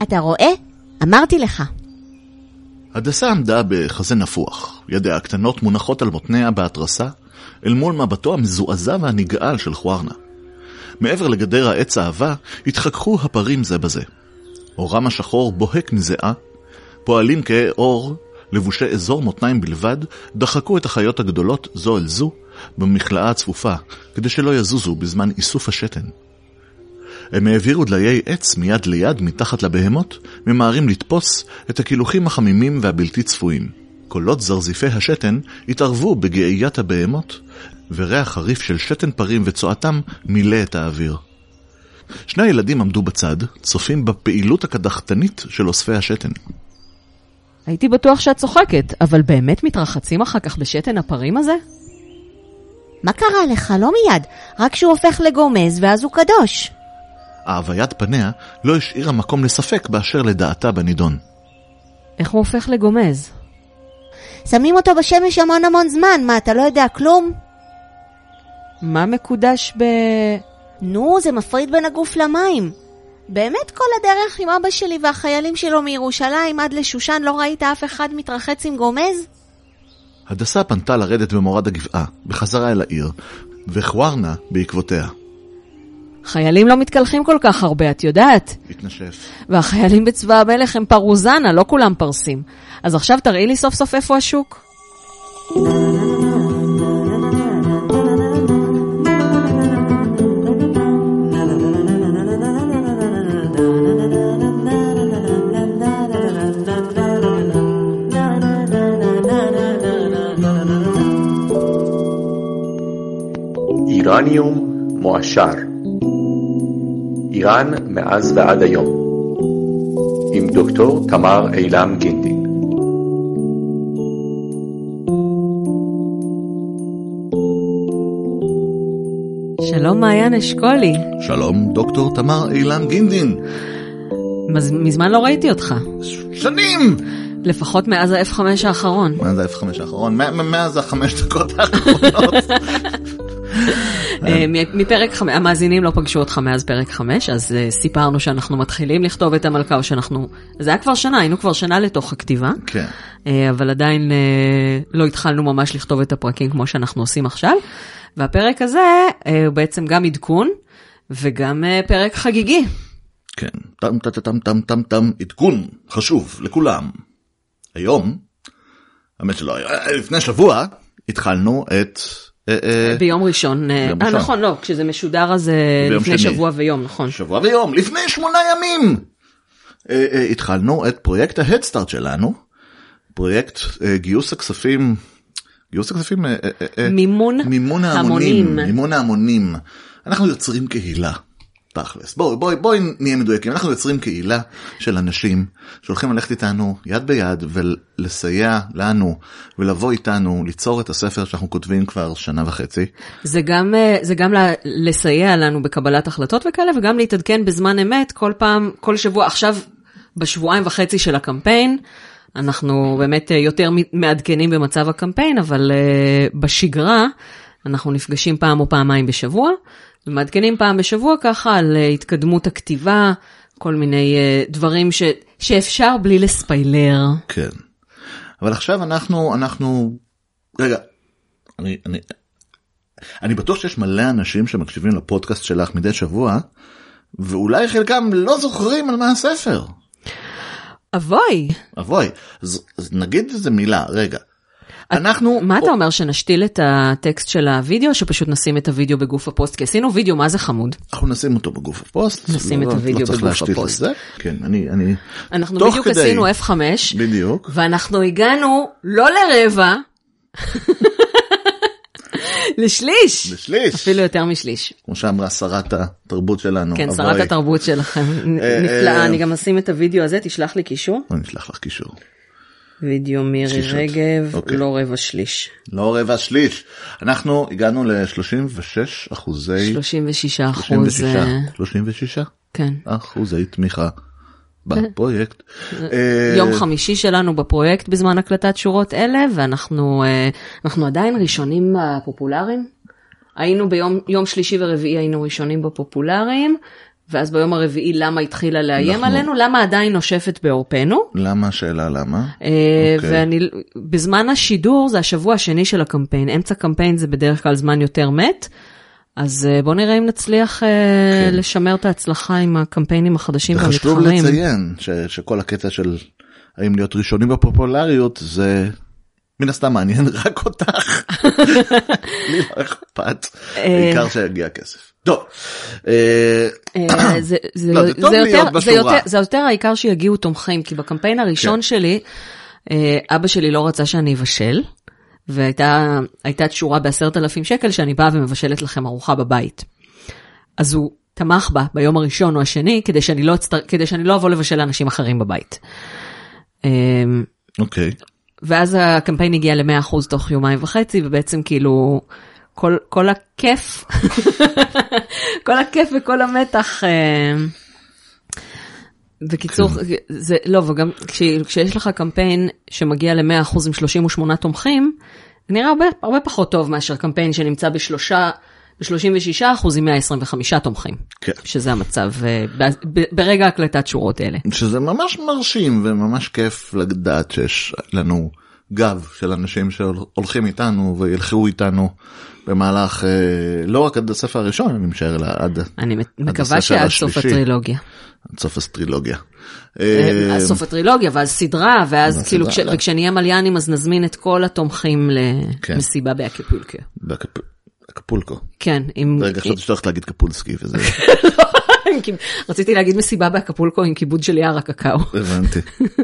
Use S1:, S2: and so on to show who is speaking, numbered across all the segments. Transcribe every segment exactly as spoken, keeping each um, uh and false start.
S1: אתה רואה? אמרתי לך.
S2: הדסה עמדה בחזה נפוח, ידיה הקטנות מונחות על מותניה בהתרסה, אל מול מבטו המזועזע והנגעל של חוארנה. מעבר לגדר העץ האהבה, התחככו הפרים זה בזה. אורם השחור בוהק מזיעה, פועלים כהי אור, לבושי אזור מותניים בלבד, דחקו את החיות הגדולות זו אל זו, במכלאה הצפופה, כדי שלא יזוזו בזמן איסוף השתן. הם העבירו דליי עץ מיד ליד מתחת לבהמות, ממהרים לתפוס את הקילוחים החמימים והבלתי צפויים. קולות זרזיפי השתן התערבו בגאיית הבהמות, וריח חריף של שתן פרים וצועתם מילא את האוויר. שני הילדים עמדו בצד, צופים בפעילות הקדחתנית של אוספי השתן.
S3: הייתי בטוח שאת צוחקת, אבל באמת מתרחצים אחר כך בשתן הפרים הזה?
S1: מה קרה לך? לא מיד, רק שהוא הופך לגומז ואז הוא קדוש.
S2: ההוויית פניה לא השאירה מקום לספק באשר לדעתה בנידון.
S3: איך הוא הופך לגומז?
S1: שמים אותו בשמש המון המון זמן, מה, אתה לא יודע כלום?
S3: מה מקודש ב...
S1: נו, זה מפריד בין הגוף למים. באמת כל הדרך עם אבא שלי והחיילים שלו מירושלים עד לשושן לא ראית אף אחד מתרחץ עם גומז?
S2: הדסה פנתה לרדת במורד הגבעה, בחזרה אל העיר, וחוארנה בעקבותיה.
S3: חיילים לא מתקלחים כל כך הרבה, את יודעת.
S2: התנשף.
S3: והחיילים בצבא המלך הם פרוזנה, לא כולם פרסים. אז עכשיו תראי לי סוף סוף איפה השוק.
S4: איראניום מועשר. איראן מאז ועד היום, עם דוקטור תמר אילם גינדין.
S3: שלום מעיין אשכולי.
S2: שלום דוקטור תמר אילם גינדין.
S3: מז... מזמן לא ראיתי אותך.
S2: שנים!
S3: לפחות מאז ה-אף חמש האחרון.
S2: מאז ה-אף חמש האחרון, מאז החמש דקות האחרונות.
S3: מפרק חמש, המאזינים לא פגשו אותך מאז פרק חמש, אז סיפרנו שאנחנו מתחילים לכתוב את המלכה, או שאנחנו, זה היה כבר שנה, היינו כבר שנה לתוך הכתיבה,
S2: כן.
S3: אבל עדיין לא התחלנו ממש לכתוב את הפרקים כמו שאנחנו עושים עכשיו, והפרק הזה הוא בעצם גם עדכון, וגם פרק חגיגי.
S2: כן, טם טם טם טם טם טם, עדכון חשוב לכולם. היום, האמת שלא, לפני שבוע, התחלנו את...
S3: ביום ראשון, נכון, לא, כשזה משודר אז לפני שבוע ויום, נכון.
S2: שבוע ויום, לפני שמונה ימים. התחלנו את פרויקט ההדסטארט שלנו, פרויקט גיוס הכספים, גיוס הכספים,
S3: מימון המונים.
S2: מימון המונים. אנחנו יוצרים קהילה. תכלס. בואי, בואי, בואי נהיה מדויקים. אנחנו יוצרים קהילה של אנשים שהולכים ללכת איתנו יד ביד ולסייע לנו ולבוא איתנו ליצור את הספר שאנחנו כותבים כבר שנה וחצי.
S3: זה גם, זה גם לסייע לנו בקבלת החלטות וכאלה, וגם להתעדכן בזמן אמת כל פעם, כל שבוע. עכשיו, בשבועיים וחצי של הקמפיין, אנחנו באמת יותר מעדכנים במצב הקמפיין, אבל בשגרה אנחנו נפגשים פעם או פעמיים בשבוע, ומעדכנים פעם בשבוע ככה על התקדמות הכתיבה, כל מיני דברים ש, שאפשר בלי לספיילר.
S2: כן. אבל עכשיו אנחנו, אנחנו, רגע, אני, אני, אני בטוח שיש מלא אנשים שמקשיבים לפודקאסט שלך מדי שבוע, ואולי חלקם לא זוכרים על מה הספר.
S3: אבוי.
S2: אבוי. אז, אז נגיד איזה מילה, רגע. אנחנו...
S3: מה אתה אומר, שנשתיל את הטקסט של הוידאו, שפשוט נשים את הוידאו בגוף הפוסט? כי עשינו וידאו, מה זה חמוד?
S2: אנחנו נשים אותו בגוף הפוסט.
S3: נשים את הוידאו בגוף הפוסט.
S2: כן, אני... אני...
S3: אנחנו בדיוק עשינו אף חמש.
S2: בדיוק.
S3: ואנחנו הגענו לא לרבע, לשליש.
S2: לשליש.
S3: אפילו יותר משליש.
S2: כמו שאמרה שרת התרבות שלנו.
S3: כן, שרת התרבות שלכם. נפלאה, אני גם אשים את הוידאו הזה, תשלח לי קישור.
S2: אני אשלח לך קישור.
S3: וידאו מירי רגב, okay. לא רבע שליש.
S2: לא רבע שליש. אנחנו הגענו ל-שלושים ושש אחוזי...
S3: שלושים ושש אחוז.
S2: שלושים ושש?
S3: כן.
S2: אחוזי תמיכה בפרויקט.
S3: יום חמישי שלנו בפרויקט בזמן הקלטת שורות אלה, ואנחנו אנחנו עדיין ראשונים בפופולריים. היינו ביום יום שלישי ורביעי היינו ראשונים בפופולריים, ואז ביום הרביעי למה התחילה לאיים
S2: אנחנו...
S3: עלינו, למה עדיין נושפת בעורפנו.
S2: למה השאלה למה?
S3: Okay. ואני, בזמן השידור זה השבוע השני של הקמפיין, אמצע קמפיין זה בדרך כלל זמן יותר מת, אז בוא נראה אם נצליח כן. לשמר את ההצלחה עם הקמפיינים החדשים והמתחרים.
S2: וחשוב לציין ש, שכל הקטע של האם להיות ראשונים בפופולריות זה מן הסתם מעניין רק אותך. לי לא אכפת, בעיקר שיגיע כסף. טוב.
S3: זה יותר העיקר שיגיעו תומכים, כי בקמפיין הראשון שלי, אבא שלי לא רצה שאני אבשל, והייתה תשורה בעשרת אלפים שקל שאני באה ומבשלת לכם ארוחה בבית. אז הוא תמך בה ביום הראשון או השני, כדי שאני לא, כדי שאני לא אבוא לבשל לאנשים אחרים בבית.
S2: אוקיי.
S3: ואז הקמפיין הגיע ל-מאה אחוז תוך יומיים וחצי, ובעצם כאילו, כל, כל הכיף, כל הכיף וכל המתח, בקיצור, זה, לא, וגם כש, כשיש לך קמפיין שמגיע ל-מאה אחוז עם שלושים ושמונה תומכים, זה נראה הרבה, הרבה פחות טוב מאשר קמפיין שנמצא בשלושה, ב-שלושים ושישה אחוז עם מאה עשרים וחמישה תומכים. כן. שזה המצב, ב- ברגע הקלטת שורות אלה.
S2: שזה ממש מרשים וממש כיף לדעת שיש לנו גב של אנשים שהולכים איתנו וילכו איתנו במהלך, לא רק עד הספר הראשון, אני משער לה עד
S3: אני מקווה שעד סוף הטרילוגיה.
S2: עד סוף הטרילוגיה.
S3: סוף הטרילוגיה, ואז סדרה, ואז כאילו, וכשנהיה מליאנים, אז נזמין את כל התומכים למסיבה באקפולקו.
S2: אקפולקו.
S3: כן.
S2: רגע, חשבתי שאתה הולכת להגיד קפולסקי, וזה...
S3: רציתי להגיד מסיבה באקפולקו עם כיבוד של יער הקקאו.
S2: הבנתי.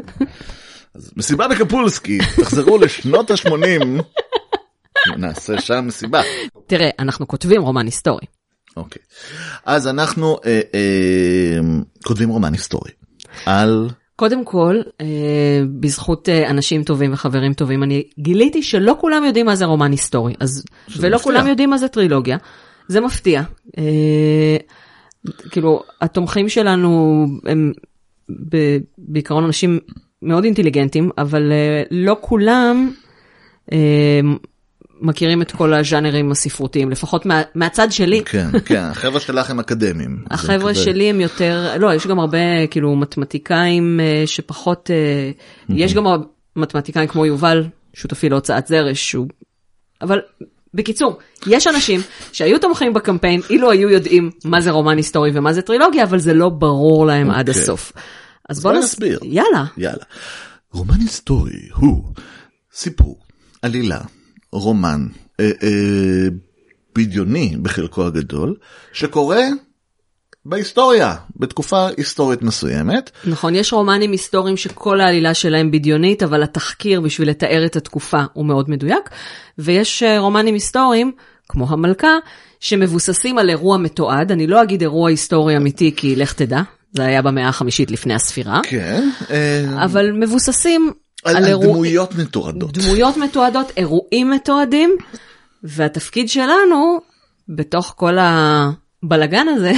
S2: אז מסיבה בקפולסקי, תחזרו לשנות ה-שמונים, נעשה שם מסיבה.
S3: תראה, אנחנו כותבים רומן היסטורי.
S2: אוקיי. אז אנחנו אה, אה, כותבים רומן היסטורי. על...
S3: קודם כל, אה, בזכות אה, אנשים טובים וחברים טובים, אני גיליתי שלא כולם יודעים מה זה רומן היסטורי, אז, ולא מפתיע. כולם יודעים מה זה טרילוגיה. זה מפתיע. אה, כאילו, התומכים שלנו הם ב, בעיקרון אנשים מאוד אינטליגנטים, אבל אה, לא כולם... אה, מכירים את כל הז'אנרים הספרותיים, לפחות מה, מהצד שלי.
S2: כן, כן, החבר'ה שלך הם אקדמיים.
S3: החבר'ה שלי הם יותר, לא, יש גם הרבה כאילו מתמטיקאים שפחות, יש גם מתמטיקאים כמו יובל, שותפי להוצאת זרש, שהוא, אבל בקיצור, יש אנשים שהיו תומכים בקמפיין, אילו היו יודעים מה זה רומן היסטורי ומה זה טרילוגיה, אבל זה לא ברור להם עד הסוף. אז בוא נסביר. יאללה.
S2: יאללה. רומן היסטורי הוא סיפור, עלילה, רומן אה, אה, בדיוני בחלקו הגדול, שקורה בהיסטוריה, בתקופה היסטורית מסוימת.
S3: נכון, יש רומנים היסטוריים שכל העלילה שלהם בדיונית, אבל התחקיר בשביל לתאר את התקופה הוא מאוד מדויק, ויש רומנים היסטוריים, כמו המלכה, שמבוססים על אירוע מתועד, אני לא אגיד אירוע היסטורי אמיתי, כי לך תדע, זה היה במאה החמישית לפני הספירה,
S2: כן,
S3: אבל מבוססים
S2: על, על אירוע... דמויות מתועדות.
S3: דמויות מתועדות, אירועים מתועדים, והתפקיד שלנו, בתוך כל הבלגן הזה,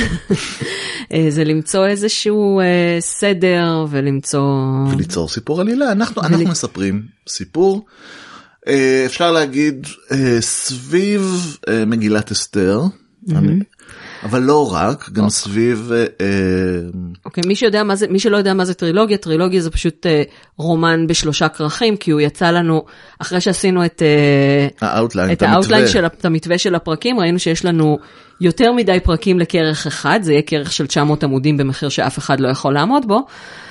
S3: זה למצוא איזשהו סדר, ולמצוא...
S2: וליצור סיפור עלילה. אנחנו, אנחנו מספרים סיפור, אפשר להגיד, סביב מגילת אסתר, אבל לא רק, גם סביב...
S3: אוקיי, מי שיודע מה זה, מי שלא יודע מה זה טרילוגיה, טרילוגיה זה פשוט רומן בשלושה כרכים, כי הוא יצא לנו, אחרי שעשינו את האוטליין של המתווה של הפרקים, ראינו שיש לנו יותר מדי פרקים לכרך אחד, זה יהיה כרך של תשע מאות עמודים במחיר שאף אחד לא יכול לעמוד בו,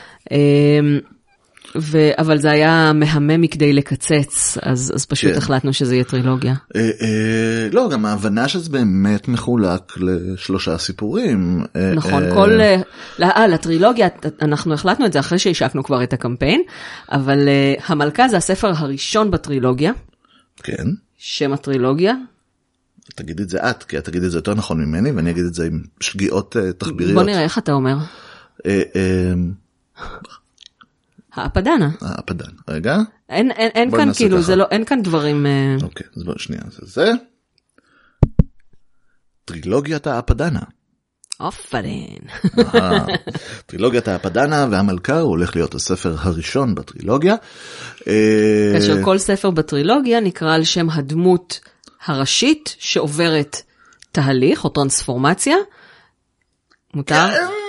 S3: ו... אבל זה היה מהמם מכדי לקצץ, אז, אז פשוט כן. החלטנו שזה יהיה טרילוגיה.
S2: אה, אה, לא, גם ההבנה שזה באמת מחולק לשלושה סיפורים.
S3: נכון,
S2: אה,
S3: כל... אה, לטרילוגיה, אנחנו החלטנו את זה אחרי שהשקנו כבר את הקמפיין, אבל אה, המלכה זה הספר הראשון בטרילוגיה.
S2: כן.
S3: שם הטרילוגיה.
S2: תגיד את זה את, כי את תגיד את זה יותר נכון ממני, ואני אגיד את זה עם שגיאות אה, תחביריות.
S3: בוא נראה איך אתה אומר.
S2: אה, אה,
S3: האפדנה.
S2: האפדנה, רגע.
S3: אין, אין, אין כאן כאילו, זה לא, אין כאן דברים...
S2: אוקיי, אז בוא, שנייה, זה זה. טרילוגיית האפדנה.
S3: אופדן.
S2: טרילוגיית האפדנה והמלכה, הוא הולך להיות הספר הראשון בטרילוגיה.
S3: כאשר כל ספר בטרילוגיה נקרא על שם הדמות הראשית שעוברת תהליך או טרנספורמציה, מותר?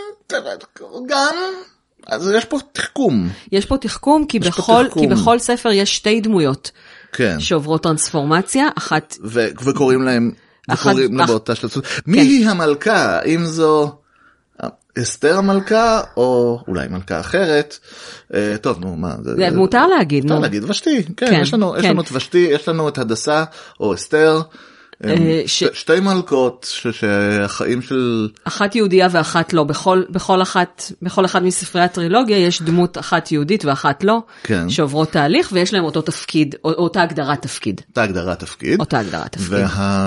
S2: גם, אז יש פה תחכום.
S3: יש פה תחכום, כי בכל, כי בכל ספר יש שתי דמויות.
S2: כן.
S3: שעוברות טרנספורמציה, אחת...
S2: ו- וקוראים להם, וקוראים לה באותה שלצות. מי היא המלכה? האם זו אסתר המלכה, או אולי מלכה אחרת? טוב, נו, מה?
S3: מותר להגיד, נו.
S2: מותר להגיד, ושתי, כן, יש לנו את ושתי, יש לנו את הדסה, או אסתר, שתי מלכות, שהחיים של...
S3: אחת יהודייה ואחת לא, בכל אחת, בכל אחד מספרי הטרילוגיה, יש דמות אחת יהודית ואחת לא, שעוברות תהליך, ויש להם אותו תפקיד, אותה הגדרת תפקיד.
S2: אותה הגדרת תפקיד.
S3: אותה הגדרת תפקיד.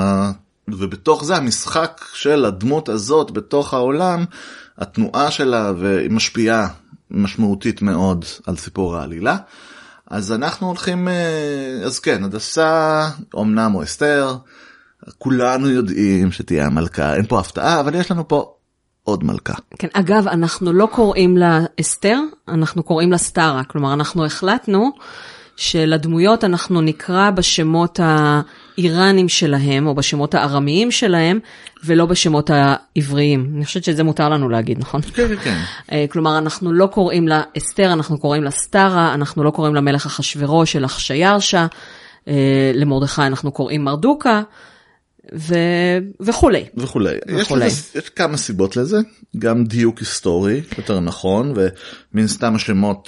S2: ובתוך זה המשחק של הדמות הזאת בתוך העולם, התנועה שלה והיא משפיעה משמעותית מאוד על סיפור העלילה. אז אנחנו הולכים, אז כן, הדסה, אמנם או אסתר, כולנו יודעים שתהיה המלכה, אין פה הפתעה, אבל יש לנו פה עוד מלכה.
S3: כן, אגב, אנחנו לא קוראים לה אסתר, אנחנו קוראים לה סטרה, כלומר אנחנו החלטנו שלדמויות אנחנו נקרא בשמות האיראנים שלהם, או בשמות הארמיים שלהם, ולא בשמות העבריים. אני חושבת שזה מותר לנו להגיד, נכון?
S2: כן, כן, כן.
S3: כלומר, אנחנו לא קוראים לה אסתר, אנחנו קוראים לה סטרה, אנחנו לא קוראים לה מלך אחשוורוש של אחשיירשה, למרדכי אנחנו קוראים מרדוקה, ו... וכולי.
S2: וכולי. וכולי. יש, יש כמה סיבות לזה, גם דיוק היסטורי, יותר נכון, ומן סתם השמות,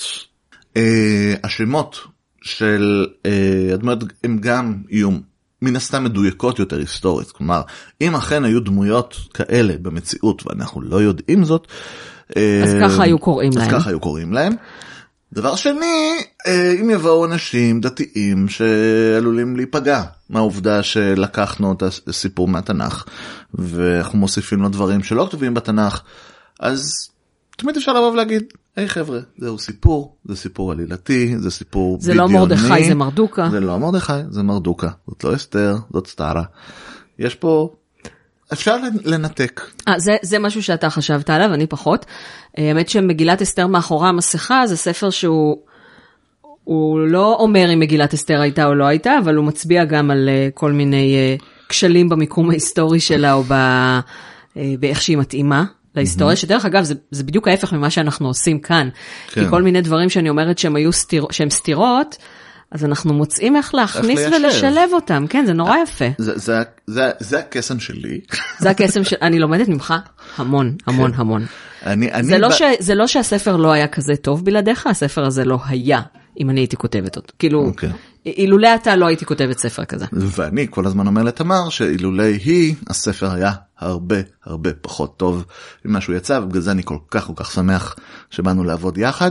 S2: אה, השמות של אה, הדמויות הם גם יהיו מן הסתם מדויקות יותר היסטורית. כלומר, אם אכן היו דמויות כאלה במציאות, ואנחנו לא יודעים זאת, אה,
S3: אז ככה היו קוראים
S2: אז
S3: להם.
S2: ככה היו קוראים להם. דבר שני, אם יבואו אנשים דתיים שעלולים להיפגע מהעובדה שלקחנו את הסיפור מהתנ"ך, ואנחנו מוסיפים לו דברים שלא כתובים בתנ"ך, אז תמיד אפשר לבוא ולהגיד, היי חבר'ה, זהו סיפור, זה סיפור עלילתי, זה סיפור
S3: זה
S2: בדיוני.
S3: לא מרדכי, זה מרדוקה.
S2: זה לא מרדכי, זה מרדוקה. זאת לא אסתר, זאת סטרה. יש פה... אפשר לנתק.
S3: 아, זה, זה משהו שאתה חשבת עליו, אני פחות. האמת שמגילת אסתר מאחורי המסכה, זה ספר שהוא הוא לא אומר אם מגילת אסתר הייתה או לא הייתה, אבל הוא מצביע גם על כל מיני כשלים במיקום ההיסטורי שלה, או באיך שהיא מתאימה להיסטוריה, שדרך אגב, זה, זה בדיוק ההפך ממה שאנחנו עושים כאן. כן. כי כל מיני דברים שאני אומרת שהם היו סתיר, שהם סתירות, אז אנחנו מוצאים איך להכניס איך ולשלב אותם, כן, זה נורא יפה.
S2: זה, זה, זה, זה הקסם שלי.
S3: זה הקסם של, אני לומדת ממך המון, המון, כן. המון.
S2: אני, אני
S3: זה,
S2: ב...
S3: לא ש, זה לא שהספר לא היה כזה טוב בלעדיך, הספר הזה לא היה, אם אני הייתי כותבת אותו. כאילו, okay. אילולי אתה לא הייתי כותבת ספר כזה.
S2: ואני כל הזמן אומר לתמר שאילולי היא, הספר היה הרבה, הרבה פחות טוב ממה שהוא יצא, ובגלל זה אני כל כך, כל כך שמח שבאנו לעבוד יחד.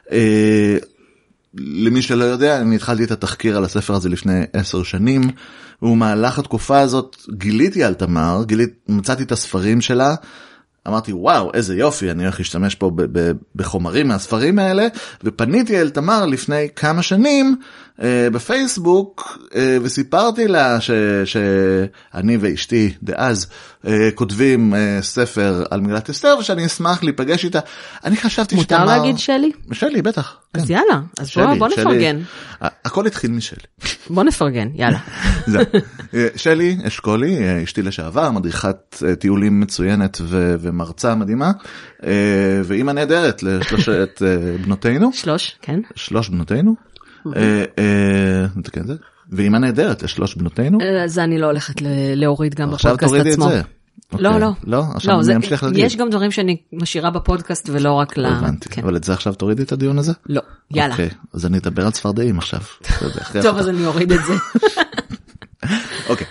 S2: למי שלא יודע, אני התחלתי את התחקיר על הספר הזה לפני עשר שנים, ומהלך התקופה הזאת גיליתי על תמר, גיליתי, מצאתי את הספרים שלה, אמרתי, וואו, איזה יופי, אני הולך להשתמש פה ב- ב- בחומרים מהספרים האלה, ופניתי אל תמר לפני כמה שנים אה, בפייסבוק, אה, וסיפרתי לה ש- שאני ואשתי דאז אה, כותבים אה, ספר על מגילת אסתר, ושאני אשמח להיפגש איתה. אני חשבתי שתמר...
S3: מותר להגיד שלי?
S2: שלי, בטח.
S3: אז
S2: כן.
S3: יאללה, אז שלי, בוא, בוא נפרגן.
S2: שלי, הכל התחיל משלי.
S3: בוא נפרגן, יאללה.
S2: שלי, אשכולי, אשתי לשעבר, מדריכת טיולים מצוינת ו- ומרצה מדהימה, ואימא נהדרת לשלושת בנותינו.
S3: שלוש, כן.
S2: שלוש בנותינו. נתקן את זה. ואימא נהדרת לשלוש בנותינו.
S3: זה אני לא הולכת להוריד גם בפודקאסט עצמו.
S2: עכשיו תורידי את זה.
S3: לא, לא.
S2: לא? עכשיו אני אמשיך להגיד.
S3: יש גם דברים שאני משאירה בפודקאסט ולא רק ל...
S2: הבנתי. אבל את זה עכשיו תורידי את הדיון הזה?
S3: לא, יאללה.
S2: אוקיי, אז אני אדבר על צפרדעים עכשיו.
S3: טוב, אז אני אוריד את זה.
S2: אוקיי.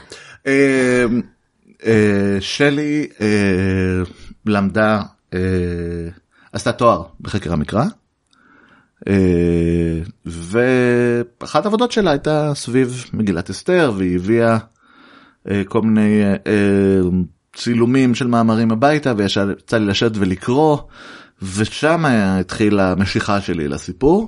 S2: שלי למדה, עשתה תואר בחקר המקרא, ואחת העבודות שלה הייתה סביב מגילת אסתר, והיא הביאה כל מיני צילומים של מאמרים הביתה, ויצא לי לשבת ולקרוא, ושם התחילה המשיכה שלי לסיפור.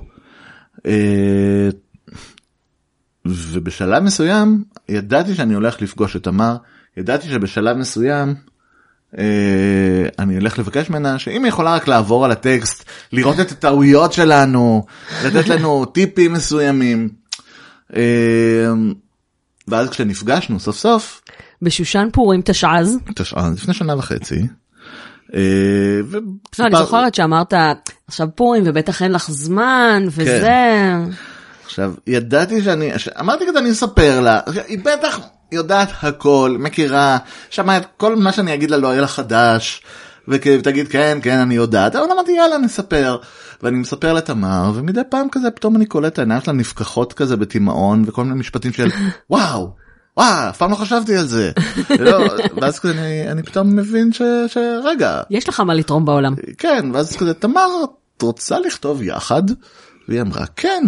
S2: ובשלב מסוים ידעתי שאני הולך לפגוש את תמר, ידעתי שבשלב מסוים אה, אני הולך לבקש ממנה שאם היא יכולה רק לעבור על הטקסט, לראות את הטעויות שלנו, לתת לנו טיפים מסוימים. אה, ואז כשנפגשנו סוף סוף
S3: בשושן פורים תשעז,
S2: תשעז לפני שנה וחצי,
S3: לא, אני זוכרת שאמרת, עכשיו פורים ובטח אין לך זמן, וזה...
S2: עכשיו, ידעתי שאני, אמרתי כזה, אני אספר לה, היא בטח יודעת הכל, מכירה, שמעת כל מה שאני אגיד לה לא יהיה לה חדש, ותגיד כן, כן, אני יודעת, אבל אמרתי יאללה נספר, ואני מספר לתמר, ומדי פעם כזה, פתאום אני קולט העיניים שלה נפקחות כזה בתימאון, וכל מיני משפטים של וואו, וואו, אף פעם לא חשבתי על זה, ואז כזה אני, אני פתאום מבין ש, שרגע.
S3: יש לך מה לתרום בעולם.
S2: כן, ואז כזה, תמר, את רוצה לכתוב יחד? והיא אמרה, כן.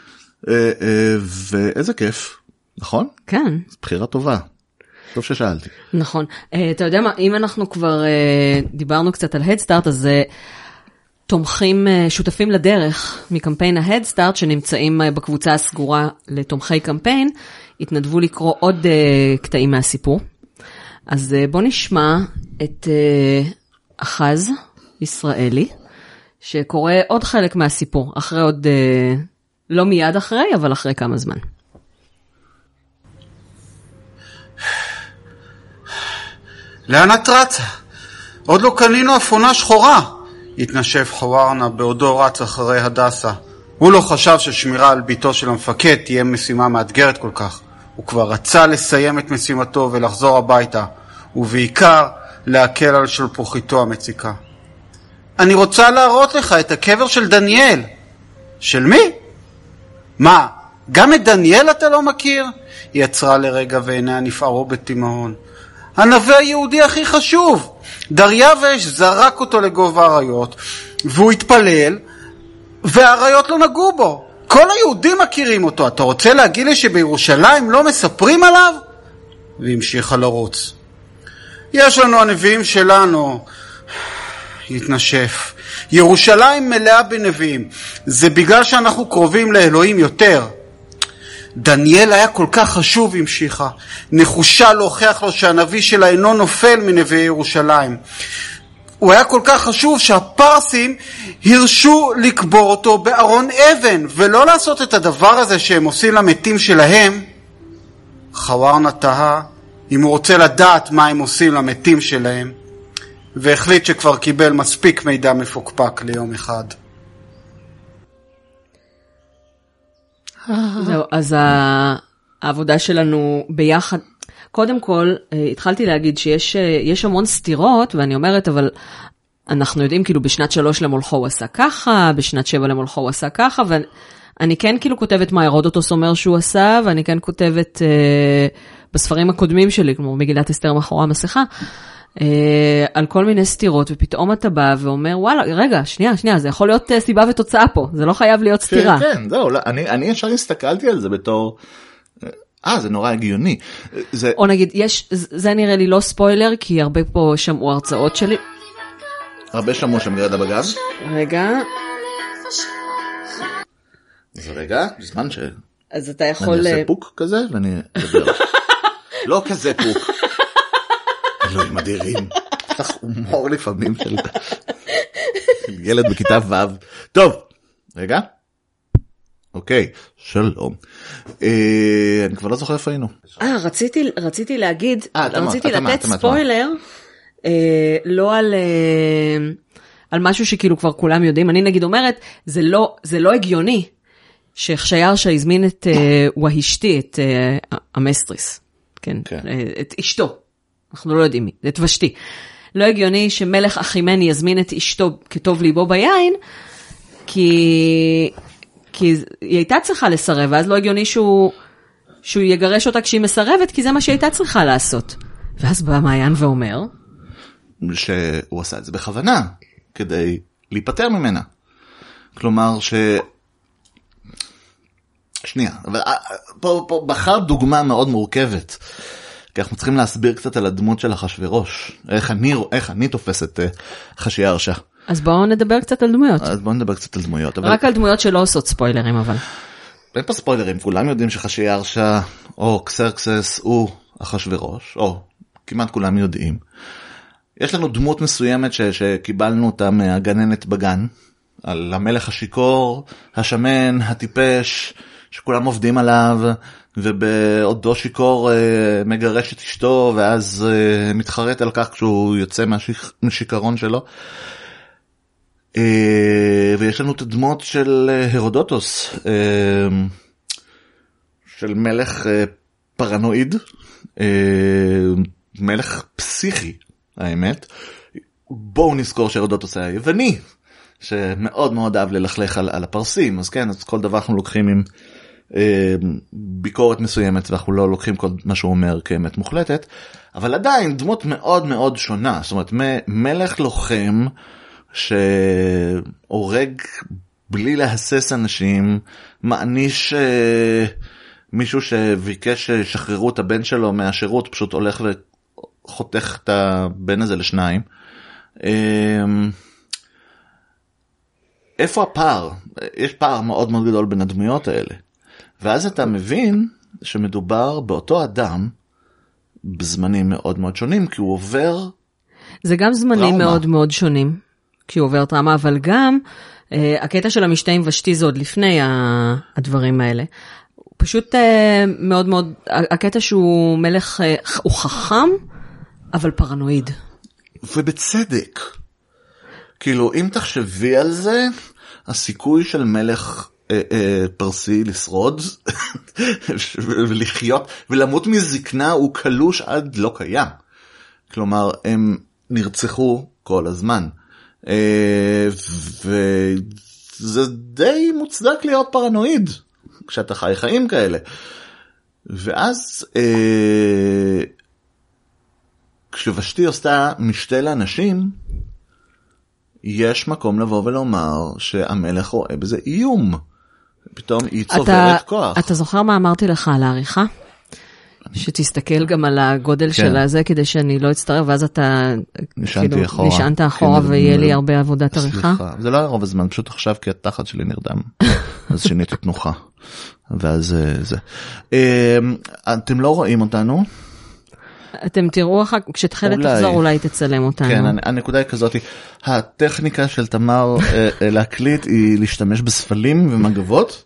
S2: ואיזה כיף, נכון?
S3: כן.
S2: בחירה טובה. טוב ששאלתי.
S3: נכון. אתה יודע מה, אם אנחנו כבר דיברנו קצת על הדסטארט, אז תומכים, שותפים לדרך מקמפיין ההדסטארט, שנמצאים בקבוצה הסגורה לתומכי קמפיין, התנדבו לקרוא עוד קטעים מהסיפור. אז בוא נשמע את אחז ישראלי, שקורא עוד חלק מהסיפור, אחרי עוד... לא מיד אחרי, אבל אחרי כמה זמן.
S5: לאן את רצה? עוד לא קנינו אפונה שחורה. התנשף חווארנה בעודו רץ אחרי הדסה. הוא לא חשב ששמירה על ביתו של המפקד תהיה משימה מאתגרת כל כך. הוא כבר רצה לסיים את משימתו ולחזור הביתה, ובעיקר להקל על שלפוחיתו המציקה. אני רוצה להראות לך את הקבר של דניאל. של מי? מה, גם את דניאל אתה לא מכיר? היא עצרה לרגע ועיניה נפערו בתימהון. הנביא היהודי הכי חשוב. דריווש זרק אותו לגובה האריות, והוא התפלל, והאריות לא נגעו בו. כל היהודים מכירים אותו. אתה רוצה להגיד לי שבירושלים לא מספרים עליו? והמשיכה לרוץ. יש לנו הנביאים שלנו. התנשף. ירושלים מלאה בנביאים. זה בגלל שאנחנו קרובים לאלוהים יותר. דניאל היה כל כך חשוב, המשיכה. נחושה להוכיח לו שהנביא שלה אינו נופל מנביאי ירושלים. הוא היה כל כך חשוב שהפרסים הרשו לקבור אותו בארון אבן, ולא לעשות את הדבר הזה שהם עושים למתים שלהם. חווארנה תהה אם הוא רוצה לדעת מה הם עושים למתים שלהם, והחליט שכבר קיבל מספיק מידע מפוקפק ליום אחד.
S3: זהו, אז העבודה שלנו ביחד, קודם כל, התחלתי להגיד שיש יש המון סתירות, ואני אומרת, אבל אנחנו יודעים, כאילו, בשנת שלוש למולכו הוא עשה ככה, בשנת שבע למולכו הוא עשה ככה, ואני כן כאילו כותבת מה הרודוטוס אומר שהוא עשה, ואני כן כותבת אה, בספרים הקודמים שלי, כמו מגילת אסתר מאחורי המסכה, אה, על כל מיני סתירות, ופתאום אתה בא ואומר, וואלה, רגע, שנייה, שנייה, זה יכול להיות סיבה ותוצאה פה, זה לא חייב להיות סתירה.
S2: כן, כן, זהו, אני, אני ישר הסתכלתי על זה בתור... אה, זה נורא הגיוני. זה...
S3: או נגיד, יש, זה נראה לי לא ספוילר, כי הרבה פה שמעו הרצאות שלי.
S2: הרבה שמעו שם גרדה בגב.
S3: רגע.
S2: אז רגע, בזמן ש...
S3: אז אתה יכול...
S2: אני אעשה פוק כזה, ואני אדבר. לא כזה פוק. אלוהים אדירים. צריך הומור לפעמים של... ילד בכיתה ו'. טוב, רגע. אוקיי, שלום. אני כבר לא זוכר איפה היינו.
S3: אה, רציתי, רציתי להגיד, רציתי לתת ספוילר, לא על, על משהו שכאילו כבר כולם יודעים. אני נגיד אומרת, זה לא, זה לא הגיוני שחשייר הזמין את והשתי, את המסטריס, כן, את אשתו. אנחנו לא יודעים מי, את ושתי. לא הגיוני שמלך אחימני יזמין את אשתו כטוב ליבו ביין, כי... כי היא הייתה צריכה לסרב, ואז לא הגיוני שהוא, שהוא יגרש אותה כשהיא מסרבת, כי זה מה שהיא הייתה צריכה לעשות. ואז בא מעיין ואומר...
S2: שהוא עשה את זה בכוונה, כדי להיפטר ממנה. כלומר ש... שנייה, אבל פה, פה בחר דוגמה מאוד מורכבת, כי אנחנו צריכים להסביר קצת על הדמות של אחשוורוש, איך אני, איך אני תופס את חשיירשה.
S3: אז בואו נדבר קצת על דמויות.
S2: אז בואו נדבר קצת על דמויות.
S3: רק על דמויות שלא עושות ספוילרים, אבל.
S2: אין פה ספוילרים, כולם יודעים שחשיירשה, או קסרקסס, הוא אחשוורוש, או כמעט כולם יודעים. יש לנו דמות מסוימת ש- שקיבלנו אותה מהגננת בגן, על המלך השיקור, השמן, הטיפש, שכולם עובדים עליו, ובעודו שיקור מגרש את אשתו, ואז מתחרט על כך כשהוא יוצא מהשיקרון שלו. ויש לנו את הדמות של הרודוטוס, של מלך פרנואיד, מלך פסיכי, האמת. בואו נזכור שהרודוטוס היה יווני, שמאוד מאוד אהב ללכלך על, על הפרסים, אז כן, אז כל דבר אנחנו לוקחים עם אה, ביקורת מסוימת, ואנחנו לא לוקחים כל מה שהוא אומר כאמת מוחלטת, אבל עדיין דמות מאוד מאוד שונה, זאת אומרת, מ- מלך לוחם, שהורג בלי להסס אנשים, מעניש אה, מישהו שביקש ששחררו את הבן שלו מהשירות, פשוט הולך וחותך את הבן הזה לשניים. אה, איפה הפער? יש פער מאוד מאוד גדול בין הדמויות האלה. ואז אתה מבין שמדובר באותו אדם בזמנים מאוד מאוד שונים, כי הוא עובר
S3: זה גם זמנים
S2: טראומה.
S3: מאוד מאוד שונים, כי הוא עובר טראומה, אבל גם אה, הקטע של המשתה עם ושתי זה עוד לפני הדברים האלה. הוא פשוט אה, מאוד מאוד, הקטע שהוא מלך, אה, הוא חכם, אבל פרנואיד.
S2: ובצדק. כאילו, אם תחשבי על זה, הסיכוי של מלך אה, אה, פרסי לשרוד, ולחיות, ולמות מזקנה הוא קלוש עד לא קיים. כלומר, הם נרצחו כל הזמן. אה, וזה די מוצדק להיות פרנואיד, כשאתה חי חיים כאלה. ואז, אה, כשוושתי עושה משתה לאנשים, יש מקום לבוא ולומר שהמלך רואה בזה איום. פתאום היא צוברת כוח.
S3: אתה זוכר מה אמרתי לך על העריכה? שתסתכל גם על הגודל של הזה, כדי שאני לא אצטרף, ואז אתה
S2: נשענתי אחורה.
S3: נשענת אחורה ויהיה לי הרבה עבודת עריכה.
S2: סליחה, זה לא היה רוב הזמן, פשוט עכשיו כי התחת שלי נרדם. אז שיניתי תנוחה. ואז זה. אתם לא רואים אותנו?
S3: אתם תראו אחר, כשתחילת תחזור אולי תצלם אותנו.
S2: כן, הנקודה היא כזאת, הטכניקה של תמר להקליט היא להשתמש בספלים ומגבות.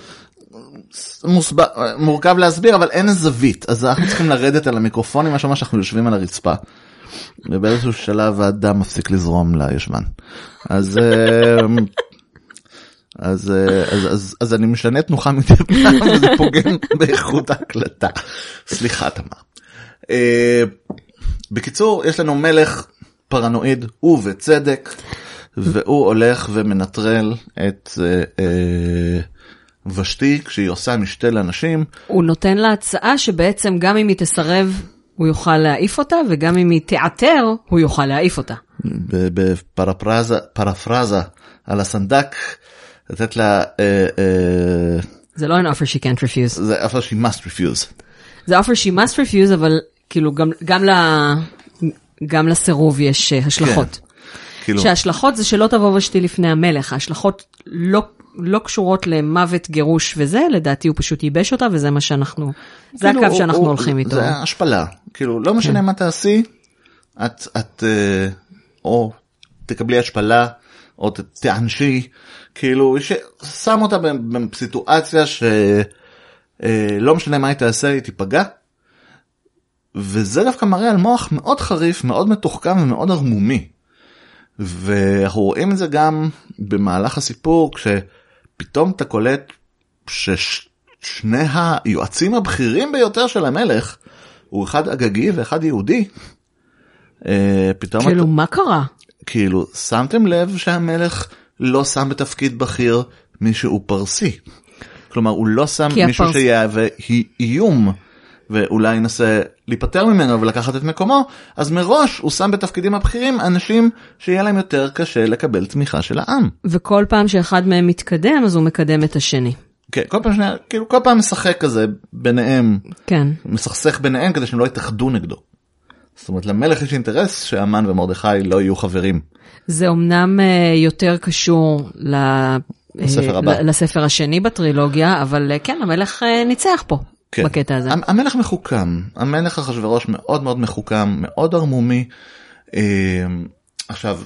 S2: מורכב להסביר, אבל אין זווית, אז אנחנו צריכים לרדת על המיקרופונים, משהו מה שאנחנו יושבים על הרצפה. ובאיזשהו שלב האדם מפסיק לזרום לישבן. אז... אז, אז, אז, אז אני משנה תנוחה מדי פעם, וזה פוגם באיכות ההקלטה. סליחה, תמר. Uh, בקיצור, יש לנו מלך פרנואיד, ובצדק, והוא הולך ומנטרל את uh, uh, ושתי, כשהיא עושה משתה לאנשים. הוא
S3: נותן לה הצעה שבעצם גם אם היא תסרב, הוא יוכל להעיף אותה, וגם אם היא תיעתר, הוא יוכל להעיף אותה.
S2: בפרפרזה, פרפרזה על הסנדק, לתת לה... Uh, uh,
S3: זה לא an offer she can't refuse.
S2: זה offer she must refuse.
S3: זה offer she must refuse, אבל כאילו גם, גם, ל, גם לסירוב יש השלכות. כן. כאילו... שההשלכות זה שלא תבוא ושתי לפני המלך. ההשלכות לא, לא קשורות למוות, גירוש וזה, לדעתי הוא פשוט ייבש אותה, וזה מה שאנחנו, כאילו זה הקו הוא, שאנחנו הוא, הולכים איתו.
S2: זה השפלה. כאילו, לא משנה כן. מה תעשי, את, את, אה, או תקבלי השפלה, או תענשי, כאילו, ששם אותה בסיטואציה ש... לא משנה מה היא תעשה, היא תיפגע, וזה דווקא מראה על מוח מאוד חריף, מאוד מתוחכם ומאוד הרמומי, ואנחנו רואים את זה גם במהלך הסיפור, כשפתאום אתה קולט ששני היועצים הבכירים ביותר של המלך, הוא אחד אגגי ואחד יהודי. פתאום
S3: כאילו,
S2: אתה...
S3: מה קרה?
S2: כאילו, שמתם לב שהמלך לא שם בתפקיד בכיר מישהו פרסי. כלומר, הוא לא שם מישהו הפרס... שיהווה איום, ואולי ינסה להיפטר ממנו ולקחת את מקומו, אז מראש הוא שם בתפקידים הבכירים אנשים שיהיה להם יותר קשה לקבל תמיכה של העם.
S3: וכל פעם שאחד מהם מתקדם, אז הוא מקדם את השני.
S2: כן, כל פעם שני, כאילו כל פעם משחק כזה ביניהם,
S3: כן.
S2: משחסך ביניהם כדי שהם לא יתאחדו נגדו. זאת אומרת, למלך יש אינטרס שהמן ומרדכי לא יהיו חברים.
S3: זה אומנם יותר קשור ל... לספר, לספר השני בטרילוגיה, אבל כן, המלך ניצח פה, כן. בקטע הזה.
S2: המלך מחוכם, המלך אחשוורוש מאוד מאוד מחוכם, מאוד הרמומי. עכשיו,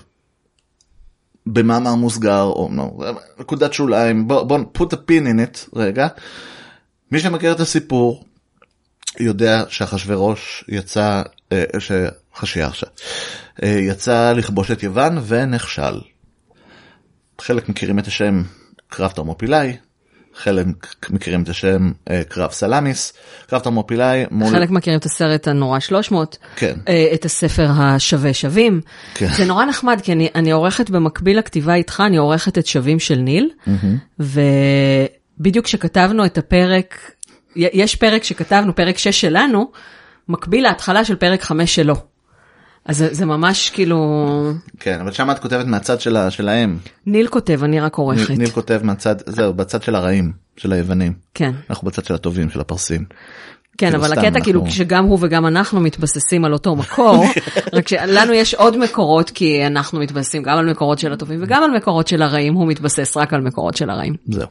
S2: במאמר מוסגר, או נקודת שוליים, בוא, בוא put a pin in it, רגע. מי שמכיר את הסיפור, יודע שאחשוורוש יצא, שחשיירשה, יצא לכבוש את יוון ונכשל. חלק מכירים את השם קרב תרמופילאי, חלק מכירים את השם קרב סלאמיס, קרב תרמופילאי מול...
S3: חלק מכירים את הסרט הנורא שלוש מאות,
S2: כן.
S3: את הספר השווה שווים. כן. זה נורא נחמד, כי אני, אני עורכת במקביל לכתיבה איתך, אני עורכת את שווים של ניל, mm-hmm. ובדיוק שכתבנו את הפרק, יש פרק שכתבנו, פרק שש שלנו, מקביל להתחלה של פרק חמש שלו. אז זה, זה ממש כאילו...
S2: כן, אבל שם את כותבת מהצד שלה, שלהם.
S3: ניל כותב, אני רק עורכת.
S2: ניל, ניל כותב מהצד, זהו, בצד של הרעים, של היוונים.
S3: כן.
S2: אנחנו בצד של הטובים, של הפרסים.
S3: כן, אבל הקטע אנחנו... כאילו שגם הוא וגם אנחנו מתבססים על אותו מקור, רק שלנו יש עוד מקורות, כי אנחנו מתבססים גם על מקורות של הטובים וגם על מקורות של הרעים, הוא מתבסס רק על מקורות של הרעים.
S2: זהו.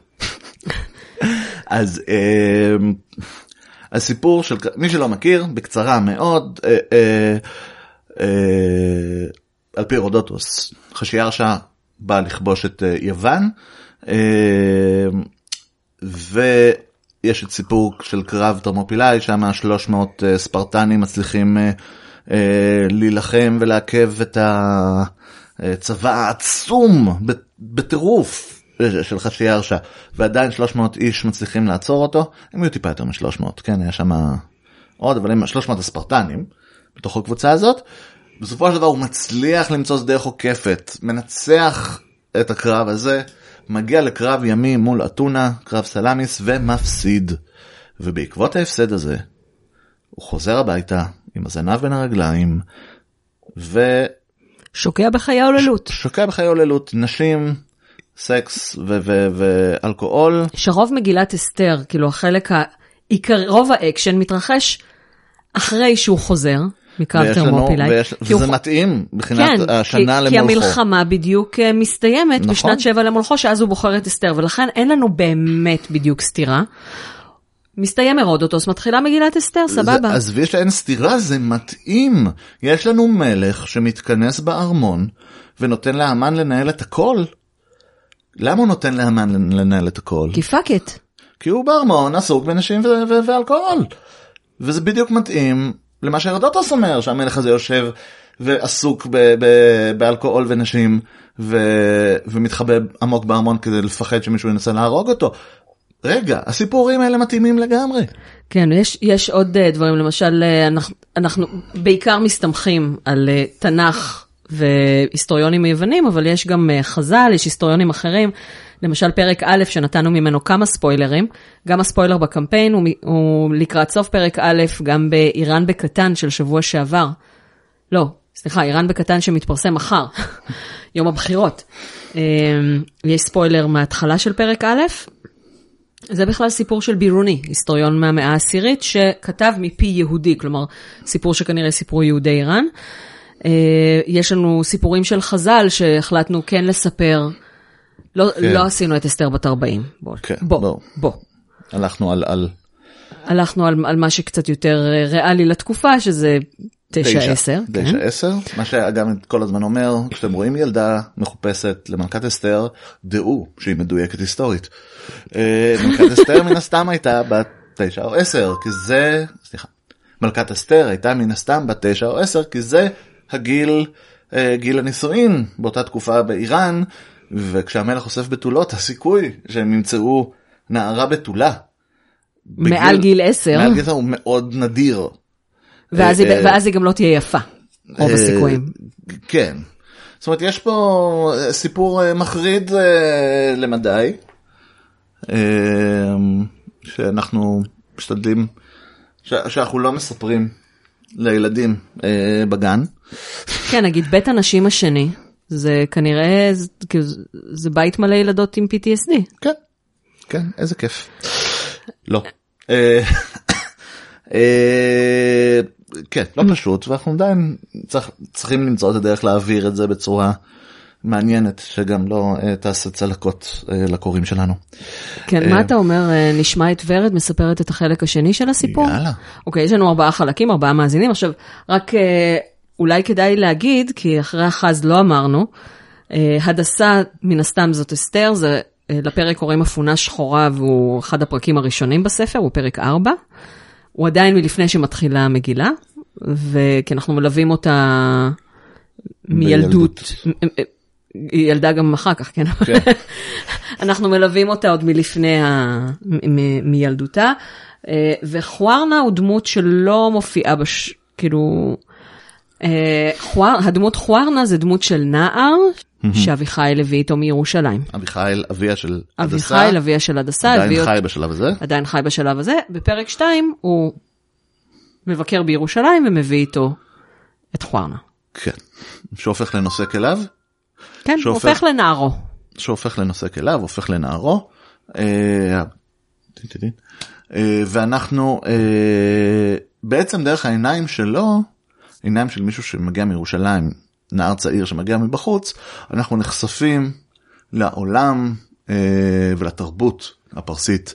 S2: אז אה, הסיפור של, מי שלא מכיר, בקצרה מאוד, אה, אה, אה, על פי הרודוטוס, חשיירשה בא לכבוש את אה, יוון, אה, ויש את סיפור של קרב תרמופילאי, שם שלוש מאות אה, ספרטנים מצליחים אה, אה, להילחם ולעכב את הצבא העצום בטירוף של חשיירשה, ועדיין שלוש מאות איש מצליחים לעצור אותו. הם היו טיפה יותר מ-שלוש מאות, כן, היה שם עוד, אבל הם שלוש מאות הספרטנים בתוך הקבוצה הזאת. בסופו של דבר הוא מצליח למצוא דרך עוקפת, מנצח את הקרב הזה, מגיע לקרב ימי מול אתונה, קרב סלאמיס, ומפסיד. ובעקבות ההפסד הזה, הוא חוזר הביתה עם הזנב בין הרגליים, ו...
S3: שוקע בחיי הוללות.
S2: שוקע בחיי הוללות, נשים, סקס ו- ו- ואלכוהול.
S3: שרוב מגילת אסתר, כאילו החלק העיקר, רוב האקשן מתרחש אחרי שהוא חוזר מקרב תרמופילאי.
S2: וזה הוא... מתאים מבחינת כן, השנה
S3: כי,
S2: למולכו.
S3: כי המלחמה בדיוק מסתיימת נכון. בשנת שבע למולכו, שאז הוא בוחר את אסתר, ולכן אין לנו באמת בדיוק סתירה. מסתיים הרודוטוס, מתחילה מגילת אסתר, סבבה.
S2: אז ויש אין סתירה, זה מתאים. יש לנו מלך שמתכנס בארמון, ונותן לאמן לנהל את הכל. למה הוא נותן לאמן לנהל את הכל?
S3: כי פאק איט.
S2: כי הוא בארמון עסוק בנשים ו- ו- ואלכוהול. וזה בדיוק מתאים למה שהרודוטוס אומר, שהמלך הזה יושב ועסוק ב- ב- באלכוהול ונשים, ו- ומתחבא עמוק בארמון כדי לפחד שמישהו ינסה להרוג אותו. רגע, הסיפורים האלה מתאימים לגמרי.
S3: כן, יש, יש עוד דברים, למשל, אנחנו, אנחנו בעיקר מסתמכים על תנ"ך והיסטוריונים היוונים, אבל יש גם חז"ל, יש היסטוריונים אחרים, למשל פרק א' שנתנו ממנו כמה ספוילרים, גם הספוילר בקמפיין הוא, הוא לקראת סוף פרק א', גם באיראן בקטן של שבוע שעבר. לא, סליחה, איראן בקטן שמתפרסם מחר, יום הבחירות. יש ספוילר מההתחלה של פרק א', זה בכלל סיפור של בירוני, היסטוריון מהמאה העשירית, שכתב מפי יהודי, כלומר, סיפור שכנראה סיפור יהודי איראן. יש לנו סיפורים של חז"ל שהחלטנו כן לספר, לא, כן. לא עשינו את אסתר בת ארבעים. בוא,
S2: כן,
S3: בוא,
S2: בוא.
S3: בוא.
S2: הלכנו על... על...
S3: הלכנו על, על מה שקצת יותר ריאלי לתקופה, שזה תשע עשר.
S2: תשע עשר, מה שאגם כל הזמן אומר, כשאתם רואים ילדה מחופשת למלכת אסתר, דעו שהיא מדויקת היסטורית. מלכת אסתר מן הסתם הייתה בת תשע או עשר, כי זה, סליחה, מלכת אסתר הייתה מן הסתם בת תשע או עשר, כי זה הגיל, גיל הנישואין באותה תקופה באיראן, וכשהמלך חושף בתולות, הסיכוי שהם ימצאו נערה בתולה.
S3: מעל גיל עשר.
S2: מעל גיל עשר הוא מאוד נדיר.
S3: ואז, היא, ואז היא גם לא תהיה יפה, רוב הסיכויים.
S2: כן. זאת אומרת, יש פה סיפור מחריד למדי, שאנחנו משתדלים, שאנחנו לא מספרים לילדים בגן.
S3: כן, נגיד, בית הנשים השני, זה כנראה, זה, זה בית מלא ילדות עם פי טי אס די.
S2: כן, כן, איזה כיף. לא. כן, לא פשוט, ואנחנו עדיין צריכים למצוא את הדרך להעביר את זה בצורה מעניינת, שגם לא תעשה צלקות לקוראים שלנו.
S3: כן, מה אתה אומר? נשמע את ורד מספרת את החלק השני של הסיפור?
S2: יאללה.
S3: אוקיי, יש לנו ארבעה חלקים, ארבעה מאזינים. עכשיו, רק אולי כדאי להגיד, כי אחרי החז לא אמרנו, הדסה מן הסתם זאת אסתר, זה לפרק קוראים אפונה שחורה, והוא אחד הפרקים הראשונים בספר, הוא פרק ארבע. הוא עדיין מלפני שמתחילה המגילה, וכי אנחנו מלווים אותה מילדות. היא ילדה גם אחר כך, כן? כן. אנחנו מלווים אותה עוד מלפני ה... מ... מילדותה, וחוארנה הוא דמות שלא מופיעה בש... כאילו... חואר... הדמות חוארנה זה דמות של נער, שאביחיל הביא איתו מירושלים.
S2: אביחיל, אביה של הדסה.
S3: אביחיל, אביה של הדסה.
S2: עדיין חי בשלב הזה.
S3: עדיין חי בשלב הזה. בפרק שתיים הוא מבקר בירושלים ומביא איתו את חוארנה. כן.
S2: שהופך לנושא כליו.
S3: כן, הוא הופך לנערו.
S2: שהופך לנושא כליו, הופך לנערו. ואנחנו בעצם דרך העיניים שלו, עיניים של מישהו שמגיע מירושלים, נער צעיר שמגיע מבחוץ, אנחנו נחשפים לעולם ולתרבות הפרסית,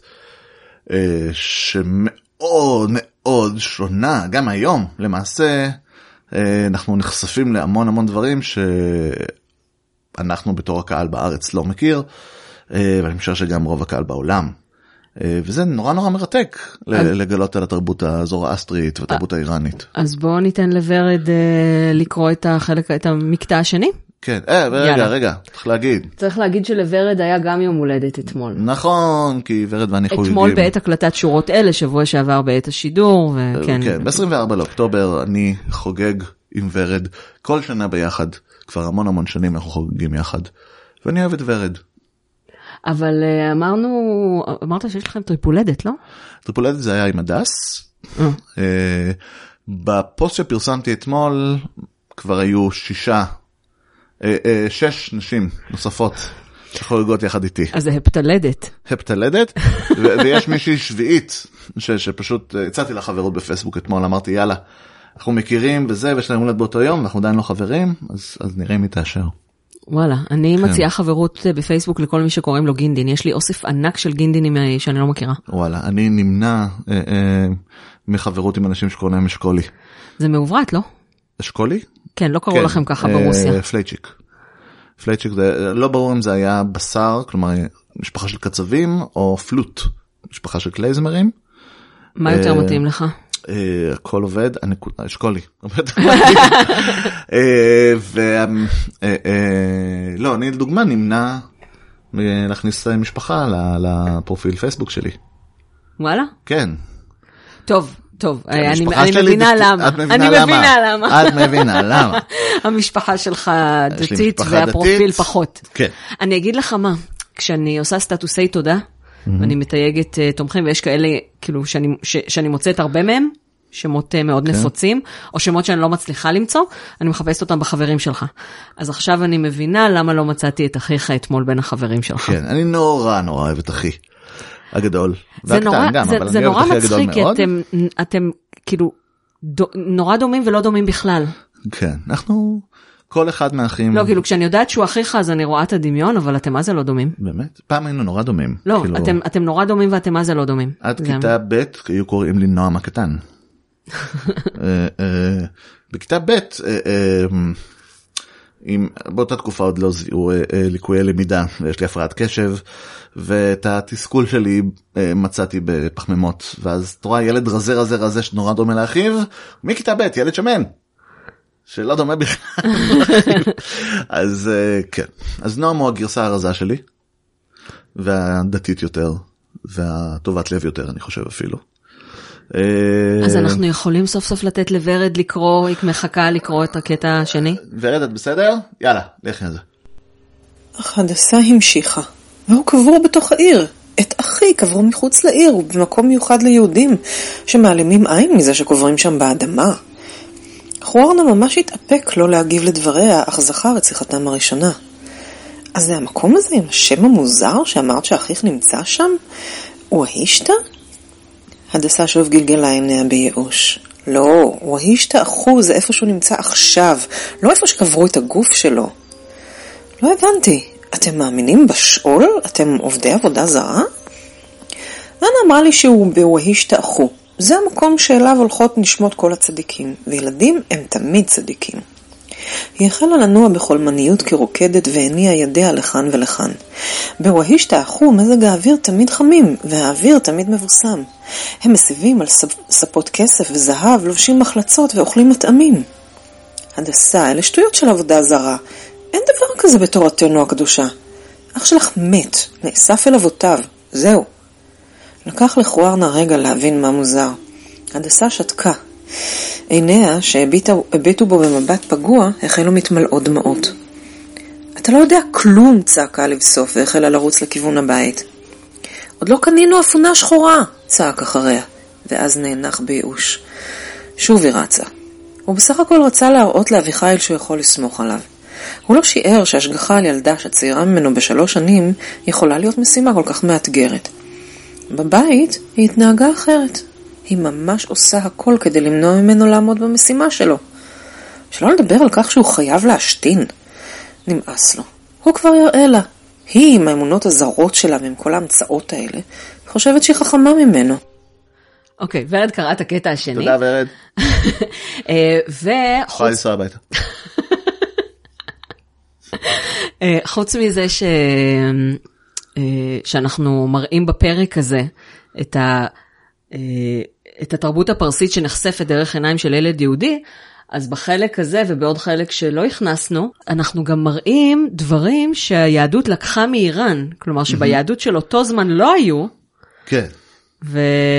S2: שמאוד מאוד שונה, גם היום למעשה, אנחנו נחשפים להמון המון דברים שאנחנו בתור הקהל בארץ לא מכיר, ואני חושב שגם רוב הקהל בעולם. וזה נורא נורא מרתק לגלות על התרבות הזורואסטרית והתרבות האיראנית.
S3: אז בואו ניתן לוורד לקרוא את החלק, את המקטע השני.
S2: כן, רגע, רגע, צריך להגיד.
S3: צריך להגיד שלוורד היה גם יום הולדת אתמול.
S2: נכון, כי ורד ואני חוגגים.
S3: אתמול בעת הקלטת שורות אלה, שבוע שעבר בעת השידור, וכן.
S2: כן, ב-עשרים וארבעה לאוקטובר אני חוגג עם ורד, כל שנה ביחד, כבר המון המון שנים אנחנו חוגגים יחד, ואני אוהב את ורד.
S3: אבל אמרנו, אמרת שיש לכם טריפולדת, לא?
S2: טריפולדת זה היה עם הדס. בפוסט שפרסמתי אתמול, כבר היו שישה, שש נשים נוספות שחוגגות יחד איתי.
S3: אז זה הפטלדת.
S2: הפטלדת, ויש מישהי שביעית, שפשוט הצעתי לה חברות בפייסבוק אתמול, אמרתי יאללה, אנחנו מכירים בזה, ויש להם הולדת באותו יום, אנחנו עדיין לא חברים, אז נראה מי תאשר.
S3: וואלה, אני מציעה חברות בפייסבוק לכל מי שקוראים לו גינדין. יש לי אוסף ענק של גינדינים שאני לא מכירה.
S2: וואלה, אני נמנע אה, אה, מחברות עם אנשים שקוראים להם אשכולי.
S3: זה מעוברת, לא?
S2: אשכולי?
S3: כן, לא קראו כן, לכם ככה אה, ברוסיה.
S2: פלייצ'יק. פלייצ'יק זה, לא ברור אם זה היה בשר, כלומר משפחה של קצבים, או פלוט, משפחה של קלייזמרים.
S3: מה יותר אה, מתאים לך?
S2: הכל עובד, אשכולי. לא, אני לדוגמה נמנע להכניס משפחה לפרופיל פייסבוק שלי.
S3: וואלה?
S2: כן.
S3: טוב, טוב, אני מבינה למה. אני מבינה למה.
S2: את מבינה למה.
S3: המשפחה שלך דתית והפרופיל פחות. כן. אני אגיד לך מה, כשאני עושה סטטוסי תודה, ואני מתייגת תומכים, ויש כאלה, כאילו, שאני, ש, שאני מוצאת הרבה מהם, שמות מאוד okay. נפוצים, או שמות שאני לא מצליחה למצוא, אני מחפשת אותם בחברים שלך. אז עכשיו אני מבינה למה לא מצאתי את אחיך אתמול בין החברים שלך.
S2: כן, אני נורא נורא אוהב את אחי, הגדול.
S3: זה נורא, גם, זה, זה נורא מצחיק, כי אתם, אתם, כאילו, דו, נורא דומים ולא דומים בכלל.
S2: כן, אנחנו... כל אחד מהאחים...
S3: לא, כאילו, כשאני יודעת שהוא אחיך, אז אני רואה את הדמיון, אבל אתם מה זה לא דומים?
S2: באמת? פעם היינו נורא דומים.
S3: לא,
S2: כאילו...
S3: אתם, אתם נורא דומים ואתם מה זה לא דומים.
S2: עד גם... כיתה ב' היו קוראים לי נועם הקטן. בכיתה ב', באותה תקופה עוד לא זיהו ליקויי למידה, ויש לי הפרעת קשב, ואת התסכול שלי מצאתי בפחמימות, ואז תראה ילד רזה רזה רזה שנורא דומה לאחיו, מכיתה ב', ילד שמן. שלא דומה בכלל. אז כן. אז נועם הוא הגרסה הרזה שלי, והדתית יותר, והטובת לב יותר, אני חושב אפילו.
S3: אז אנחנו יכולים סוף סוף לתת לוורד לקרוא, היא מחכה לקרוא את הקטע השני?
S2: ורד, את בסדר? יאללה, לכי על זה.
S6: אך הדסה המשיכה, והוא קבור בתוך העיר. את אחי קברו מחוץ לעיר, ובמקום מיוחד ליהודים, שמעלימים עין מזה שקוברים שם באדמה. חוארנה ממש התאפק לא להגיב לדבריה, אך זכר את שיחתם הראשונה. אז זה המקום הזה עם השם המוזר שאמרת שאחיך נמצא שם? הוא ההישתה? הדסה שוב גלגלה עיניה בייאוש. לא, הוא ההישתה אחו, זה איפה שהוא נמצא עכשיו, לא איפה שקברו את הגוף שלו. לא הבנתי, אתם מאמינים בשאול? אתם עובדי עבודה זרה? אנה אמרה לי שהוא בהישתה אחו. זה המקום שאליו הולכות נשמות כל הצדיקים, וילדים הם תמיד צדיקים. היא החלה לנוע בחולמניות כרוקדת והניעה ידיה לכאן ולכאן. בווהישת האחו מזג האוויר תמיד חמים, והאוויר תמיד מבוסם. הם מסיבים על ספות כסף וזהב, לובשים מחלצות ואוכלים מטעמים. הדסה, אלה שטויות של עבודה זרה. אין דבר כזה בתורתנו הקדושה. אח שלך מת, נאסף אל אבותיו, זהו. לקח לחוארנה רגע להבין מה מוזר. הדסה שתקה. עיניה, שהביטו בו במבט פגוע, החלו מתמלאות דמעות. אתה לא יודע כלום, צעקה לבסוף, והחלה לרוץ לכיוון הבית. עוד לא קנינו אפונה שחורה, צעק אחריה, ואז נאנח בייאוש. שוב היא רצה. הוא בסך הכל רצה להראות לאביחיל שהוא יכול לסמוך עליו. הוא לא שיער שהשגחה על ילדה שצעירה ממנו בשלוש שנים יכולה להיות משימה כל כך מאתגרת. בבית היא התנהגה אחרת. היא ממש עושה הכל כדי למנוע ממנו לעמוד במשימה שלו. שלא לדבר על כך שהוא חייב להשתין. נמאס לו. הוא כבר יראה לה. היא עם האמונות הזרות שלה ועם כל ההמצאות האלה, חושבת שהיא חכמה ממנו.
S3: אוקיי, ורד קראה את הקטע השני.
S2: תודה ורד.
S3: וחוץ...
S2: לנסוע הביתה.
S3: חוץ מזה ש... שאנחנו מראים בפרק הזה את ה... את התרבות הפרסית שנחשפת דרך עיניים של ילד יהודי, אז בחלק הזה ובעוד חלק שלא הכנסנו, אנחנו גם מראים דברים שהיהדות לקחה מאיראן, כלומר שביהדות של אותו זמן לא היו,
S2: כן.
S3: ו...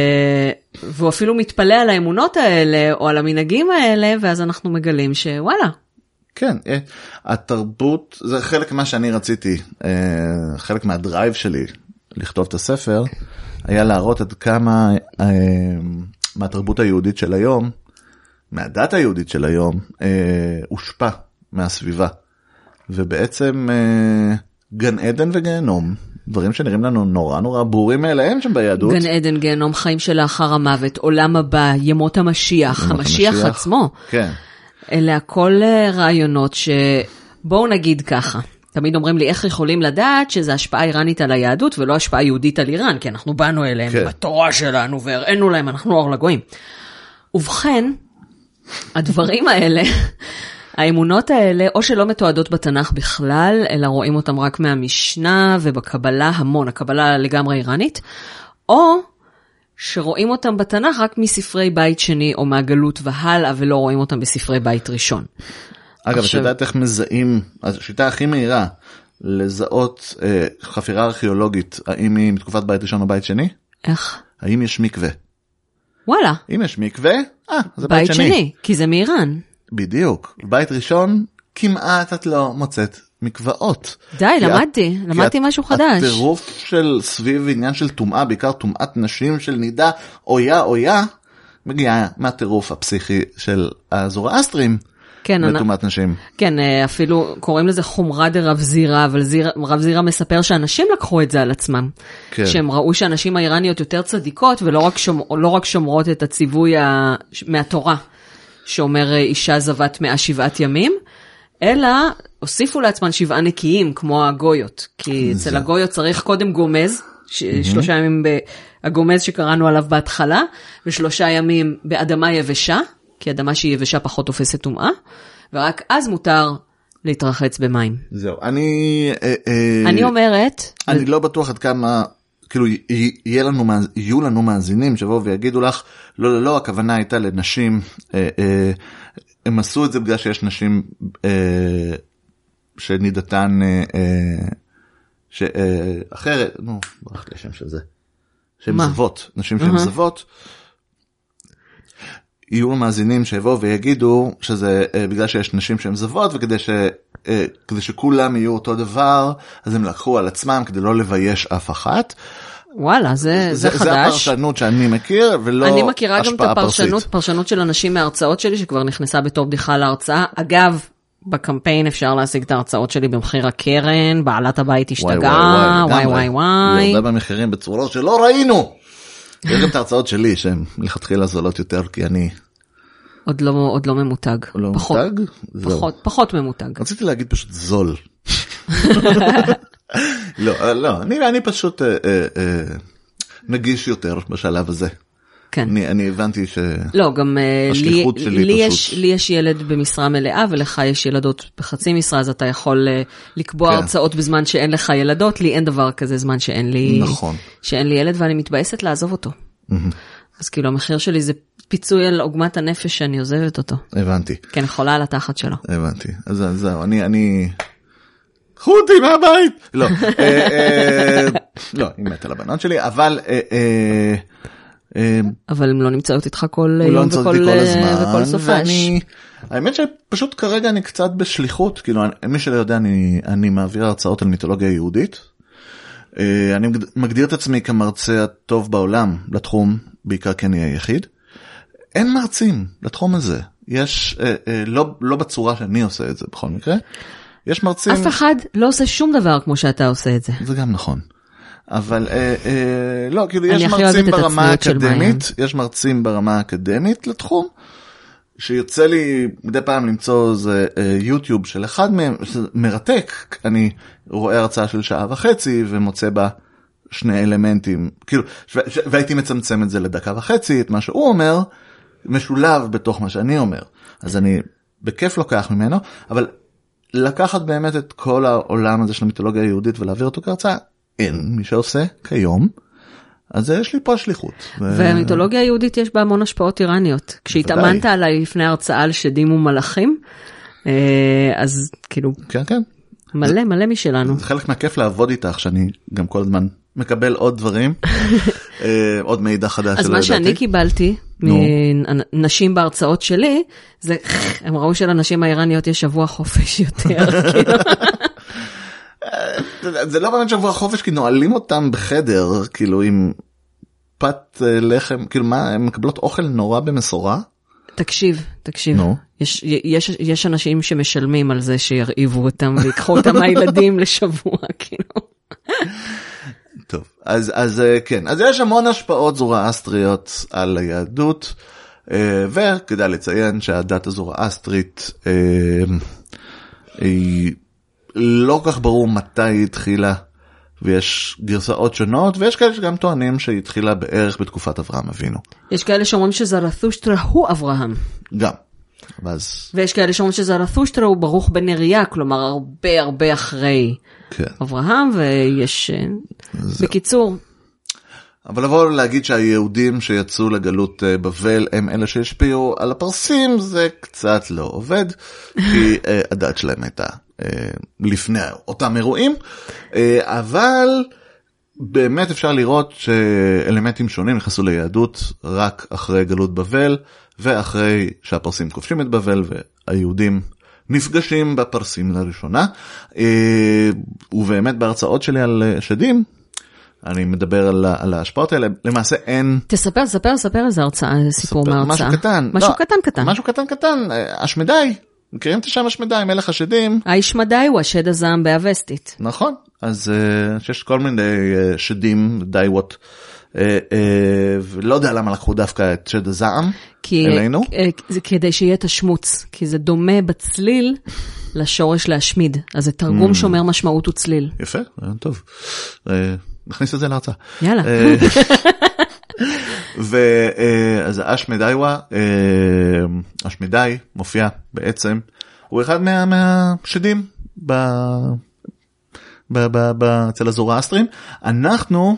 S3: והוא אפילו מתפלא על האמונות האלה או על המנהגים האלה, ואז אנחנו מגלים שוואלה.
S2: כן, התרבות, זה חלק מה שאני רציתי, חלק מהדרייב שלי לכתוב את הספר, היה להראות עד כמה אה, מהתרבות היהודית של היום, מהדת היהודית של היום, אה, הושפע מהסביבה. ובעצם אה, גן עדן וגהנום, דברים שנראים לנו נורא נורא ברורים מאליהם שם ביהדות.
S3: גן עדן, גיהנום, חיים שלאחר המוות, עולם הבא, ימות המשיח, המשיח, המשיח עצמו.
S2: כן.
S3: אלה הכל רעיונות שבואו נגיד ככה. תמיד אומרים לי, איך יכולים לדעת שזה השפעה איראנית על היהדות, ולא השפעה יהודית על איראן, כי אנחנו באנו אליהם כן. בתורה שלנו, והראינו להם, אנחנו אור לגויים. ובכן, הדברים האלה, האמונות האלה, או שלא מתועדות בתנ"ך בכלל, אלא רואים אותם רק מהמשנה, ובקבלה המון, הקבלה לגמרי איראנית, או שרואים אותם בתנ"ך רק מספרי בית שני, או מהגלות והלאה, ולא רואים אותם בספרי בית ראשון.
S2: אגב, את יודעת איך מזהים, השיטה הכי מהירה לזהות אה, חפירה ארכיאולוגית, האם היא מתקופת בית ראשון או בית שני?
S3: איך?
S2: האם יש מקווה?
S3: וואלה.
S2: אם יש מקווה, אה, זה בית, בית שני. בית שני,
S3: כי זה מאיראן.
S2: בדיוק. בית ראשון, כמעט את לא מוצאת מקוואות.
S3: די, למדתי, את, למדתי משהו חדש.
S2: הטירוף של סביב עניין של טומאה, בעיקר טומאת נשים של נידה, אויה אויה, מגיעה מהטירוף הפסיכי של הזורואסטרים.
S3: כן,
S2: וטומאת נשים.
S3: כן, אפילו קוראים לזה חומרה דרב זירה, אבל זיר, רב זירה מספר שאנשים לקחו את זה על עצמם. כן. שהם ראו שהנשים האיראניות יותר צדיקות, ולא רק, שומר, לא רק שומרות את הציווי ה... מהתורה, שאומר אישה זבת מאה שבעת ימים, אלא הוסיפו לעצמן שבעה נקיים, כמו הגויות. כי אצל זה... הגויות צריך קודם גומז, ש... mm-hmm. שלושה ימים בהגומז שקראנו עליו בהתחלה, ושלושה ימים באדמה יבשה, כי אדמה שהיא יבשה פחות תופסת טומאה, ורק אז מותר להתרחץ במים.
S2: זהו, אני...
S3: אני אומרת...
S2: אני לא בטוח עד כמה, כאילו, יהיה לנו, יהיו לנו מאזינים שבואו ויגידו לך, לא, לא, לא, הכוונה הייתה לנשים, הם עשו את זה בגלל שיש נשים שנידתן, אחרת, נו, ברח לי השם של זה, שהן זוות, נשים שהן זוות, יהיו מאזינים שיבואו ויגידו שזה בגלל שיש נשים שהן זוות, וכדי ש, כדי שכולם יהיו אותו דבר, אז הם לקחו על עצמם כדי לא לבייש אף אחת.
S3: וואלה, זה, זה, זה חדש.
S2: זה הפרשנות שאני מכיר, ולא השפעה פרסית.
S3: אני מכירה גם את הפרשנות, פרשנות של אנשים מההרצאות שלי, שכבר נכנסה בתור בדיחה להרצאה. אגב, בקמפיין אפשר להשיג את ההרצאות שלי במחיר הקרן, בעלת הבית השתגעה, וואי וואי וואי.
S2: ירדה במחירים בצורות שלא ראינו. יש גם את ההרצאות שלי, שהן לכתחילה זולות יותר, כי אני...
S3: עוד לא, עוד לא ממותג.
S2: לא
S3: פחות,
S2: ממותג?
S3: פחות, פחות ממותג.
S2: רציתי להגיד פשוט זול. לא, לא, אני, אני פשוט אה, אה, אה, נגיש יותר בשלב הזה.
S3: כן.
S2: אני, אני הבנתי ש...
S3: לא, גם
S2: השליחות
S3: לי,
S2: שלי
S3: לי,
S2: פשוט.
S3: יש, לי יש ילד במשרה מלאה, ולך יש ילדות בחצי משרה, אז אתה יכול לקבוע
S2: כן.
S3: הרצאות בזמן שאין לך ילדות, לי אין דבר כזה זמן שאין לי,
S2: נכון.
S3: שאין לי ילד, ואני מתבאסת לעזוב אותו.
S2: Mm-hmm.
S3: אז כאילו המחיר שלי זה פיצוי על עוגמת הנפש שאני עוזבת אותו.
S2: הבנתי.
S3: כן, חולה על התחת שלו.
S2: הבנתי. אז זהו, אני, אני... קחו אותי מהבית! לא, אה, אה, לא, היא מתה לבנות שלי, אבל... אה, אה, אה,
S3: אבל הם לא נמצאות איתך כל
S2: הוא לא
S3: יום
S2: נמצא
S3: וכל,
S2: אותי כל הזמן,
S3: וכל סופש.
S2: ואני... האמת שפשוט כרגע אני קצת בשליחות, כאילו, מי שלא יודע, אני, אני מעביר הרצאות על מיתולוגיה יהודית. אה, אני מגדיר את עצמי כמרצה הטוב בעולם לתחום, בעיקר כי אני היחיד. אין מרצים לתחום הזה. יש, אה, אה, לא, לא בצורה שאני עושה את זה בכל מקרה. יש מרצים...
S3: אף אחד לא עושה שום דבר כמו שאתה עושה את זה.
S2: זה גם נכון. אבל אה, אה, לא, כאילו יש
S3: אני הכי
S2: מרצים
S3: אוהבת את
S2: ברמה
S3: הצניעות של מעיין.
S2: האקדמית, יש מרצים ברמה האקדמית לתחום, שיוצא לי מדי פעם למצוא איזה אה, יוטיוב של אחד מהם, מרתק, אני רואה הרצאה של שעה וחצי ומוצא בה שני אלמנטים, כאילו, ש- ש- והייתי מצמצם את זה לדקה וחצי, את מה שהוא אומר, משולב בתוך מה שאני אומר. אז אני בכיף לוקח ממנו, אבל לקחת באמת את כל העולם הזה של המיתולוגיה היהודית ולהעביר אותו כהרצאה, אין מי שעושה כיום, אז יש לי פה שליחות. ו...
S3: והמיתולוגיה היהודית יש בה המון השפעות איראניות. כשהתאמנת עליי לפני הרצאה על שדים ומלאכים, אז כאילו,
S2: כן, כן.
S3: מלא,
S2: זה,
S3: מלא משלנו.
S2: זה חלק מהכיף לעבוד איתך, שאני גם כל הזמן מקבל עוד דברים, עוד מידע חדש.
S3: אז מה שאני קיבלתי מנשים בהרצאות שלי, זה, הם ראו שלנשים האיראניות יש שבוע חופש יותר, כאילו.
S2: זה לא באמת שבוע חופש, כי נועלים אותם בחדר, כאילו עם פת לחם, כאילו מה, הם מקבלות אוכל נורא במסורה?
S3: תקשיב, תקשיב.
S2: נו.
S3: יש, יש, יש אנשים שמשלמים על זה שירעיבו אותם ויקחו אותם מהילדים לשבוע, כאילו.
S2: טוב, אז, אז כן, אז יש המון השפעות זורואסטריות על היהדות, וכדאי לציין שהדת הזורואסטרית היא לא כך ברור מתי היא התחילה, ויש גרסאות שונות, ויש כאלה שגם טוענים שהיא התחילה בערך בתקופת אברהם אבינו.
S3: יש כאלה שאומרים שזרתושטרה הוא אברהם.
S2: גם. ואז...
S3: ויש כאלה שאומרים שזרתושטרה הוא ברוך בן נריה, כלומר הרבה הרבה אחרי
S2: כן.
S3: אברהם, ויש...
S2: זה...
S3: בקיצור...
S2: אבל לבוא להגיד שהיהודים שיצאו לגלות בבל הם אלה שהשפיעו על הפרסים, זה קצת לא עובד, כי הדת שלהם הייתה לפני אותם אירועים, אבל באמת אפשר לראות שאלמנטים שונים נכנסו ליהדות רק אחרי גלות בבל, ואחרי שהפרסים כובשים את בבל והיהודים נפגשים בפרסים לראשונה, ובאמת בהרצאות שלי על שדים, אני מדבר על, על ההשפעות האלה, למעשה אין...
S3: תספר, ספר, ספר איזה הרצאה, סיפור מההרצאה.
S2: משהו קטן.
S3: משהו
S2: לא,
S3: קטן קטן.
S2: משהו קטן קטן, השמדי. מכירים את השם השמדי, מלך השדים?
S3: הישמדי הוא השד הזעם באבסטית.
S2: נכון, אז uh, יש כל מיני uh, שדים, דייוות, uh, uh, ולא יודע למה לקחו דווקא את שד הזעם
S3: כי,
S2: אלינו.
S3: זה כדי שיהיה את השמוץ, כי זה דומה בצליל לשורש להשמיד, אז זה תרגום mm. שומר משמעות וצליל.
S2: יפה, טוב. Uh, נכניס את זה להרצאה.
S3: יאללה.
S2: ואז אשמדאיווה, אשמדאי מופיע בעצם, הוא אחד מהשדים אצל הזורואסטרים. אנחנו,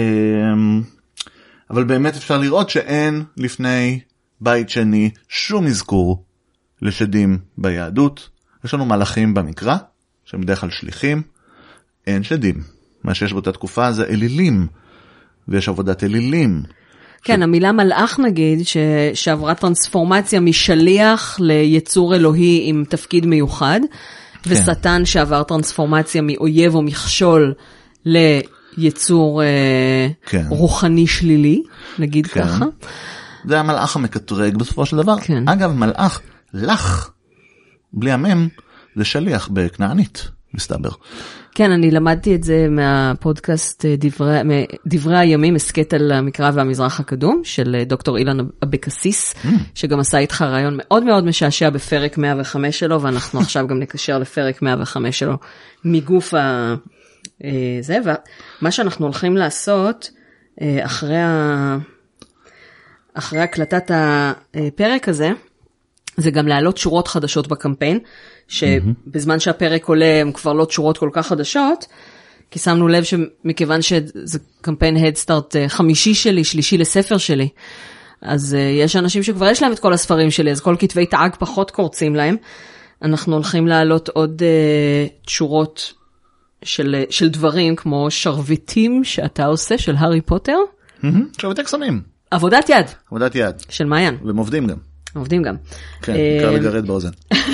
S2: אבל באמת אפשר לראות שאין לפני בית שני שום אזכור לשדים ביהדות. יש לנו מלאכים במקרא, שהם בדרך כלל שליחים, אין שדים. מה שיש באותה תקופה זה אלילים, ויש עבודת אלילים.
S3: כן, ש... המילה מלאך נגיד, ש... שעברה טרנספורמציה משליח ליצור אלוהי עם תפקיד מיוחד, כן. ושטן שעבר טרנספורמציה מאויב או מכשול ליצור כן. רוחני שלילי, נגיד כן. ככה.
S2: זה המלאך המקטרג בסופו של דבר. כן. אגב, מלאך, לך, בלי המם, זה שליח בכנענית, מסתבר.
S3: כן, אני למדתי את זה מהפודקאסט דברי, דברי הימים, הסקט על המקרא והמזרח הקדום, של דוקטור אילן אבקסיס, mm. שגם עשה איתך רעיון מאוד מאוד משעשע בפרק מאה וחמש שלו, ואנחנו עכשיו גם נקשר לפרק מאה וחמש שלו, מגוף ה... זה, ומה שאנחנו הולכים לעשות, אחרי ה... אחרי הקלטת הפרק הזה, זה גם להעלות שורות חדשות בקמפיין, שבזמן שהפרק עולה הם כבר לא שורות כל כך חדשות, כי שמנו לב שמכיוון שזה קמפיין הדסטארט חמישי שלי, שלישי לספר שלי, אז יש אנשים שכבר יש להם את כל הספרים שלי, אז כל כתבי תאג פחות קורצים להם. אנחנו הולכים להעלות עוד uh, שורות של, של דברים, כמו שרביטים שאתה עושה, של הארי פוטר.
S2: שרביטי קסמים.
S3: עבודת יד.
S2: עבודת יד.
S3: של מעיין.
S2: והם עובדים גם.
S3: עובדים גם.
S2: כן, נקרא לגרד באוזן.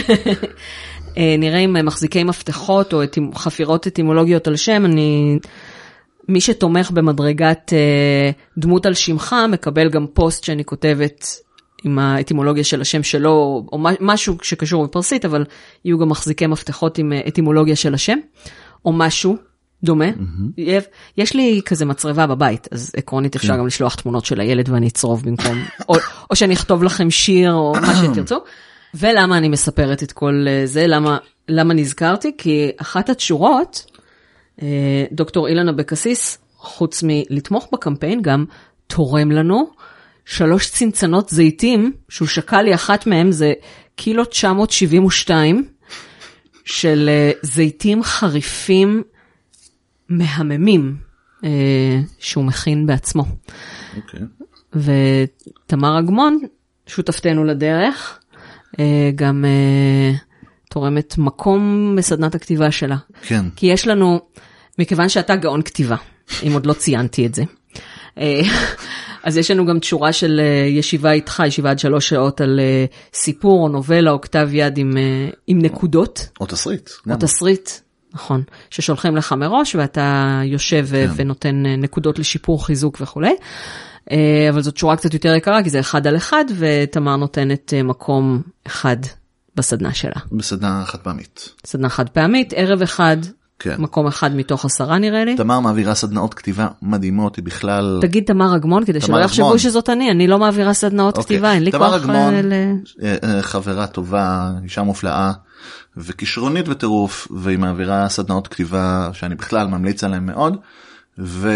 S3: נראה אם מחזיקי מפתחות או חפירות אטימולוגיות על שם, אני... מי שתומך במדרגת דמות על שמך, מקבל גם פוסט שאני כותבת עם האטימולוגיה של השם שלו, או משהו שקשור בפרסית, אבל יהיו גם מחזיקי מפתחות עם אטימולוגיה של השם, או משהו דומה. יש לי כזה מצרבה בבית, אז עקרונית אפשר גם לשלוח תמונות של הילד ואני אצרוב במקום, או שאני אכתוב לכם שיר, או מה שתרצו. ולמה אני מספרת את כל זה? למה, למה נזכרתי? כי אחת התשורות, דוקטור אילן אבקסיס, חוץ מלתמוך בקמפיין, גם תורם לנו שלוש צנצנות זיתים, שהוא שקל לי אחת מהם, זה קילו תשע מאות שבעים ושתיים, של זיתים חריפים מהממים, שהוא מכין בעצמו.
S2: אוקיי.
S3: ותמר אגמון, שותפתנו לדרך, גם תורמת מקום בסדנת הכתיבה שלה.
S2: כן.
S3: כי יש לנו, מכיוון שאתה גאון כתיבה, אם עוד לא ציינתי את זה, אז יש לנו גם תשורה של ישיבה איתך, ישיבה עד שלוש שעות על סיפור או נובלה או כתב יד עם, עם נקודות.
S2: או תסריט.
S3: או תסריט, נכון. ששולחים לך מראש ואתה יושב כן. ונותן נקודות לשיפור, חיזוק וכו'. אבל זאת תשורה קצת יותר יקרה, כי זה אחד על אחד, ותמר נותנת מקום אחד בסדנה שלה.
S2: בסדנה חד פעמית.
S3: סדנה חד פעמית, ערב אחד, כן. מקום אחד מתוך עשרה נראה לי.
S2: תמר מעבירה סדנאות כתיבה מדהימות, היא בכלל...
S3: תגיד תמר אגמון, כדי שלא יחשבו שזאת אני, אני לא מעבירה סדנאות
S2: אוקיי.
S3: כתיבה, אין לי כוח...
S2: תמר אגמון,
S3: ל...
S2: חברה טובה, אישה מופלאה, וכישרונית בטירוף, והיא מעבירה סדנאות כתיבה שאני בכלל ממליץ עליהן מאוד, ו...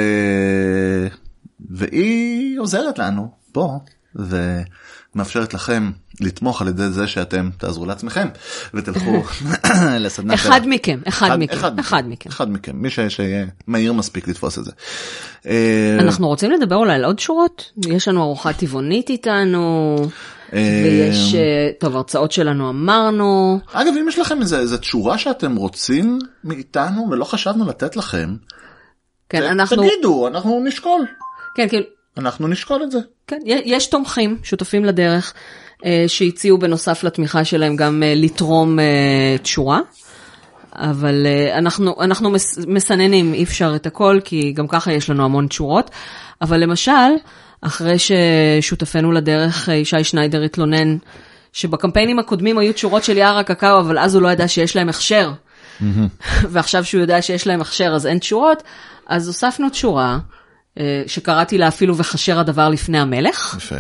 S2: והיא עוזרת לנו פה, ומאפשרת לכם לתמוך על ידי זה שאתם תעזרו לעצמכם, ותלכו לסדנה שלה.
S3: אחד מכם, אחד מכם, אחד מכם.
S2: אחד מכם, מי שיהיה מהיר מספיק לתפוס את זה.
S3: אנחנו רוצים לדבר אולי על עוד שורות? יש לנו ארוחה טבעונית איתנו, ויש, טוב, הרצאות שלנו אמרנו.
S2: אגב, אם יש לכם איזו תשורה שאתם רוצים מאיתנו, ולא חשבנו לתת לכם, תגידו, אנחנו נשקול.
S3: כן, כאילו.
S2: אנחנו נשקול את זה.
S3: כן, יש תומכים, שותפים לדרך, שהציעו בנוסף לתמיכה שלהם גם לתרום תשורה, אבל אנחנו, אנחנו מסננים, אי אפשר את הכל, כי גם ככה יש לנו המון תשורות, אבל למשל, אחרי ששותפנו לדרך, ישי שניידר התלונן, שבקמפיינים הקודמים היו תשורות של יער הקקאו, אבל אז הוא לא ידע שיש להם הכשר, ועכשיו שהוא יודע שיש להם הכשר, אז אין תשורות, אז הוספנו תשורה, שקראתי לה אפילו וחשר הדבר לפני המלך.
S2: יפה.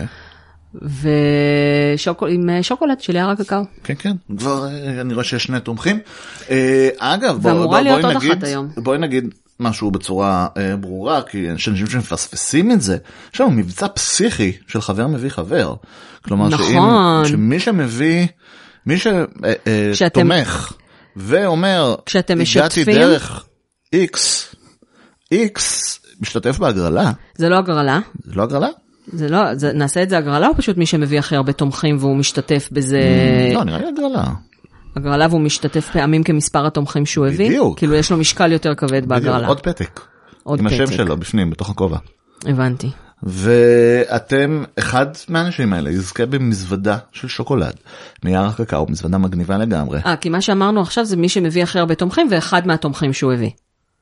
S3: ועם שוקולד של יער הקקאו.
S2: כן, כן. כבר אני רואה שיש שני תומכים. אגב, בואי נגיד משהו בצורה ברורה, כי אנשים שמפספסים את זה, יש לנו מבצע פסיכי של חבר מביא חבר. כלומר, שמי שמביא, מי שתומך ואומר, הגעתי דרך X, X, משתתף בהגרלה.
S3: זה לא הגרלה.
S2: זה לא הגרלה?
S3: זה לא, זה, נעשה את זה הגרלה או פשוט מי שמביא הכי הרבה תומכים והוא משתתף בזה?
S2: לא, נראה לי הגרלה.
S3: הגרלה והוא משתתף פעמים כמספר התומכים שהוא הביא?
S2: בדיוק.
S3: כאילו יש לו משקל יותר כבד בהגרלה.
S2: עוד פתק.
S3: עוד
S2: עם
S3: פתק.
S2: השם שלו בפנים, בתוך הכובע.
S3: הבנתי.
S2: ואתם, אחד מהאנשים האלה יזכה במזוודה של שוקולד, מיער הקקאו, מזוודה מגניבה לגמרי.
S3: אה, כי מה שאמרנו עכשיו זה מי שמביא הכי הרבה תומכים ואחד מהתומכים שהוא הביא.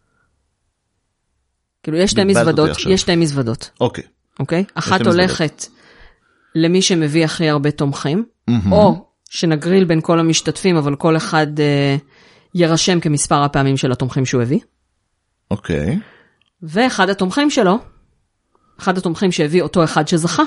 S3: כאילו יש שתי מזוודות, יש שתי מזוודות.
S2: אוקיי.
S3: אוקיי? אחת הולכת למי שמביא הכי הרבה תומכים, או שנגריל בין כל המשתתפים, אבל כל אחד ירשם כמספר הפעמים של התומכים שהוא הביא.
S2: אוקיי.
S3: ואחד התומכים שלו, אחד התומכים שהביא אותו אחד שזכה,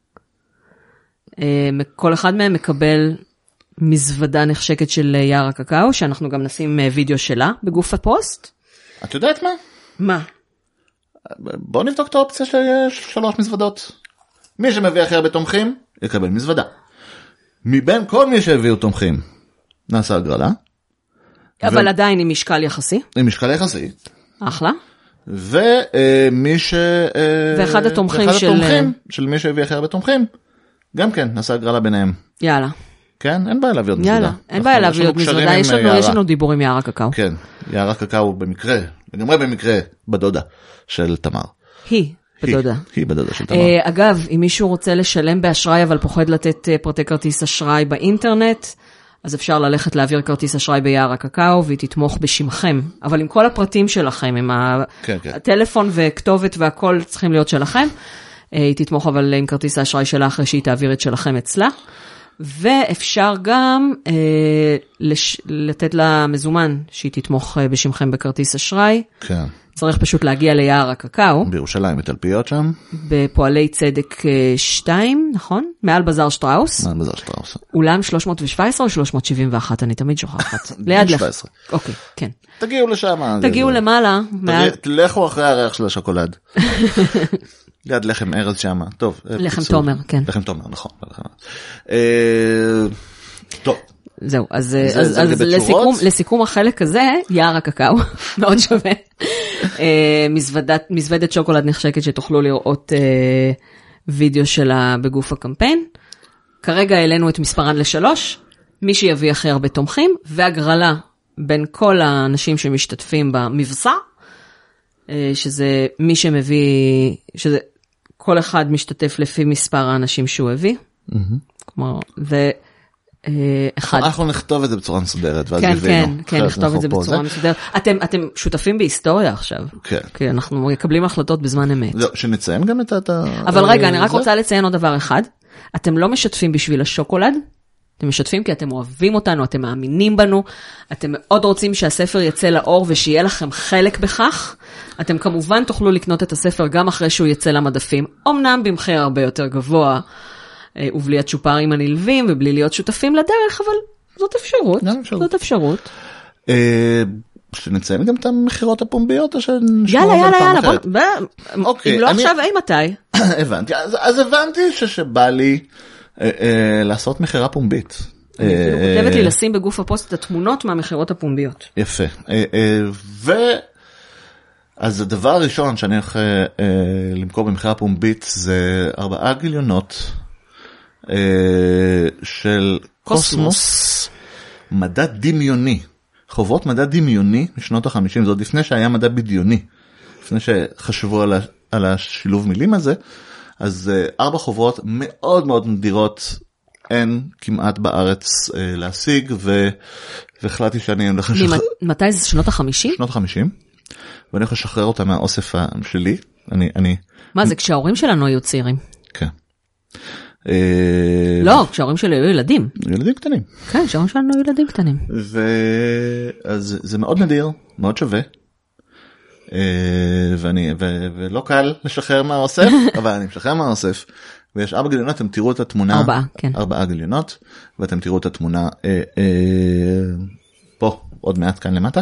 S3: כל אחד מהם מקבל מזוודה נחשקת של יער הקקאו, שאנחנו גם נשים וידאו שלה בגוף הפוסט.
S2: את יודעת מה?
S3: מה?
S2: בואו נבדוק את האופציה של שלוש מזוודות. מי שמביא הכי הרבה תומכים, יקבל מזוודה. מבין כל מי שהביאו תומכים, נעשה הגרלה.
S3: אבל עדיין עם משקל יחסי.
S2: עם משקל יחסי.
S3: אחלה.
S2: ומי ש...
S3: ואחד התומכים של...
S2: התומכים, של מי שהביא הכי הרבה תומכים, גם כן, נעשה הגרלה ביניהם.
S3: יאללה.
S2: כן, אין בעיה להביא עוד מזוודה.
S3: יאללה, אין בעיה להביא עוד מזוודה, יש לנו, יש לנו דיבור עם יער הקקאו.
S2: כן, יער הקקאו במקרה, לגמרי במקרה, בדודה של תמר.
S3: היא בדודה.
S2: היא בדודה של תמר.
S3: אגב, אם מישהו רוצה לשלם באשראי, אבל פוחד לתת פרטי כרטיס אשראי באינטרנט, אז אפשר ללכת להעביר כרטיס אשראי ביער הקקאו, והיא תתמוך בשמכם. אבל עם כל הפרטים שלכם, עם הטלפון וכתובת והכל צריכים להיות שלכם, היא תתמוך אבל עם כרטיס האשראי שלה אחרי שהיא תעביר את שלכם אצלה. ואפשר גם אה, לש... לתת לה מזומן שהיא תתמוך אה, בשמכם בכרטיס אשראי.
S2: כן.
S3: צריך פשוט להגיע ליער הקקאו.
S2: בירושלים, בתלפיות שם.
S3: בפועלי צדק שתיים, נכון? מעל בזאר שטראוס.
S2: מעל בזאר שטראוס.
S3: אולם שלוש מאות שבע עשרה או שלוש מאות שבעים ואחת, אני תמיד שוכחת. ליד לך. אוקיי, כן.
S2: תגיעו לשם.
S3: תגיעו למעלה.
S2: לכו אחרי הריח של השוקולד. ליד לחם ארז שם. טוב.
S3: לחם תומר, כן.
S2: לחם תומר, נכון. טוב.
S3: זהו, אז, אז, אז לסיכום, לסיכום החלק הזה, יער הקקאו, מאוד שווה. מזוודת, מזוודת שוקולד נחשקת שתוכלו לראות וידאו שלה בגוף הקמפיין. כרגע העלינו את מספרן לשלוש, מי שיביא הכי הרבה תומכים, והגרלה בין כל האנשים שמשתתפים במבצע, שזה מי שמביא, שזה כל אחד משתתף לפי מספר האנשים שהוא הביא. כלומר, ו... אחד.
S2: אנחנו נכתוב את זה בצורה מסודרת, ואז
S3: כן,
S2: יבינו.
S3: כן, כן, נכתוב את זה בצורה מסודרת. אתם, אתם שותפים בהיסטוריה עכשיו. כן. כי אנחנו מקבלים החלטות בזמן אמת.
S2: זהו, שנציין גם את ה...
S3: אבל רגע, אני רק רוצה לציין עוד דבר אחד. אתם לא משתפים בשביל השוקולד, אתם משתפים כי אתם אוהבים אותנו, אתם מאמינים בנו, אתם מאוד רוצים שהספר יצא לאור ושיהיה לכם חלק בכך. אתם כמובן תוכלו לקנות את הספר גם אחרי שהוא יצא למדפים, אמנם במחיר הרבה יותר גבוה, ובלי הצ'ופרים הנלווים, ובלי להיות שותפים לדרך, אבל זאת אפשרות. זאת אפשרות.
S2: שנציין גם את המחירות הפומביות, או
S3: יאללה, יאללה, יאללה, אם לא עכשיו, אי מתי?
S2: הבנתי, אז הבנתי שבא לי לעשות מחירה פומבית.
S3: אני אפילו כותבת לי לשים בגוף הפוסט את התמונות מהמחירות הפומביות.
S2: יפה. ו... אז הדבר הראשון שאני הולך למכור במחירה פומבית, זה ארבעה גיליונות, של קוסמוס, מדע דמיוני, חובות מדע דמיוני משנות החמישים, זאת לפני שהיה מדע בדיוני, לפני שחשבו על, ה, על השילוב מילים הזה, אז ארבע חוברות מאוד מאוד נדירות, אין כמעט בארץ להשיג, והחלטתי שאני הולך לשחרר...
S3: מתי זה שנות החמישים?
S2: שנות החמישים, ואני הולך לשחרר אותה מהאוסף שלי, אני... אני...
S3: מה זה, כשההורים שלנו היו צעירים?
S2: כן.
S3: לא, כשההורים שלי היו ילדים.
S2: ילדים קטנים.
S3: כן, כשההורים שלנו היו ילדים קטנים.
S2: אז זה מאוד נדיר, מאוד שווה. ולא קל לשחרר מהאוסף, אבל אני משחרר מהאוסף. ויש ארבע גיליונות, אתם תראו את התמונה.
S3: ארבעה, כן.
S2: ארבעה גיליונות, ואתם תראו את התמונה פה, עוד מעט כאן למטה.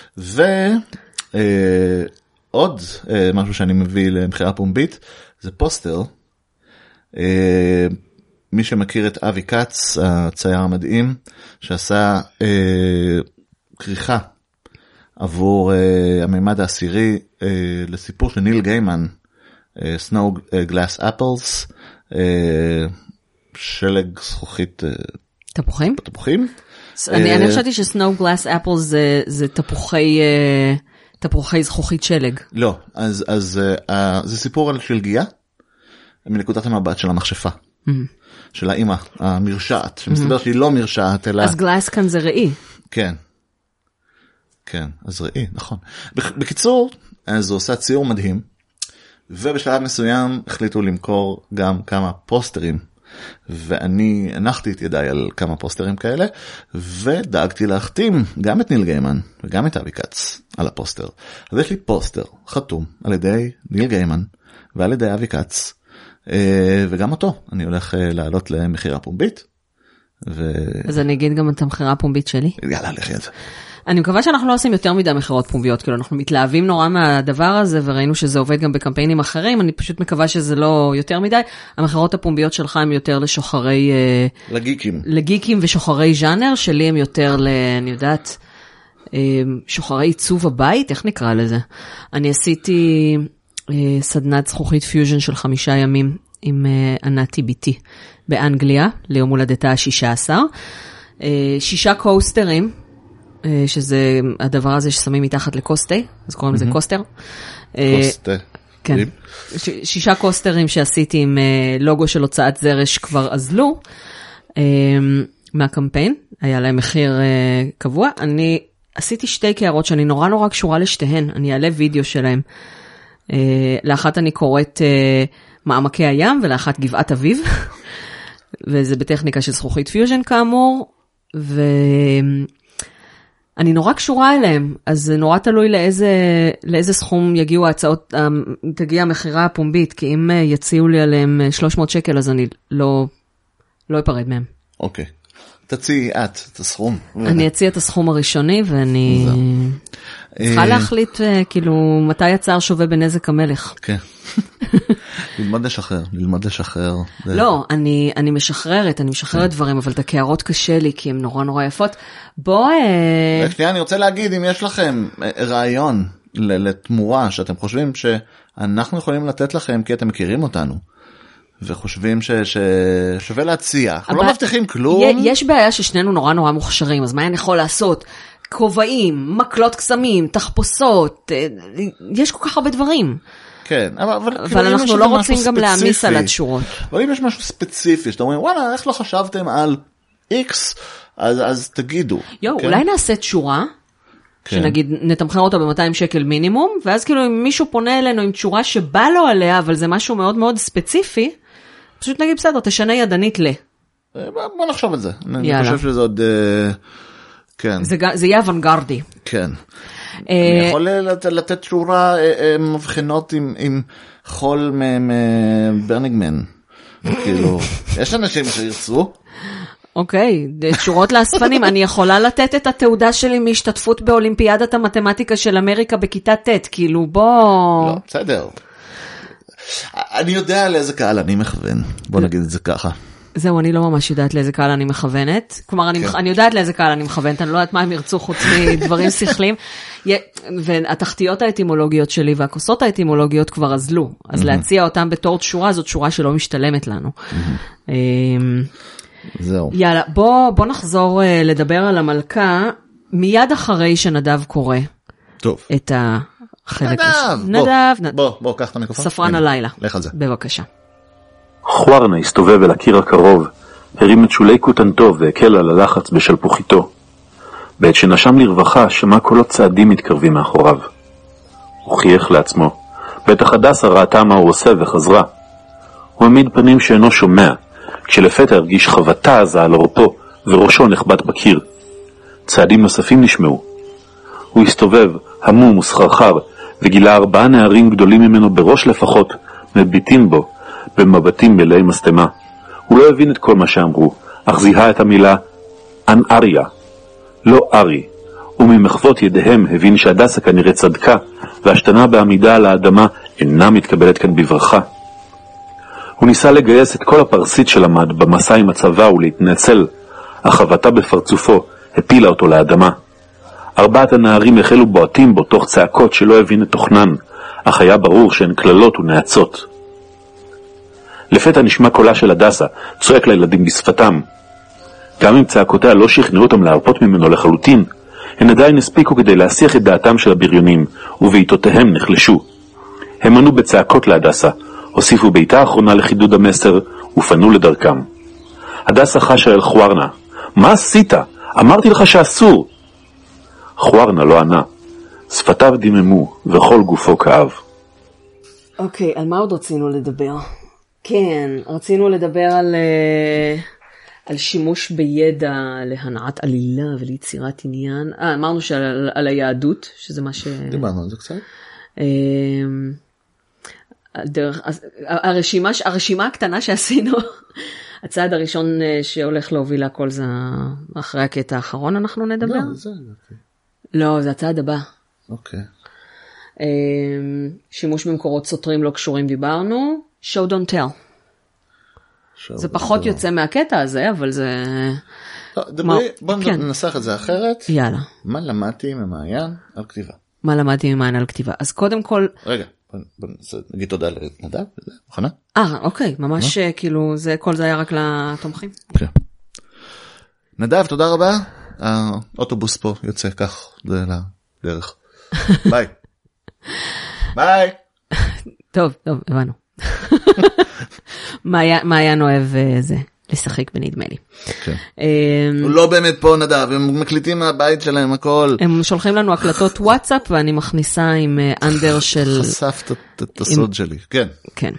S2: ועוד משהו שאני מביא למחירה פומבית, זה פוסטר. Uh, מי שמכיר את אבי קץ, הצייר המדהים, שעשה uh, כריכה עבור uh, המימד העשירי uh, לסיפור של ניל גיימן, uh, Snow Glass Apples, uh, שלג זכוכית uh,
S3: תפוחים?
S2: תפוחים.
S3: אני, uh, אני חשבתי שסנואו גלאס אפל זה, זה תפוחי, uh, תפוחי זכוכית שלג.
S2: לא, אז, אז uh, uh, זה סיפור על שלגיה, מנקודת המבט של המכשפה, mm-hmm. של האמא, המרשעת, שמסתבר mm-hmm. שהיא לא מרשעת, אלא...
S3: אז גלאס כאן זה ראי.
S2: כן. כן, אז ראי, נכון. בקיצור, אז הוא עושה ציור מדהים, ובשלב מסוים החליטו למכור גם כמה פוסטרים, ואני הנחתי את ידיי על כמה פוסטרים כאלה, ודאגתי להחתים גם את ניל גיימן, וגם את אבי קץ על הפוסטר. אז יש לי פוסטר חתום על ידי ניל גיימן, ועל ידי אבי קץ, וגם אותו אני הולך לעלות למחירה פומבית.
S3: אז אני אגיד גם את המחירה הפומבית שלי.
S2: יאללה, לכי על זה.
S3: אני מקווה שאנחנו לא עושים יותר מדי מכירות פומביות, כאילו אנחנו מתלהבים נורא מהדבר הזה, וראינו שזה עובד גם בקמפיינים אחרים, אני פשוט מקווה שזה לא יותר מדי. המכירות הפומביות שלך הם יותר לשוחרי...
S2: לגיקים.
S3: לגיקים ושוחרי ז'אנר, שלי הם יותר ל... אני יודעת, שוחרי עיצוב הבית, איך נקרא לזה? אני עשיתי סדנת זכוכית פיוז'ן של חמישה ימים עם ענתי ביתי באנגליה, ליום הולדתה ה-שישה עשר. שישה קוסטרים, שזה הדבר הזה ששמים מתחת לקוסטי, אז קוראים לזה קוסטר.
S2: קוסטה.
S3: כן. שישה קוסטרים שעשיתי עם לוגו של הוצאת זרש כבר אזלו מהקמפיין, היה להם מחיר קבוע. אני עשיתי שתי קערות שאני נורא נורא קשורה לשתיהן, אני אעלה וידאו שלהם. לאחת אני קוראת מעמקי הים, ולאחת גבעת אביב, וזה בטכניקה של זכוכית פיוז'ן כאמור, ואני נורא קשורה אליהם, אז זה נורא תלוי לאיזה, לאיזה סכום יגיעו ההצעות, תגיע המחירה הפומבית, כי אם יציעו לי עליהם שלוש מאות שקל, אז אני לא, לא אפרד מהם.
S2: אוקיי. תציעי את את הסכום.
S3: אני אציע את הסכום הראשוני, ואני צריכה להחליט, כאילו, מתי יצר שווה בנזק המלך.
S2: כן. ללמד לשחרר, ללמד לשחרר.
S3: לא, אני, אני משחררת, אני משחררת דברים, אבל את הקערות קשה לי, כי הן נורא נורא יפות. בוא...
S2: שנייה, אני רוצה להגיד, אם יש לכם רעיון לתמורה, שאתם חושבים שאנחנו יכולים לתת לכם, כי אתם מכירים אותנו, וחושבים ששווה להציע. אנחנו לא מבטיחים כלום.
S3: יש בעיה ששנינו נורא נורא מוכשרים, אז מה אני יכול לעשות? כובעים, מקלות קסמים, תחפושות, יש כל כך הרבה דברים.
S2: כן, אבל,
S3: אבל, אבל אנחנו לא רוצים גם להעמיס על התשורות.
S2: אבל אם יש משהו ספציפי, שאתם אומרים, וואלה, איך לא חשבתם על X, אז, אז תגידו.
S3: יו,
S2: כן?
S3: אולי נעשה תשורה,
S2: כן.
S3: שנגיד נתמחר אותה ב-מאתיים שקל מינימום, ואז כאילו אם מישהו פונה אלינו עם תשורה שבא לו עליה, אבל זה משהו מאוד מאוד ספציפי, פשוט נגיד בסדר, תשנה ידנית ל.
S2: בוא נחשוב על זה.
S3: יאללה.
S2: אני חושב שזה עוד... כן.
S3: זה, זה יהיה אוונגרדי.
S2: כן. אני יכול לתת שורה מבחינות עם חול מברניגמן. כאילו, יש אנשים שירצו.
S3: אוקיי, שורות לאספנים. אני יכולה לתת את התעודה שלי מהשתתפות באולימפיאדת המתמטיקה של אמריקה בכיתה ט', כאילו בוא... לא,
S2: בסדר. אני יודע לאיזה קהל אני מכוון. בוא נגיד את זה ככה.
S3: זהו, אני לא ממש יודעת לאיזה קהל אני מכוונת. כלומר, אני, אני יודעת לאיזה קהל אני מכוונת, אני לא יודעת מה הם ירצו חוץ מדברים שכלים. והתחתיות האטימולוגיות שלי והכוסות האטימולוגיות כבר אזלו. אז להציע אותם בתור תשורה, זאת תשורה שלא משתלמת לנו.
S2: זהו.
S3: יאללה, בוא, בוא נחזור לדבר על המלכה, מיד אחרי שנדב קורא.
S2: טוב.
S3: את החלק.
S2: נדב!
S3: נדב,
S2: בוא, בוא, קח את המיקרופון.
S3: ספרן הלילה.
S2: לך על זה.
S3: בבקשה.
S7: חוארנה הסתובב אל הקיר הקרוב, הרים את שולי כותנתו והקל על הלחץ בשלפוחיתו. בעת שנשם לרווחה, שמע קולות צעדים מתקרבים מאחוריו. הוא חייך לעצמו. בטח הדסה ראתה מה הוא עושה וחזרה. הוא העמיד פנים שאינו שומע, כשלפתע הרגיש חבטה עזה על עורפו, וראשו נחבט בקיר. צעדים נוספים נשמעו. הוא הסתובב, המום וסחרחר, וגילה ארבעה נערים גדולים ממנו בראש לפחות, מביטים בו, במבטים מלאי מסתמה. הוא לא הבין את כל מה שאמרו, אך זיהה את המילה אנאריה, לא ארי, וממחוות ידיהם הבין שהדסה כנראה צדקה, והשתנה בעמידה על האדמה אינה מתקבלת כאן בברכה. הוא ניסה לגייס את כל הפרסית שלמד במסע עם הצבא ולהתנצל, אך חבטה בפרצופו הפילה אותו לאדמה. ארבעת הנערים החלו בועטים בו תוך צעקות שלא הבין את תוכנן, אך היה ברור שהן כללות ונעצות. לפתע נשמע קולה של הדסה, צועק לילדים בשפתם. גם אם צעקותיה לא שכנעו אותם להרפות ממנו לחלוטין, הן עדיין הספיקו כדי להסיח את דעתם של הבריונים, ובעיתותיהם נחלשו. הם ענו בצעקות להדסה, הוסיפו בעיטה האחרונה לחידוד המסר, ופנו לדרכם. הדסה חשה אל חוארנה. מה עשית? אמרתי לך שאסור. חוארנה לא ענה. שפתיו דיממו, וכל גופו כאב.
S3: אוקיי, על מה עוד רצינו לדבר? כן, רצינו לדבר על, על שימוש בידע להנעת עלילה וליצירת עניין. אה, אמרנו שעל, על היהדות, שזה מה ש...
S2: דיברנו על זה קצת.
S3: דרך, הרשימה, הרשימה הקטנה שעשינו, הצעד הראשון שהולך להוביל הכל זה אחרי הקטע האחרון אנחנו נדבר.
S2: לא, זה...
S3: לא, זה הצעד הבא.
S2: אוקיי.
S3: שימוש במקורות סותרים לא קשורים דיברנו, show don't tell. זה פחות יוצא מהקטע הזה, אבל זה...
S2: דברי, בוא ננסח את זה אחרת.
S3: יאללה.
S2: מה למדתי ממעיין על כתיבה?
S3: מה למדתי ממעיין על כתיבה? אז קודם כל...
S2: רגע, בוא נגיד תודה לנדב, מוכנה?
S3: אה, אוקיי, ממש כאילו, כל זה היה רק לתומכים.
S2: כן. נדב, תודה רבה. האוטובוס פה יוצא כך, זה לדרך. ביי. ביי.
S3: טוב, טוב, הבנו. מעיין אוהב זה, לשחק בנדמה לי.
S2: הוא לא באמת פה נדב, הם מקליטים מהבית שלהם הכל.
S3: הם שולחים לנו הקלטות וואטסאפ, ואני מכניסה עם אנדר של...
S2: חשפת את הסוד שלי, כן.
S3: כן.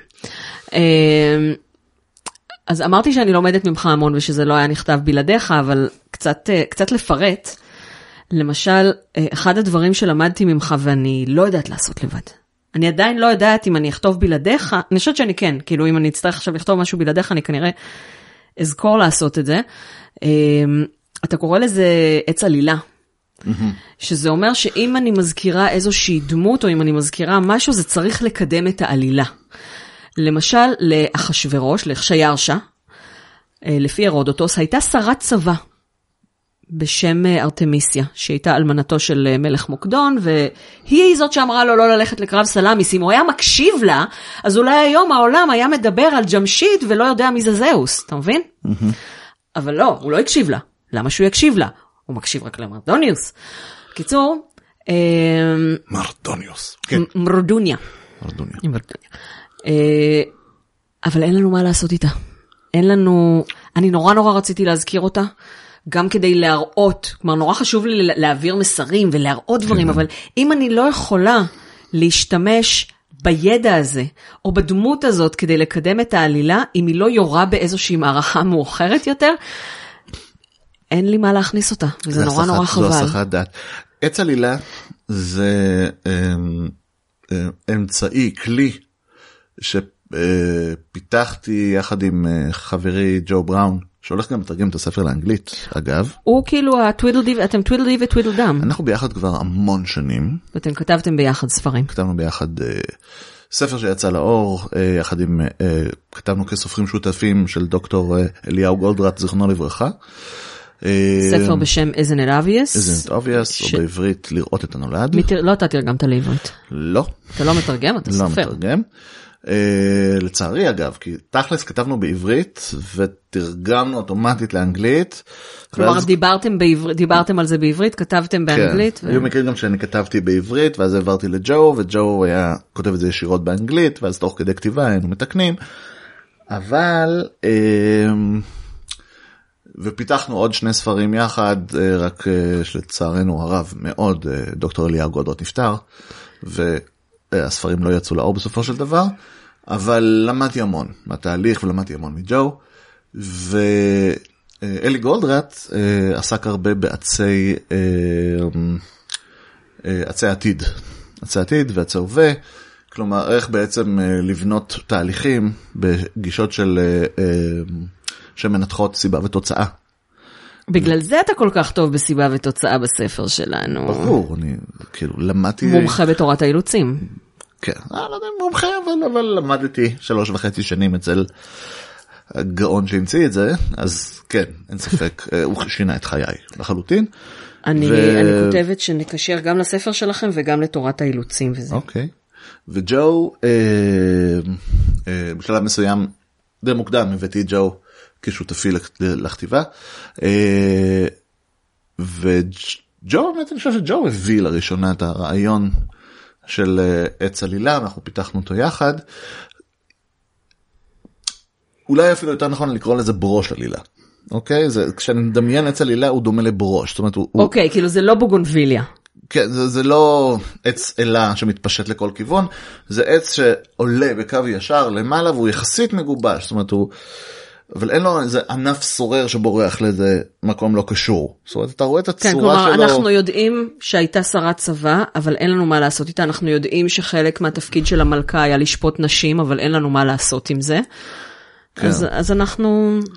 S3: אז אמרתי שאני לומדת ממך המון, ושזה לא היה נכתב בלעדיך, אבל קצת, קצת לפרט. למשל, אחד הדברים שלמדתי ממך, ואני לא יודעת לעשות לבד. אני עדיין לא יודעת אם אני אכתוב בלעדיך, אני חושבת שאני כן, כאילו אם אני אצטרך עכשיו לכתוב משהו בלעדיך, אני כנראה אזכור לעשות את זה. אתה קורא לזה עץ עלילה, שזה אומר שאם אני מזכירה איזושהי דמות, או אם אני מזכירה משהו, זה צריך לקדם את העלילה. למשל, לאחשוורוש, לחשיירשה, לפי הרודוטוס, הייתה שרת צבא, בשם ארתמיסיה, שהייתה אלמנתו של מלך מוקדון, והיא זאת שאמרה לו לא ללכת לקרב סלאמיס. אם הוא היה מקשיב לה, אז אולי היום העולם היה מדבר על ג'משיד, ולא יודע מי זה זהוס, אתה מבין? אבל לא, הוא לא הקשיב לה. למה שהוא יקשיב לה? הוא מקשיב רק למרדוניוס. קיצור,
S2: מרדוניוס.
S3: מרדוניה.
S2: מרדוניה.
S3: אבל אין לנו מה לעשות איתה. אין לנו, אני נורא נורא רציתי להזכיר אותה, גם כדי להראות, כלומר נורא חשוב לי להעביר מסרים ולהראות דברים, אבל אם אני לא יכולה להשתמש בידע הזה, או בדמות הזאת כדי לקדם את העלילה, אם היא לא יורה באיזושהי מערכה מאוחרת יותר, אין לי מה להכניס אותה, וזה נורא נורא חבל.
S2: זו הסחת דעת. עץ עלילה זה אמצעי, כלי, שפיתחתי יחד עם חברי ג'ו בראון, שהולך גם לתרגם את הספר לאנגלית, אגב.
S3: הוא כאילו הטווידלדי, אתם טווידלדי וטווידלדם.
S2: אנחנו ביחד כבר המון שנים.
S3: ואתם כתבתם ביחד ספרים.
S2: כתבנו ביחד ספר שיצא לאור, יחד עם, כתבנו כסופרים שותפים של דוקטור אליהו גולדרט, זכרונו לברכה.
S3: ספר בשם Isn't it obvious?
S2: Isn't it obvious, או בעברית לראות את הנולד.
S3: לא אתה תרגמת לעברית.
S2: לא.
S3: אתה לא מתרגם, אתה סופר.
S2: לא מתרגם. לצערי אגב, כי תכלס כתבנו בעברית ותרגמנו אוטומטית לאנגלית.
S3: כלומר, דיברתם בעברית, דיברתם על זה בעברית, כתבתם באנגלית.
S2: היו מקרים גם שאני כתבתי בעברית, ואז העברתי לג'ו, וג'ו היה כותב את זה ישירות באנגלית, ואז תוך כדי כתיבה היינו מתקנים. אבל, ופיתחנו עוד שני ספרים יחד, רק שלצערנו הרב מאוד, דוקטור אליהו גולדרט נפטר, והספרים לא יצאו לאור בסופו של דבר, אבל למדתי המון מהתהליך, ולמדתי המון מג'ו, ואלי גולדרט עסק הרבה בעצי, עצי עתיד, עצי עתיד ועצי הווה, כלומר איך בעצם לבנות תהליכים בגישות של שמנתחות סיבה ותוצאה.
S3: בגלל זה אתה כל כך טוב בסיבה ותוצאה בספר שלנו.
S2: ברור, אני כאילו למדתי...
S3: מומחה בתורת האילוצים.
S2: כן, אני לא יודע אם מומחה, אבל, אבל למדתי שלוש וחצי שנים אצל הגאון שהמציא את זה, אז כן, אין ספק, הוא שינה את חיי לחלוטין.
S3: אני, ו... אני כותבת שנקשר גם לספר שלכם וגם לתורת האילוצים וזה.
S2: אוקיי, וג'ו, אה, אה, בשלב מסוים, די מוקדם, הבאתי ג'ו כשותפי לכתיבה, וג'ו, באמת אני חושב שג'ו הביא לראשונה את הרעיון של עץ עלילה, אנחנו פיתחנו אותו יחד, אולי אפילו יותר נכון לקרוא לזה ברוש עלילה, אוקיי? זה, כשאני מדמיין עץ עלילה הוא דומה לברוש, זאת אומרת הוא...
S3: אוקיי, הוא... כאילו זה לא בוגונביליה.
S2: כן, זה, זה לא עץ אלה שמתפשט לכל כיוון, זה עץ שעולה בקו ישר למעלה והוא יחסית מגובש, זאת אומרת הוא... אבל אין לו איזה ענף סורר שבורח לאיזה מקום לא קשור. זאת אומרת, אתה רואה את הצורה שלו.
S3: כן, כלומר, אנחנו יודעים שהייתה שרת צבא, אבל אין לנו מה לעשות איתה. אנחנו יודעים שחלק מהתפקיד של המלכה היה לשפוט נשים, אבל אין לנו מה לעשות עם זה. אז, אז אנחנו...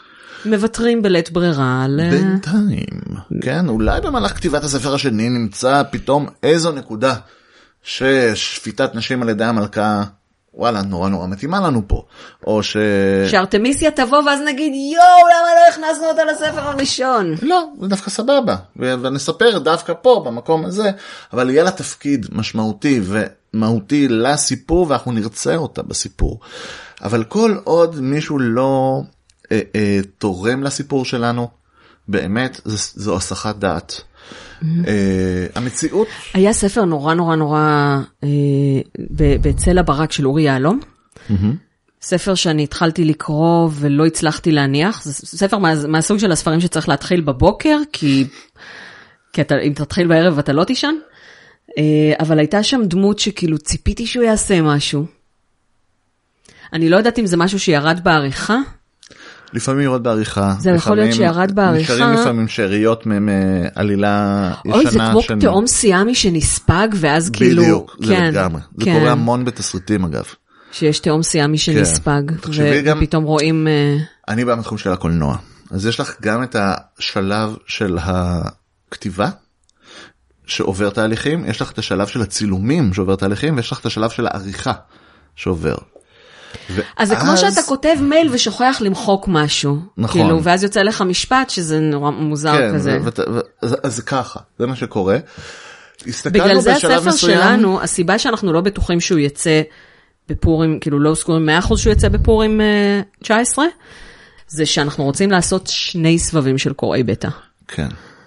S3: מוותרים בלית ברירה.
S2: בינתיים, כן, אולי במהלך כתיבת הספר השני נמצא פתאום איזו נקודה ששפיטת נשים על ידי המלכה, וואלה, נורא נורא מתאימה לנו פה. או ש...
S3: שארתמיסיה תבוא ואז נגיד, יואו, למה לא הכנסנו אותה לספר הראשון?
S2: לא, זה דווקא סבבה. ו- ונספר דווקא פה, במקום הזה, אבל יהיה לה תפקיד משמעותי ומהותי לסיפור, ואנחנו נרצה אותה בסיפור. אבל כל עוד מישהו לא אה, אה, תורם לסיפור שלנו, באמת, זו, זו הסחת דעת. Uh, המציאות...
S3: היה ספר נורא נורא נורא uh, בצל הברק של אורי יעלום. Mm-hmm. ספר שאני התחלתי לקרוא ולא הצלחתי להניח. זה ספר מה, מהסוג של הספרים שצריך להתחיל בבוקר, כי, כי אתה, אם תתחיל בערב אתה לא תישן. Uh, אבל הייתה שם דמות שכאילו ציפיתי שהוא יעשה משהו. אני לא יודעת אם זה משהו שירד בעריכה.
S2: לפעמים יורד בעריכה.
S3: זה יכול להיות שירד בעריכה.
S2: נשארים לפעמים שאריות מעלילה ישנה.
S3: אוי, זה כמו תאום סיאמי שנספג, ואז כאילו...
S2: בדיוק, זה לגמרי. זה קורה המון בתסריטים אגב.
S3: שיש תאום סיאמי שנספג, ופתאום רואים...
S2: אני בא מתחום של הקולנוע. אז יש לך גם את השלב של הכתיבה, שעובר תהליכים, יש לך את השלב של הצילומים שעובר תהליכים, ויש לך את השלב של העריכה שעובר.
S3: אז זה כמו שאתה כותב מייל ושוכח למחוק משהו.
S2: נכון.
S3: כאילו, ואז יוצא לך משפט שזה נורא מוזר כזה.
S2: אז זה ככה, זה מה שקורה.
S3: בגלל זה הספר שלנו, הסיבה שאנחנו לא בטוחים שהוא יצא בפורים, כאילו לא סגורים מאה אחוז שהוא יצא בפורים תשע עשרה, זה שאנחנו רוצים לעשות שני סבבים של קוראי בטא.
S2: כן.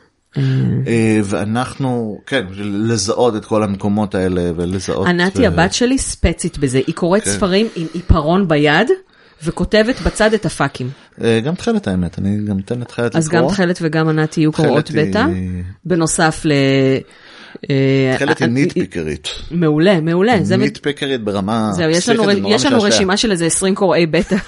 S2: ואנחנו, כן, לזהות את כל המקומות האלה ולזהות...
S3: ענתי הבת שלי ספצית בזה, היא קוראת ספרים עם עיפרון ביד וכותבת בצד את הפאקים.
S2: גם תחלת האמת, אני גם תן את תחלת לקרוא.
S3: אז גם תחלת וגם ענתי יהיו קוראות בטא, בנוסף ל...
S2: תחלת היא ניטפיקרית.
S3: מעולה, מעולה.
S2: ניטפיקרית ברמה...
S3: זהו, יש לנו רשימה של איזה עשרים קוראי בטא.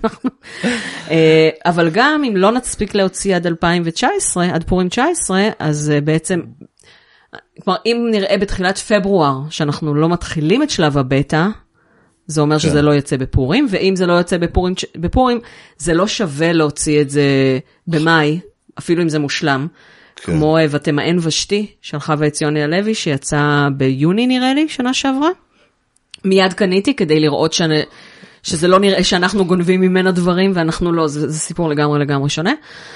S3: אבל גם אם לא נספיק להוציא עד אלפיים תשע עשרה, עד פורים תשע עשרה, אז בעצם, כלומר, אם נראה בתחילת פברואר שאנחנו לא מתחילים את שלב הבטא, זה אומר שזה לא יצא בפורים, ואם זה לא יוצא בפורים, בפורים, זה לא שווה להוציא את זה במאי, אפילו אם זה מושלם, כמו ותמאן ושתי, של חווה עציוני הלוי, שיצא ביוני נראה לי, שנה שעברה. מיד קניתי כדי לראות שאני... שזה לא נראה שאנחנו גונבים ממנו דברים, ואנחנו לא, זה, זה סיפור לגמרי לגמרי שונה.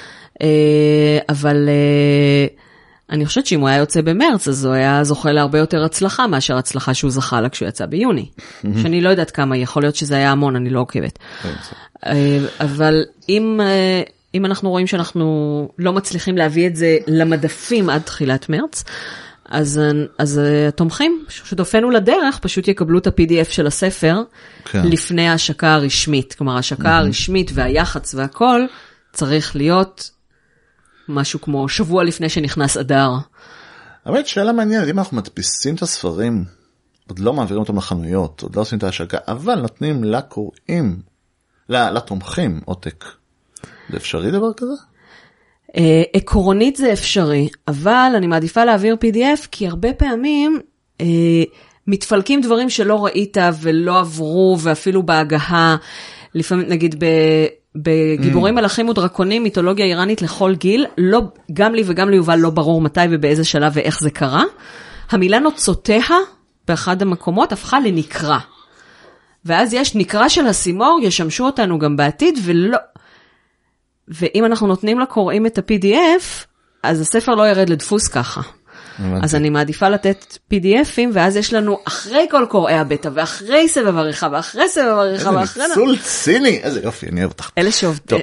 S3: אבל אני חושבת שאם הוא היה יוצא במרץ, אז הוא היה זוכה להרבה יותר הצלחה, מאשר הצלחה שהוא זכה לה כשהוא יצא ביוני. שאני לא יודעת כמה, יכול להיות שזה היה המון, אני לא עוקבת. אבל אם, אם אנחנו רואים שאנחנו לא מצליחים להביא את זה למדפים עד תחילת מרץ, אז, אז התומכים שדופנו לדרך פשוט יקבלו את ה-פי די אף של הספר כן. לפני ההשקה הרשמית. כלומר, ההשקה mm-hmm. הרשמית והיחץ והכל צריך להיות משהו כמו שבוע לפני שנכנס אדר.
S2: האמת, שאלה מעניינת, אם אנחנו מדפיסים את הספרים, עוד לא מעבירים אותם לחנויות, עוד לא עושים את ההשקה, אבל נותנים לקוראים, לתומכים עותק. זה אפשרי דבר כזה?
S3: עקרונית זה אפשרי, אבל אני מעדיפה להעביר פי די אף, כי הרבה פעמים אה, מתפלקים דברים שלא ראית ולא עברו, ואפילו בהגהה, לפעמים נגיד ב, בגיבורים מלאכים ודרקונים, מיתולוגיה איראנית לכל גיל, לא, גם לי וגם ליובל לא ברור מתי ובאיזה שלב ואיך זה קרה. המילה נוצותיה באחד המקומות הפכה לנקרא. ואז יש נקרא של הסימור, ישמשו אותנו גם בעתיד, ולא... ואם אנחנו נותנים לקוראים את ה-פי די אף, אז הספר לא ירד לדפוס ככה. אז אני מעדיפה לתת פי די אפים, ואז יש לנו אחרי כל קוראי הבטא, ואחרי סבב עריכה, ואחרי סבב עריכה, ואחרי...
S2: איזה ניצול ציני, איזה יופי, אני אוהב אותך.
S3: אלה שעובדים.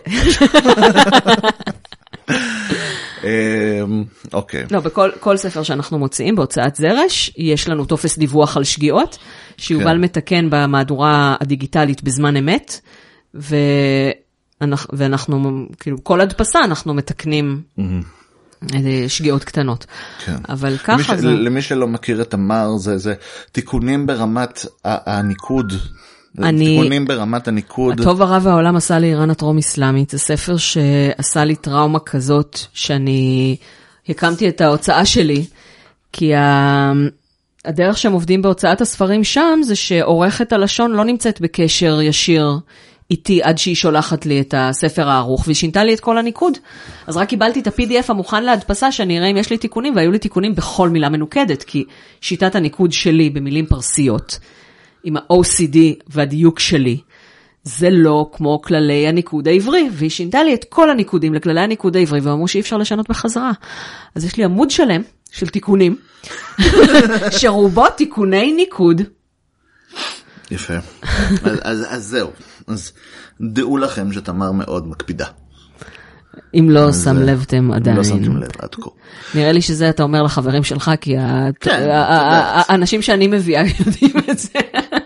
S2: אוקיי.
S3: לא, בכל ספר שאנחנו מוציאים, בהוצאת זרש, יש לנו טופס דיווח על שגיאות, שיובל מתקן במהדורה הדיגיטלית בזמן אמת, ו... ואנחנו, כאילו, כל הדפסה אנחנו מתקנים שגיאות קטנות. אבל ככה זה...
S2: למי שלא מכיר את תמר, זה תיקונים ברמת הניקוד. תיקונים ברמת הניקוד.
S3: הטוב הרע והעולם עשה לאיראן הטרום אסלאמית. זה ספר שעשה לי טראומה כזאת, שאני הקמתי את ההוצאה שלי, כי הדרך שהם עובדים בהוצאת הספרים שם, זה שעורכת הלשון לא נמצאת בקשר ישיר איתי עד שהיא שולחת לי את הספר הערוך, והיא שינתה לי את כל הניקוד. אז רק קיבלתי את ה-פי די אף המוכן להדפסה, שאני אראה אם יש לי תיקונים, והיו לי תיקונים בכל מילה מנוקדת, כי שיטת הניקוד שלי במילים פרסיות, עם ה-או סי די והדיוק שלי, זה לא כמו כללי הניקוד העברי, והיא שינתה לי את כל הניקודים לכללי הניקוד העברי, ואמרו שאי אפשר לשנות בחזרה. אז יש לי עמוד שלם של תיקונים, שרובו תיקוני ניקוד.
S2: יפה. אז, אז, אז זהו. אז דעו לכם שתמר מאוד מקפידה.
S3: אם לא שם לבתם עדיין.
S2: לא שמתם לב עד כה.
S3: נראה לי שזה אתה אומר לחברים שלך, כי האנשים שאני מביאה יודעים את זה.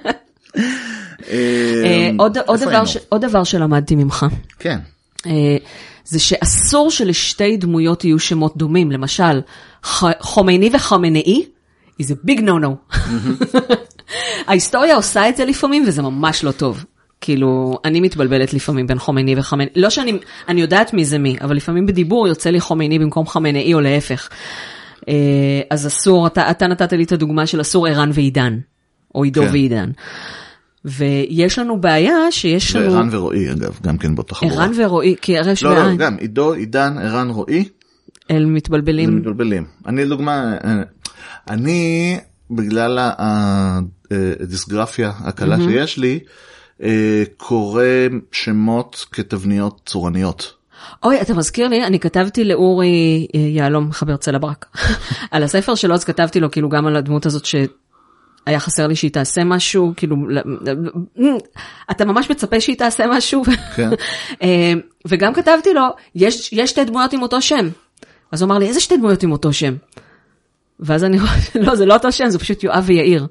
S3: עוד דבר שלמדתי ממך.
S2: כן.
S3: זה שאסור שלשתי דמויות יהיו שמות דומים. למשל, חומייני וחמינאי, is a big no-no. ההיסטוריה עושה את זה לפעמים, וזה ממש לא טוב. כאילו, אני מתבלבלת לפעמים בין חומייני וחמינאי. לא שאני, אני יודעת מי זה מי, אבל לפעמים בדיבור יוצא לי חומייני במקום חמינאי או להפך. אז אסור, אתה, אתה נתת לי את הדוגמה של אסור ערן ועידן, או עידו ועידן. ויש לנו בעיה שיש לנו...
S2: וערן ורועי, אגב, גם כן באותה חבורה.
S3: ערן ורועי, כי הרש בעין.
S2: לא, לא, גם עידו, עידן, ערן, רועי.
S3: אל מתבלבלים.
S2: זה מתבלבלים. אני דוגמה, אני, בגלל הדיסגרפיה הקלה שיש לי, קורא שמות כתבניות צורניות.
S3: אוי, אתה מזכיר לי, אני כתבתי לאורי יעלום, חבר צלע ברק, על הספר שלו, אז כתבתי לו כאילו גם על הדמות הזאת שהיה חסר לי שהיא תעשה משהו, כאילו, אתה ממש מצפה שהיא תעשה משהו,
S2: כן.
S3: וגם כתבתי לו, יש, יש שתי דמויות עם אותו שם. אז הוא אמר לי, איזה שתי דמויות עם אותו שם? ואז אני רואה, לא, זה לא אותו שם, זה פשוט יואב ויאיר.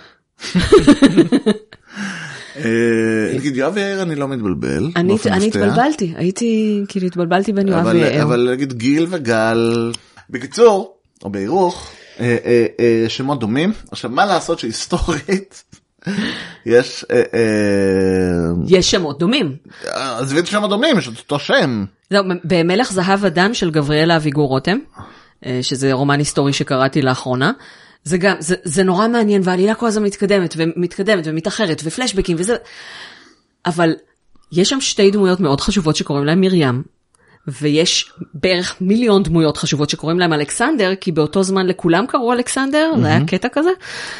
S2: נגיד, יואב ויאיר אני לא מתבלבל.
S3: אני התבלבלתי, הייתי, כאילו התבלבלתי בין יואב ויאיר.
S2: אבל נגיד גיל וגל, בקיצור, או בהירוך, שמות דומים. עכשיו, מה לעשות שהיסטורית, יש...
S3: יש שמות דומים.
S2: עזבי את שמות דומים, יש אותו שם.
S3: זהו, במלך זהב אדם של גבריאלה אביגור רותם, שזה רומן היסטורי שקראתי לאחרונה, זה גם, זה, זה נורא מעניין, והעלילה כל הזמן מתקדמת, ומתקדמת, ומתאחרת, ופלשבקים, וזה... אבל יש שם שתי דמויות מאוד חשובות שקוראים להם מרים, ויש בערך מיליון דמויות חשובות שקוראים להם אלכסנדר, כי באותו זמן לכולם קראו אלכסנדר, זה היה קטע כזה.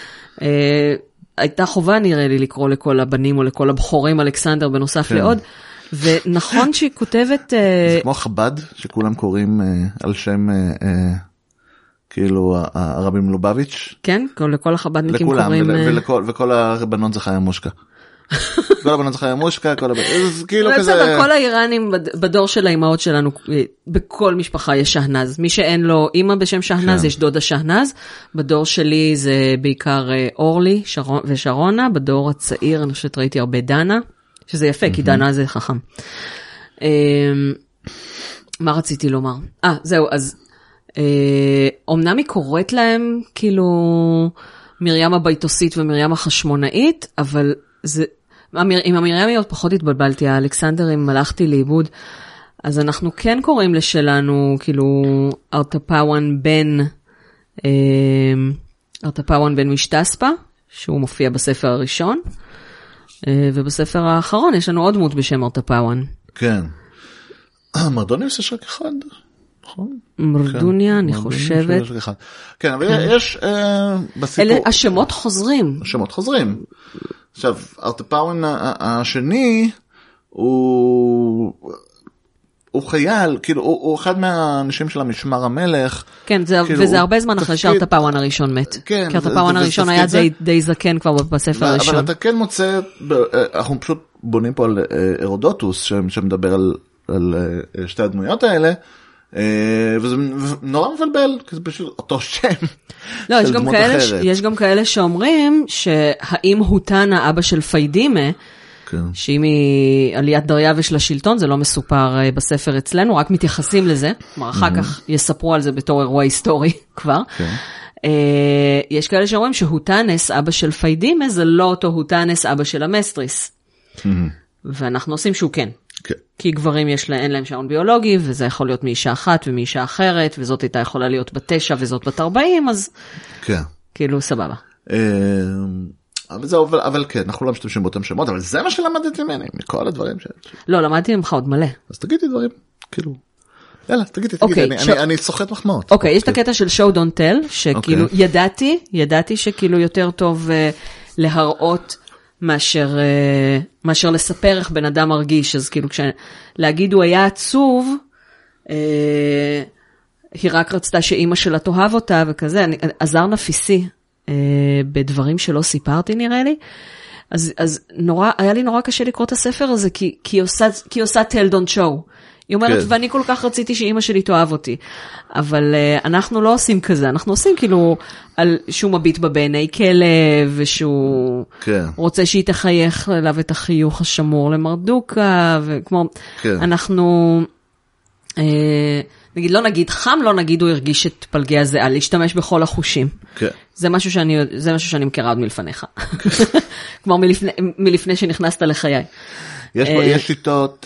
S3: הייתה חובה נראה לי לקרוא לכל הבנים, או לכל הבחורים אלכסנדר, בנוסף לעוד, ונכון שהיא כותבת...
S2: זה כמו חב"ד, שכולם קוראים על שם... כאילו הרבי מלובביץ'.
S3: כן, לכל החב"דניקים קוראים...
S2: לכולם, וכל הרבנות זה חיה מושקה. כל הבנות זה חיה מושקה, כל הבנות... כאילו כזה...
S3: בסדר, כל האיראנים בדור של האימהות שלנו, בכל משפחה יש שהנז. מי שאין לו אימא בשם שהנז, יש דודה שהנז. בדור שלי זה בעיקר אורלי ושרונה. בדור הצעיר, אני חושבת ראיתי הרבה דנה, שזה יפה, כי דנה זה חכם. מה רציתי לומר? אה, זהו, אז... אומנם היא קוראת להם כאילו מרים הביתוסית ומרים החשמונאית, אבל זה, עם המרימיות פחות התבלבלתי, האלכסנדרים הלכתי לאיבוד, אז אנחנו כן קוראים לשלנו כאילו ארטפאוואן בן, ארטפאוואן בן משתספה, שהוא מופיע בספר הראשון, ובספר האחרון יש לנו עוד דמות בשם ארטפאוואן.
S2: כן. מרדוניוס יש רק אחד?
S3: מרדוניה, אני חושבת.
S2: כן, אבל יש בסיפור...
S3: אלה השמות חוזרים.
S2: השמות חוזרים. עכשיו, ארטפאוואן השני, הוא חייל, כאילו, הוא אחד מהאנשים של המשמר המלך.
S3: כן, וזה הרבה זמן אחרי שארטפאוואן הראשון מת. כי ארטפאוואן הראשון היה די זקן כבר בספר הראשון.
S2: אבל אתה כן מוצא, אנחנו פשוט בונים פה על הרודוטוס, שמדבר על שתי הדמויות האלה, וזה נורא מבלבל, כי זה פשוט אותו שם.
S3: לא, יש גם כאלה, יש גם כאלה שאומרים שהאם הוטנה אבא של פיידימה, שאם היא עליית דריווש לשלטון, זה לא מסופר בספר אצלנו, רק מתייחסים לזה, כלומר אחר כך יספרו על זה בתור אירוע היסטורי כבר. יש כאלה שאומרים שהוטנס אבא של פיידימה, זה לא אותו הוטנס אבא של המסטריס. ואנחנו עושים שהוא כן. כי גברים יש להם, אין להם שעון ביולוגי, וזה יכול להיות מאישה אחת ומאישה אחרת, וזאת הייתה יכולה להיות בתשע וזאת בת ארבעים, אז כאילו סבבה.
S2: אבל זהו, אבל, אבל כן, אנחנו לא משתמשים באותם שמות, אבל זה מה שלמדתי ממני, מכל הדברים ש...
S3: לא, למדתי ממך עוד מלא.
S2: אז תגידי דברים, כאילו, יאללה, תגידי, תגידי, אני,
S3: ש...
S2: אני, אני סוחט מחמאות.
S3: אוקיי, יש את הקטע של show don't tell, שכאילו ידעתי, ידעתי שכאילו יותר טוב uh, להראות מאשר, uh, מאשר לספר איך בן אדם מרגיש, אז כאילו כשלהגיד הוא היה עצוב, uh, היא רק רצתה שאימא שלה תאהב אותה וכזה, אני, עזר נפיסי uh, בדברים שלא סיפרתי נראה לי, אז, אז נורא, היה לי נורא קשה לקרוא את הספר הזה, כי, כי היא עושה, כי היא עושה tell don't show. היא אומרת, כן. ואני כל כך רציתי שאימא שלי תאהב אותי. אבל uh, אנחנו לא עושים כזה, אנחנו עושים כאילו, על שהוא מביט בה בעיני כלב, ושהוא כן. רוצה שהיא תחייך אליו את החיוך השמור למרדוקה, וכמו, כן. אנחנו, uh, נגיד, לא נגיד חם, לא נגיד הוא הרגיש את פלגי הזיעה, להשתמש בכל החושים. כן. זה משהו שאני, זה משהו שאני מכירה עוד מלפניך. כן. כמו מלפני, מלפני שנכנסת לחיי.
S2: יש פה, יש שיטות...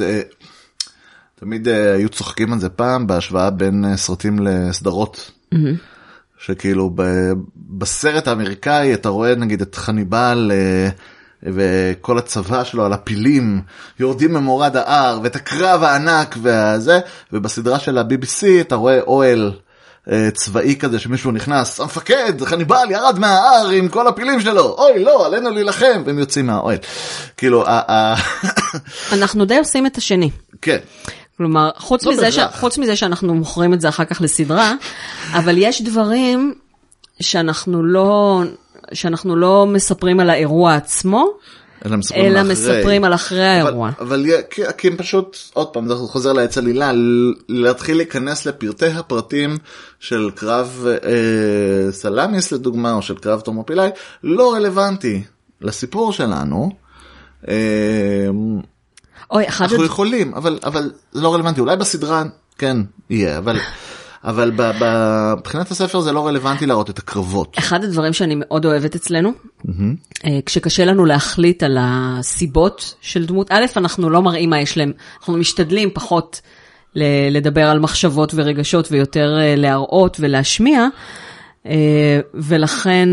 S2: תמיד היו צוחקים על זה פעם, בהשוואה בין סרטים לסדרות. שכאילו בסרט האמריקאי אתה רואה נגיד את חניבל וכל הצבא שלו על הפילים, יורדים ממורד ההר, ואת הקרב הענק והזה, ובסדרה של ה-בי בי סי אתה רואה אוהל צבאי כזה שמישהו נכנס, המפקד, חניבל ירד מההר עם כל הפילים שלו, אוי לא, עלינו להילחם, והם יוצאים מהאוהל. כאילו,
S3: אנחנו די עושים את השני. כן. כלומר, חוץ מזה, ש... חוץ מזה שאנחנו מוכרים את זה אחר כך לסדרה, אבל יש דברים שאנחנו לא, שאנחנו לא מספרים על האירוע עצמו, אלא מספרים, אלא מספרים על אחרי האירוע. אבל, אבל כי, כי הם פשוט, עוד פעם, זה חוזר לעץ עלילה,
S2: להתחיל להיכנס לפרטי הפרטים של קרב אה, סלאמיס לדוגמה, או של קרב תרמופילאי, לא רלוונטי לסיפור שלנו. אה,
S3: אוי,
S2: אנחנו יכולים, אבל, אבל זה לא רלוונטי. אולי בסדרה, כן, יהיה, אבל, אבל בבחינת הספר זה לא רלוונטי להראות את הקרבות.
S3: אחד הדברים שאני מאוד אוהבת אצלנו, כשקשה לנו להחליט על הסיבות של דמות, א', אנחנו לא מראים מה יש להם, אנחנו משתדלים פחות לדבר על מחשבות ורגשות, ויותר להראות ולהשמיע, ולכן...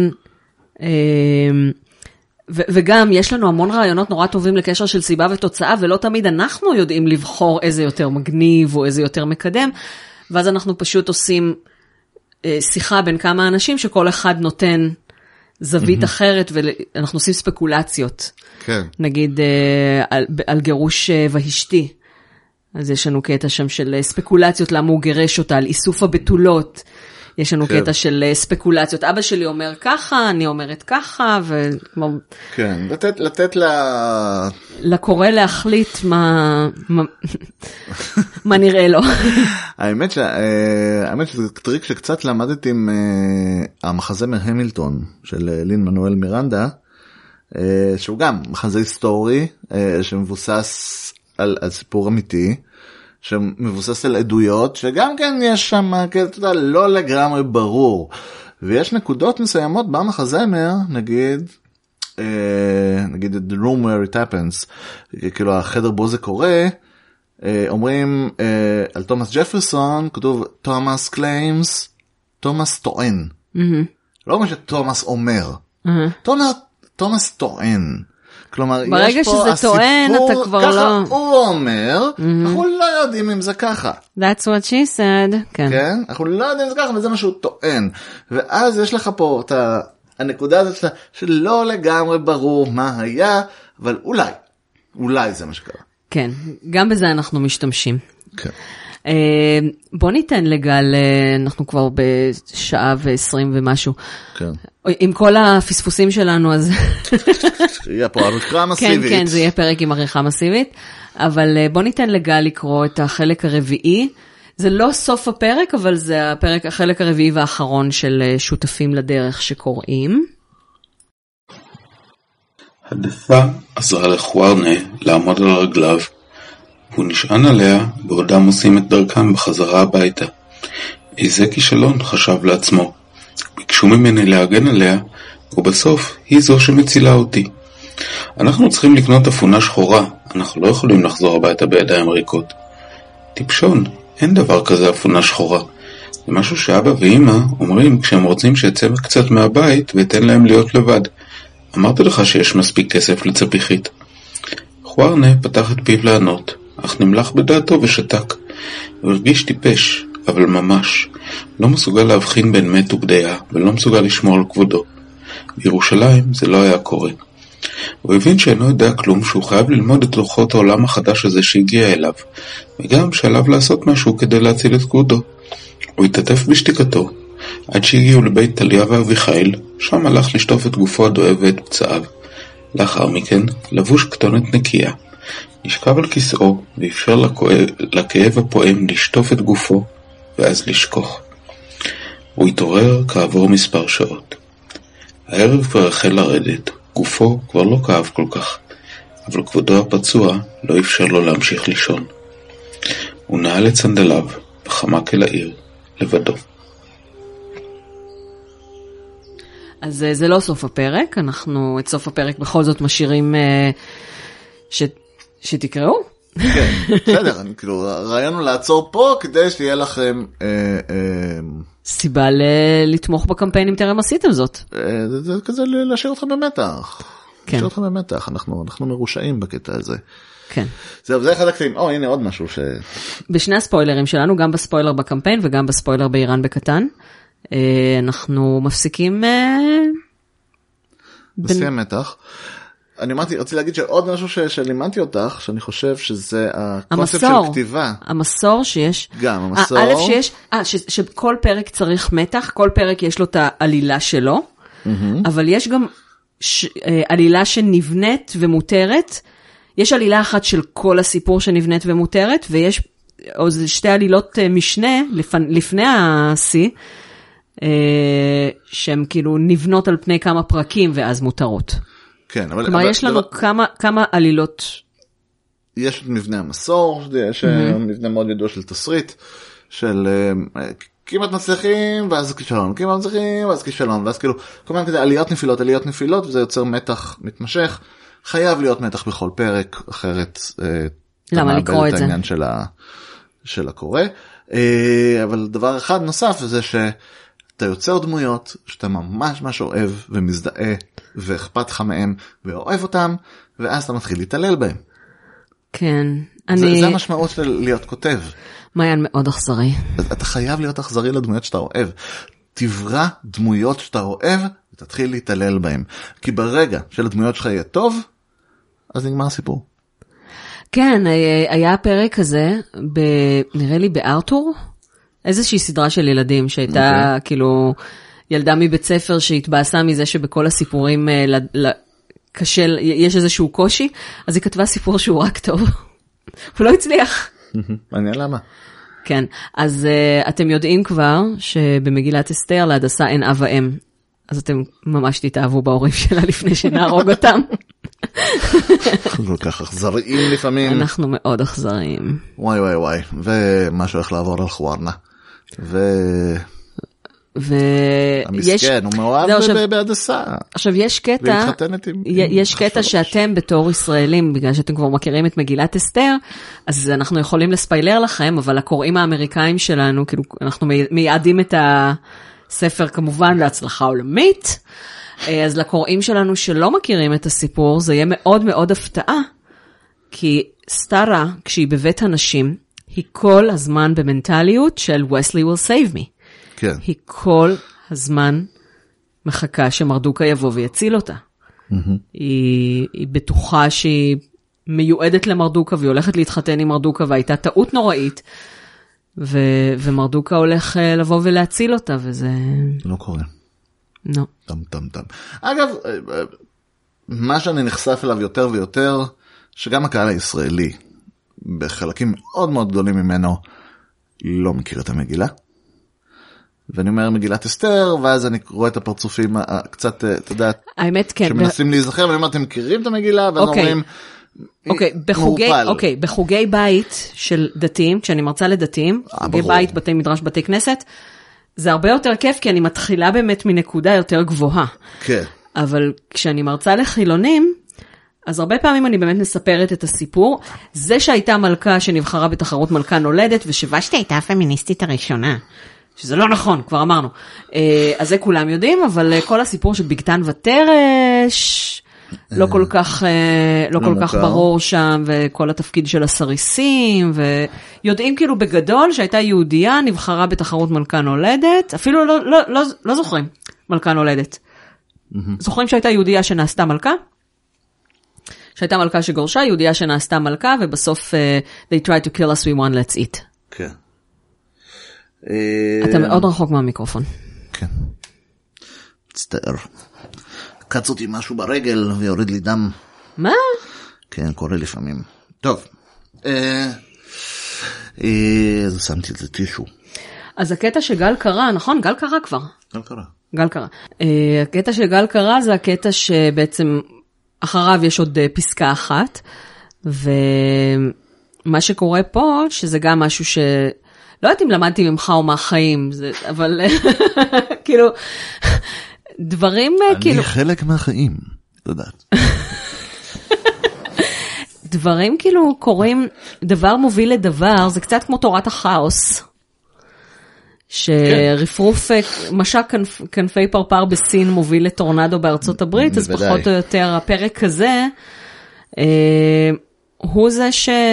S3: ו- וגם יש לנו המון רעיונות נורא טובים לקשר של סיבה ותוצאה, ולא תמיד אנחנו יודעים לבחור איזה יותר מגניב או איזה יותר מקדם, ואז אנחנו פשוט עושים אה, שיחה בין כמה אנשים שכל אחד נותן זווית mm-hmm. אחרת, ואנחנו עושים ספקולציות. כן. נגיד אה, על, על גירוש אה, והשתי. אז יש לנו קטע שם של ספקולציות למה הוא גירש אותה, על איסוף הבתולות. יש לנו כן. קטע של ספקולציות. אבא שלי אומר ככה, אני אומרת ככה, וכמו...
S2: כן, לתת, לתת לה...
S3: לקורא להחליט מה, מה, מה נראה לו.
S2: האמת, ש... האמת שזה טריק שקצת למדתי עם המחזמר המילטון של לין מנואל מירנדה, שהוא גם מחזה היסטורי, שמבוסס על, על סיפור אמיתי, שמבוסס על עדויות, שגם כן יש שם, אתה יודע, לא לגמרי ברור. ויש נקודות מסוימות במחזמר, נגיד, אה, נגיד, the room where it happens, כאילו החדר בו זה קורה, אה, אומרים אה, על תומאס ג'פרסון, כתוב, תומאס claims, תומאס טוען. Mm-hmm. לא אומר שתומאס אומר. Mm-hmm. תומאס, תומאס טוען. כלומר, יש פה הסיפור, ככה הוא אומר, אנחנו לא יודעים אם זה ככה.
S3: That's what she said.
S2: כן, אנחנו לא יודעים אם זה ככה, וזה מה שהוא טוען. ואז יש לך פה את הנקודה הזאת שלא לגמרי ברור מה היה, אבל אולי, אולי זה מה שקרה.
S3: כן, גם בזה אנחנו משתמשים. כן. בוא ניתן לגל, אנחנו כבר בשעה ועשרים ומשהו. כן. עם כל הפספוסים שלנו, אז...
S2: יהיה פה עריכה מסיבית.
S3: כן, כן, זה יהיה פרק עם עריכה מסיבית, אבל בוא ניתן לגל לקרוא את החלק הרביעי. זה לא סוף הפרק, אבל זה הפרק, החלק הרביעי והאחרון של שותפים לדרך שקוראים.
S8: הדסה עזרה לחוארנה לעמוד על רגליו, הוא נשען עליה בעודם עושים את דרכם בחזרה הביתה. איזה כישלון, חשב לעצמו. ביקשו ממני להגן עליה, ובסוף היא זו שמצילה אותי. אנחנו צריכים לקנות אפונה שחורה, אנחנו לא יכולים לחזור הביתה בידיים ריקות. טיפשון, אין דבר כזה אפונה שחורה. זה משהו שאבא ואמא אומרים כשהם רוצים שיצא קצת מהבית ותן להם להיות לבד. אמרתי לך שיש מספיק כסף לצפיחית. חוארנה פתח את פיו לענות, אך נמלח בדעתו ושתק. הוא הרגיש טיפש, אבל ממש. לא מסוגל להבחין בין מת ובדעה, ולא מסוגל לשמור על כבודו. בירושלים זה לא היה קורה. הוא הבין שאינו יודע כלום, שהוא חייב ללמוד את לוחות העולם החדש הזה שהגיע אליו, וגם שעליו לעשות משהו כדי להציל את כבודו. הוא התעטף בשתיקתו, עד שהגיעו לבית טליה ואביחיל, שם הלך לשטוף את גופו הדואב ואת פצעיו. לאחר מכן, לבוש כתונת נקייה, נשכב על כיסאו ואפשר לכאב הפועם לשטוף את גופו, ואז לשכוח. הוא התעורר כעבור מספר שעות. הערב כבר החל לרדת, גופו כבר לא כאב כל כך, אבל כבודו הפצוע לא אפשר לו להמשיך לישון. הוא נעל את סנדליו וחמק אל העיר, לבדו.
S3: אז זה לא סוף הפרק, אנחנו את סוף הפרק בכל זאת משאירים ש... שתקראו.
S2: כן, בסדר, אני כאילו, רעיון לעצור פה כדי שיהיה לכם אה, אה,
S3: סיבה ל... לתמוך בקמפיינים טרם עשיתם זאת.
S2: אה, זה, זה כזה להשאיר אתכם במתח.
S3: כן.
S2: להשאיר אתכם במתח, אנחנו, אנחנו מרושעים בקטע הזה.
S3: כן.
S2: זהו, זה אחד הקטעים. או, הנה עוד משהו ש...
S3: בשני הספוילרים שלנו, גם בספוילר בקמפיין וגם בספוילר באיראן בקטן, אנחנו מפסיקים
S2: בשיא מתח. אני אמרתי, רציתי להגיד שעוד משהו שלימדתי אותך, שאני חושב שזה הקונספט של כתיבה.
S3: המסור שיש.
S2: גם, המסור.
S3: א' שיש, אה, שכל פרק צריך מתח, כל פרק יש לו את העלילה שלו, אבל יש גם עלילה שנבנית ומותרת, יש עלילה אחת של כל הסיפור שנבנית ומותרת, ויש עוד שתי עלילות משנה לפני ה-C, שהן כאילו נבנות על פני כמה פרקים ואז מותרות.
S2: כן, אבל...
S3: כלומר,
S2: אבל,
S3: יש לנו
S2: דבר...
S3: כמה, כמה עלילות.
S2: יש מבנה המסור, יש mm-hmm. מבנה מאוד ידוע של תסריט, של uh, כמעט מצליחים, ואז כישלון, כמעט מצליחים, ואז כישלון, ואז כאילו, כל מיני כזה עליות נפילות, עליות נפילות, וזה יוצר מתח מתמשך. חייב להיות מתח בכל פרק, אחרת... Uh,
S3: למה לקרוא את זה?
S2: העניין של, ה... של הקורא. Uh, אבל דבר אחד נוסף, זה ש... אתה יוצר דמויות שאתה ממש ממש אוהב ומזדהה ואכפת לך מהם ואוהב אותם, ואז אתה מתחיל להתעלל בהם.
S3: כן.
S2: זה,
S3: אני...
S2: זה המשמעות של להיות כותב.
S3: מעיין מאוד אכזרי.
S2: אתה חייב להיות אכזרי לדמויות שאתה אוהב. תברא דמויות שאתה אוהב ותתחיל להתעלל בהם. כי ברגע שלדמויות שלך יהיה טוב, אז נגמר הסיפור.
S3: כן, היה הפרק הזה, ב... נראה לי בארתור, איזושהי סדרה של ילדים שהייתה okay. כאילו ילדה מבית ספר שהתבאסה מזה שבכל הסיפורים ל, ל, קשה, יש איזשהו קושי, אז היא כתבה סיפור שהוא רק טוב. הוא לא הצליח.
S2: מעניין למה.
S3: כן, אז uh, אתם יודעים כבר שבמגילת אסתר להדסה אין אב ואם, אז אתם ממש תתאהבו בהורים שלה לפני שנהרוג אותם.
S2: אנחנו כל כך אכזריים לפעמים.
S3: אנחנו מאוד אכזריים.
S2: וואי וואי וואי, ומשהו הולך לעבור על חוארנה. ו... המסכן, הוא מאוהב בהדסה.
S3: עכשיו יש קטע, יש קטע שאתם בתור ישראלים, בגלל שאתם כבר מכירים את מגילת אסתר, אז אנחנו יכולים לספיילר לכם, אבל הקוראים האמריקאים שלנו, כאילו אנחנו מייעדים את הספר כמובן להצלחה עולמית, אז לקוראים שלנו שלא מכירים את הסיפור, זה יהיה מאוד מאוד הפתעה, כי סטארה, כשהיא בבית הנשים, היא כל הזמן במנטליות של Wesley will save me.
S2: כן.
S3: היא כל הזמן מחכה שמרדוקה יבוא ויציל אותה. Mm-hmm. היא, היא בטוחה שהיא מיועדת למרדוקה, והיא הולכת להתחתן עם מרדוקה, והייתה טעות נוראית, ו, ומרדוקה הולך לבוא ולהציל אותה, וזה...
S2: לא קורה.
S3: לא.
S2: טם טם טם. אגב, מה שאני נחשף אליו יותר ויותר, שגם הקהל הישראלי, בחלקים מאוד מאוד גדולים ממנו, לא מכיר את המגילה. ואני אומר מגילת אסתר, ואז אני רואה את הפרצופים קצת, אתה יודע,
S3: האמת כן.
S2: שמנסים להיזכר, ואני אומר, אתם מכירים את המגילה, ואז אומרים,
S3: אוקיי, בחוגי, אוקיי, בחוגי בית של דתיים, כשאני מרצה לדתיים, חוגי בית, בתי מדרש, בתי כנסת, זה הרבה יותר כיף, כי אני מתחילה באמת מנקודה יותר גבוהה. כן. אבל כשאני מרצה לחילונים, אז הרבה פעמים אני באמת מספרת את הסיפור. זה שהייתה מלכה שנבחרה בתחרות מלכה נולדת, ושוושתי הייתה הפמיניסטית הראשונה. שזה לא נכון, כבר אמרנו. אז זה כולם יודעים, אבל כל הסיפור של בגתן וטרש, לא כל כך, לא כל כך ברור שם, וכל התפקיד של הסריסים, ויודעים כאילו בגדול שהייתה יהודייה, נבחרה בתחרות מלכה נולדת, אפילו לא, לא, לא, לא זוכרים מלכה נולדת. זוכרים שהייתה יהודייה שנעשתה מלכה? שהייתה מלכה שגורשה, יהודייה שנעשתה מלכה, ובסוף uh, they tried to kill us, we want, let's eat.
S2: כן.
S3: אתה מאוד רחוק מהמיקרופון.
S2: כן. מצטער. קץ אותי משהו ברגל ויוריד לי דם.
S3: מה?
S2: כן, קורה לפעמים. טוב. אה, אה, אז שמתי את זה טישו.
S3: אז הקטע שגל קרה, נכון? גל קרה כבר.
S2: גל קרה.
S3: גל קרה. אה, הקטע שגל קרה זה הקטע שבעצם אחריו יש עוד פסקה אחת, ומה שקורה פה, שזה גם משהו ש... לא יודעת אם למדתי ממך או מהחיים, זה... אבל כאילו... דברים כאילו...
S2: אני חלק מהחיים, יודעת.
S3: דברים כאילו קוראים, דבר מוביל לדבר, זה קצת כמו תורת החאוס, שרפרוף משק כנפ, כנפי פרפר בסין מוביל לטורנדו בארצות הברית, אז פחות או יותר הפרק הזה, אה, הוא זה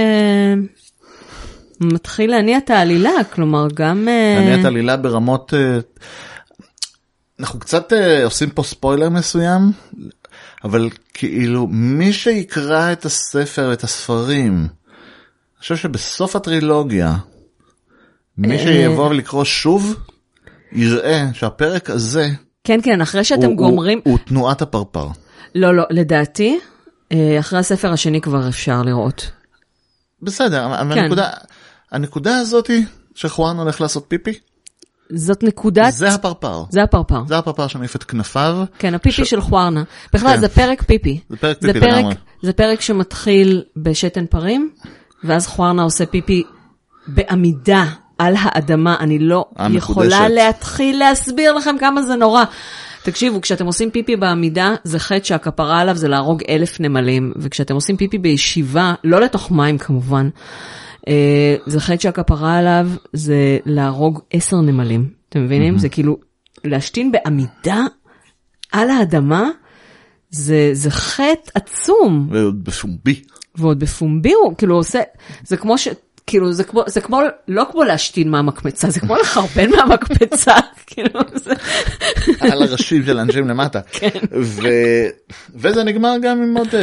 S3: שמתחיל להניע את העלילה, כלומר גם...
S2: להניע את העלילה ברמות... אנחנו קצת uh, עושים פה ספוילר מסוים, אבל כאילו מי שיקרא את הספר ואת הספרים, אני חושב שבסוף הטרילוגיה, מי שיבוא ולקרוא שוב, יראה שהפרק הזה,
S3: כן, כן, אחרי שאתם
S2: הוא,
S3: גומרים...
S2: הוא, הוא תנועת הפרפר.
S3: לא, לא, לדעתי, אחרי הספר השני כבר אפשר לראות.
S2: בסדר, אבל כן. הנקודה, הנקודה הזאת היא שחואן הולך לעשות פיפי,
S3: זאת נקודת...
S2: זה הפרפר.
S3: זה הפרפר.
S2: זה הפרפר שמעיף את כנפיו.
S3: כן, הפיפי ש... של חוארנה. בכלל, כן. זה פרק פיפי.
S2: זה פרק
S3: זה
S2: פיפי
S3: פרק,
S2: לגמרי.
S3: זה פרק שמתחיל בשתן פרים, ואז חוארנה עושה פיפי בעמידה על האדמה. אני לא
S2: המקודשת.
S3: יכולה להתחיל להסביר לכם כמה זה נורא. תקשיבו, כשאתם עושים פיפי בעמידה, זה חטא שהכפרה עליו זה להרוג אלף נמלים, וכשאתם עושים פיפי בישיבה, לא לתוך מים כמובן, זה חטא שהכפרה עליו זה להרוג עשר נמלים. אתם מבינים? זה כאילו להשתין בעמידה על האדמה, זה, זה חטא עצום.
S2: ועוד בפומבי.
S3: ועוד בפומבי הוא כאילו עושה, זה כמו ש... כאילו זה כמו, זה כמו, לא כמו להשתין מהמקפצה, זה כמו לחרבן מהמקפצה, כאילו זה...
S2: על הראשים של אנשים למטה.
S3: כן.
S2: ו... וזה נגמר גם עם עוד...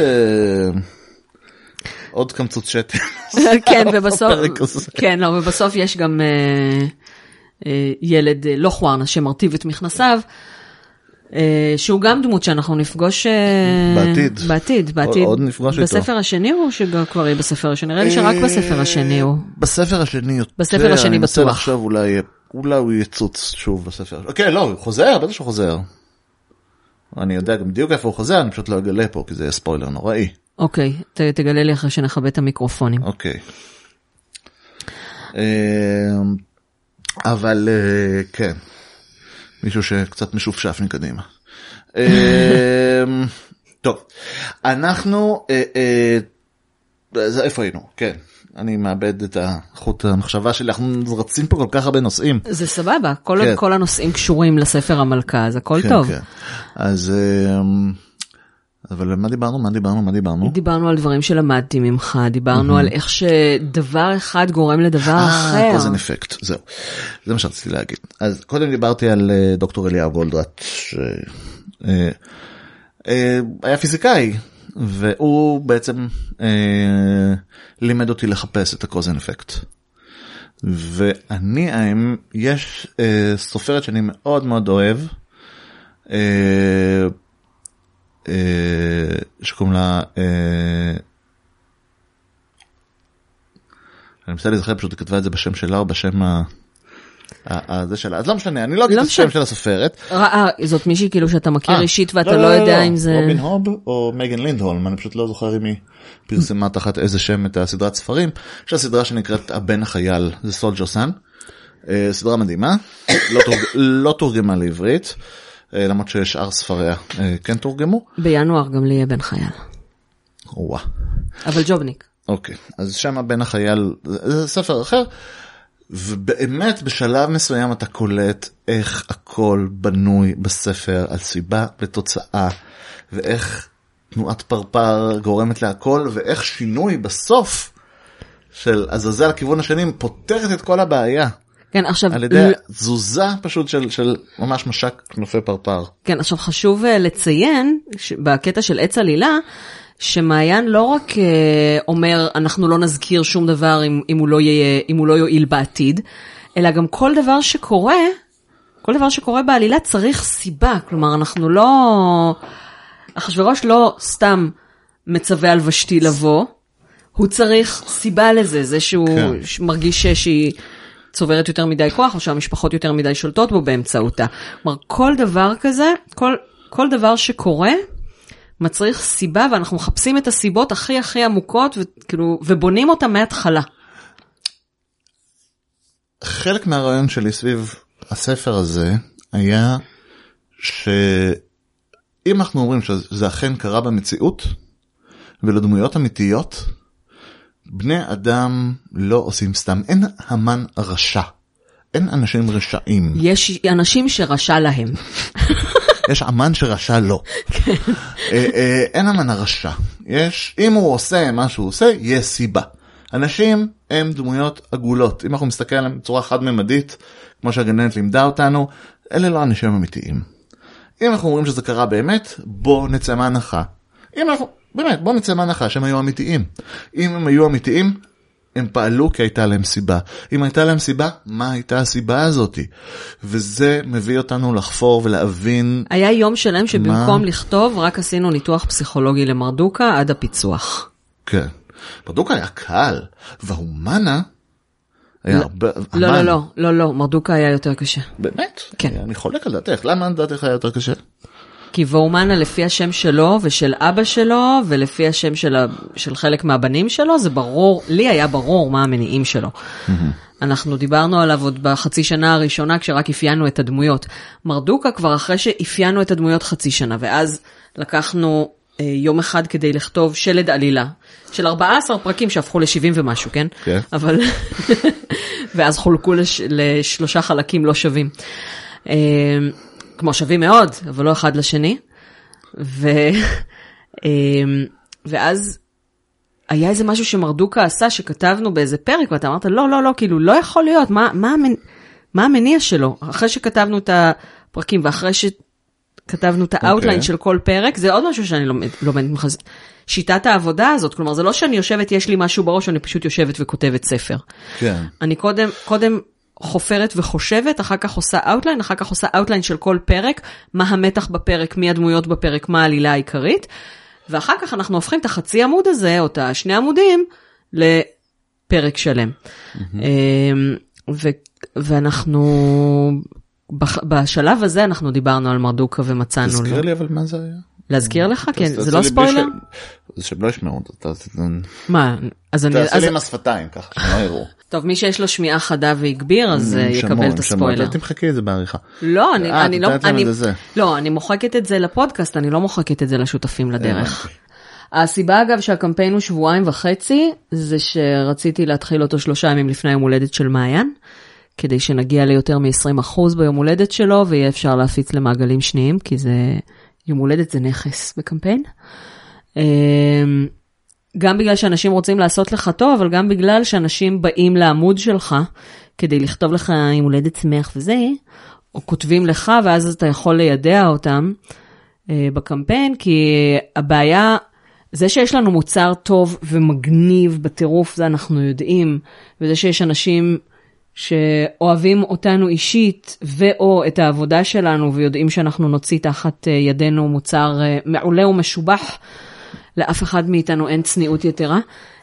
S2: עוד קמצוץ שתן.
S3: כן, ובסוף, כן, לא, ובסוף יש גם אה, אה, ילד, לא חוארנה, שמרטיב את מכנסיו, אה, שהוא גם דמות שאנחנו נפגוש... אה,
S2: בעתיד.
S3: בעתיד, בעתיד.
S2: עוד נפגוש איתו.
S3: בספר השני הוא שכבר יהיה בספר השני? נראה לי שרק בספר השני הוא.
S2: בספר השני יותר.
S3: בספר השני
S2: אני
S3: בטוח.
S2: אני מנסה לחשוב אולי, אולי הוא יצוץ שוב בספר. אוקיי, לא, הוא חוזר, בטח שהוא חוזר. אני יודע גם בדיוק איפה הוא חוזר, אני פשוט לא אגלה פה, כי זה ספוילר נוראי.
S3: אוקיי, ת, תגלה לי אחרי שנכבה את המיקרופונים.
S2: אוקיי. אבל כן, מישהו שקצת משופשף מקדימה. טוב, אנחנו, איפה היינו? כן, אני מאבד את החוט המחשבה שלי, אנחנו רצים פה כל כך הרבה נושאים.
S3: זה סבבה, כל, כן. כל הנושאים קשורים לספר המלכה, אז הכל כן, טוב. כן.
S2: אז... אבל מה דיברנו? מה דיברנו? מה דיברנו?
S3: דיברנו על דברים שלמדתי ממך, דיברנו על איך שדבר אחד גורם לדבר אחר.
S2: אה, קוזן אפקט, זהו. זה מה שרציתי להגיד. אז קודם דיברתי על דוקטור אליהו גולדרט, שהיה פיזיקאי, והוא בעצם לימד אותי לחפש את הקוזן אפקט. ואני, יש סופרת שאני מאוד מאוד אוהב, שקוראים לה, אני מנסה להיזכר, פשוט היא כתבה את זה בשם שלה או בשם הזה שלה, אז לא משנה, אני לא אגיד את השם של הסופרת.
S3: זאת מישהי כאילו שאתה מכיר אישית ואתה לא יודע אם זה...
S2: רובין הוב או מגן לינדהולם, אני פשוט לא זוכר אם היא פרסמה תחת איזה שם את הסדרת ספרים, יש לה סדרה שנקראת הבן החייל, זה סולג'ר סן, סדרה מדהימה, לא תורגמה לעברית, למרות ששאר ספריה כן תורגמו.
S3: בינואר גם לי יהיה בן חייל.
S2: וואה.
S3: אבל ג'ובניק.
S2: אוקיי, אז שם בן החייל, זה ספר אחר, ובאמת בשלב מסוים אתה קולט איך הכל בנוי בספר על סיבה ותוצאה, ואיך תנועת פרפר גורמת להכל, ואיך שינוי בסוף של עזאזל לכיוון השני פותרת את כל הבעיה.
S3: כן, עכשיו...
S2: על ידי תזוזה פשוט של, של ממש משק כנופי פרפר.
S3: כן, עכשיו חשוב לציין, בקטע של עץ עלילה, שמעיין לא רק uh, אומר, אנחנו לא נזכיר שום דבר אם, אם, הוא לא יהיה, אם הוא לא יועיל בעתיד, אלא גם כל דבר שקורה, כל דבר שקורה בעלילה צריך סיבה. כלומר, אנחנו לא... אחשוורוש לא סתם מצווה על ושתי לבוא, הוא צריך סיבה לזה, זה שהוא כן. מרגיש שהיא צוברת יותר מדי כוח, או שהמשפחות יותר מדי שולטות בו באמצעותה. כלומר, כל דבר כזה, כל, כל דבר שקורה, מצריך סיבה, ואנחנו מחפשים את הסיבות הכי הכי עמוקות, וכאילו, ובונים אותה מההתחלה.
S2: חלק מהרעיון שלי סביב הספר הזה, היה שאם אנחנו אומרים שזה אכן קרה במציאות, ולדמויות אמיתיות, בני אדם לא עושים סתם, אין המן רשע, אין אנשים רשעים.
S3: יש אנשים שרשע להם.
S2: יש אמן שרשע לא. אין אמן הרשע. יש, אם הוא עושה מה שהוא עושה, יש סיבה. אנשים הם דמויות עגולות. אם אנחנו מסתכל עליהם בצורה חד-ממדית, כמו שהגננת לימדה אותנו, אלה לא אנשים אמיתיים. אם אנחנו אומרים שזה קרה באמת, בוא נצא מהנחה. אם אנחנו, באמת, בוא נצא מהנחה שהם היו אמיתיים. אם הם היו אמיתיים, הם פעלו כי הייתה להם סיבה. אם הייתה להם סיבה, מה הייתה הסיבה הזאת? וזה מביא אותנו לחפור ולהבין...
S3: היה יום שלם שבמקום מה... לכתוב, רק עשינו ניתוח פסיכולוגי למרדוקה עד הפיצוח.
S2: כן. מרדוקה היה קל, והומנה היה
S3: לא,
S2: הרבה...
S3: לא, לא, לא, לא, לא, מרדוקה היה יותר קשה.
S2: באמת?
S3: כן.
S2: אני חולק על דעתך. למה דעתך היה יותר קשה?
S3: כי והומנה לפי השם שלו ושל אבא שלו, ולפי השם של, ה... של חלק מהבנים שלו, זה ברור, לי היה ברור מה המניעים שלו. Mm-hmm. אנחנו דיברנו עליו עוד בחצי שנה הראשונה, כשרק אפיינו את הדמויות. מרדוקה כבר אחרי שאפיינו את הדמויות חצי שנה, ואז לקחנו אה, יום אחד כדי לכתוב שלד עלילה, של ארבעה עשר פרקים שהפכו ל-שבעים ומשהו, כן? כן. Okay. אבל... ואז חולקו לש... לשלושה חלקים לא שווים. אה, כמו שווים מאוד, אבל לא אחד לשני. ו... ואז היה איזה משהו שמרדוקה עשה, שכתבנו באיזה פרק, ואתה אמרת, לא, לא, לא, כאילו, לא יכול להיות, מה, מה, המנ... מה המניע שלו? אחרי שכתבנו את הפרקים, ואחרי שכתבנו את האוטליין okay. של כל פרק, זה עוד משהו שאני לומד, לומד מחז... שיטת העבודה הזאת, כלומר, זה לא שאני יושבת, יש לי משהו בראש, אני פשוט יושבת וכותבת ספר. כן. אני קודם, קודם, חופרת וחושבת, אחר כך עושה אוטליין, אחר כך עושה אוטליין של כל פרק, מה המתח בפרק, מי הדמויות בפרק, מה העלילה העיקרית, ואחר כך אנחנו הופכים את החצי עמוד הזה, או את השני עמודים, לפרק שלם. ואנחנו, בשלב הזה אנחנו דיברנו על מרדוקה ומצאנו לו.
S2: תזכיר לי אבל מה זה היה?
S3: להזכיר לך? כן, זה לא ספוילר?
S2: זה שהם לא ישמעו,
S3: מה?
S2: תעשה לי עם השפתיים ככה, שלא יראו.
S3: טוב, מי שיש לו שמיעה חדה והגביר, אז יקבל את הספוילר.
S2: תמחקי את זה בעריכה.
S3: לא, אני לא, לא, אני מוחקת את זה לפודקאסט, אני לא מוחקת את זה לשותפים לדרך. הסיבה אגב שהקמפיין הוא שבועיים וחצי, זה שרציתי להתחיל אותו שלושה ימים לפני יום הולדת של מעיין, כדי שנגיע ליותר מ-עשרים אחוז ביום הולדת שלו, ויהיה אפשר להפיץ למעגלים שניים, כי זה, יום הולדת זה נכס בקמפיין. גם בגלל שאנשים רוצים לעשות לך טוב, אבל גם בגלל שאנשים באים לעמוד שלך, כדי לכתוב לך עם הולדת שמח וזה, או כותבים לך, ואז אתה יכול לידע אותם אה, בקמפיין, כי הבעיה, זה שיש לנו מוצר טוב ומגניב בטירוף, זה אנחנו יודעים, וזה שיש אנשים שאוהבים אותנו אישית, ואו את העבודה שלנו, ויודעים שאנחנו נוציא תחת ידינו מוצר מעולה ומשובח, לאף אחד מאיתנו אין צניעות יתרה.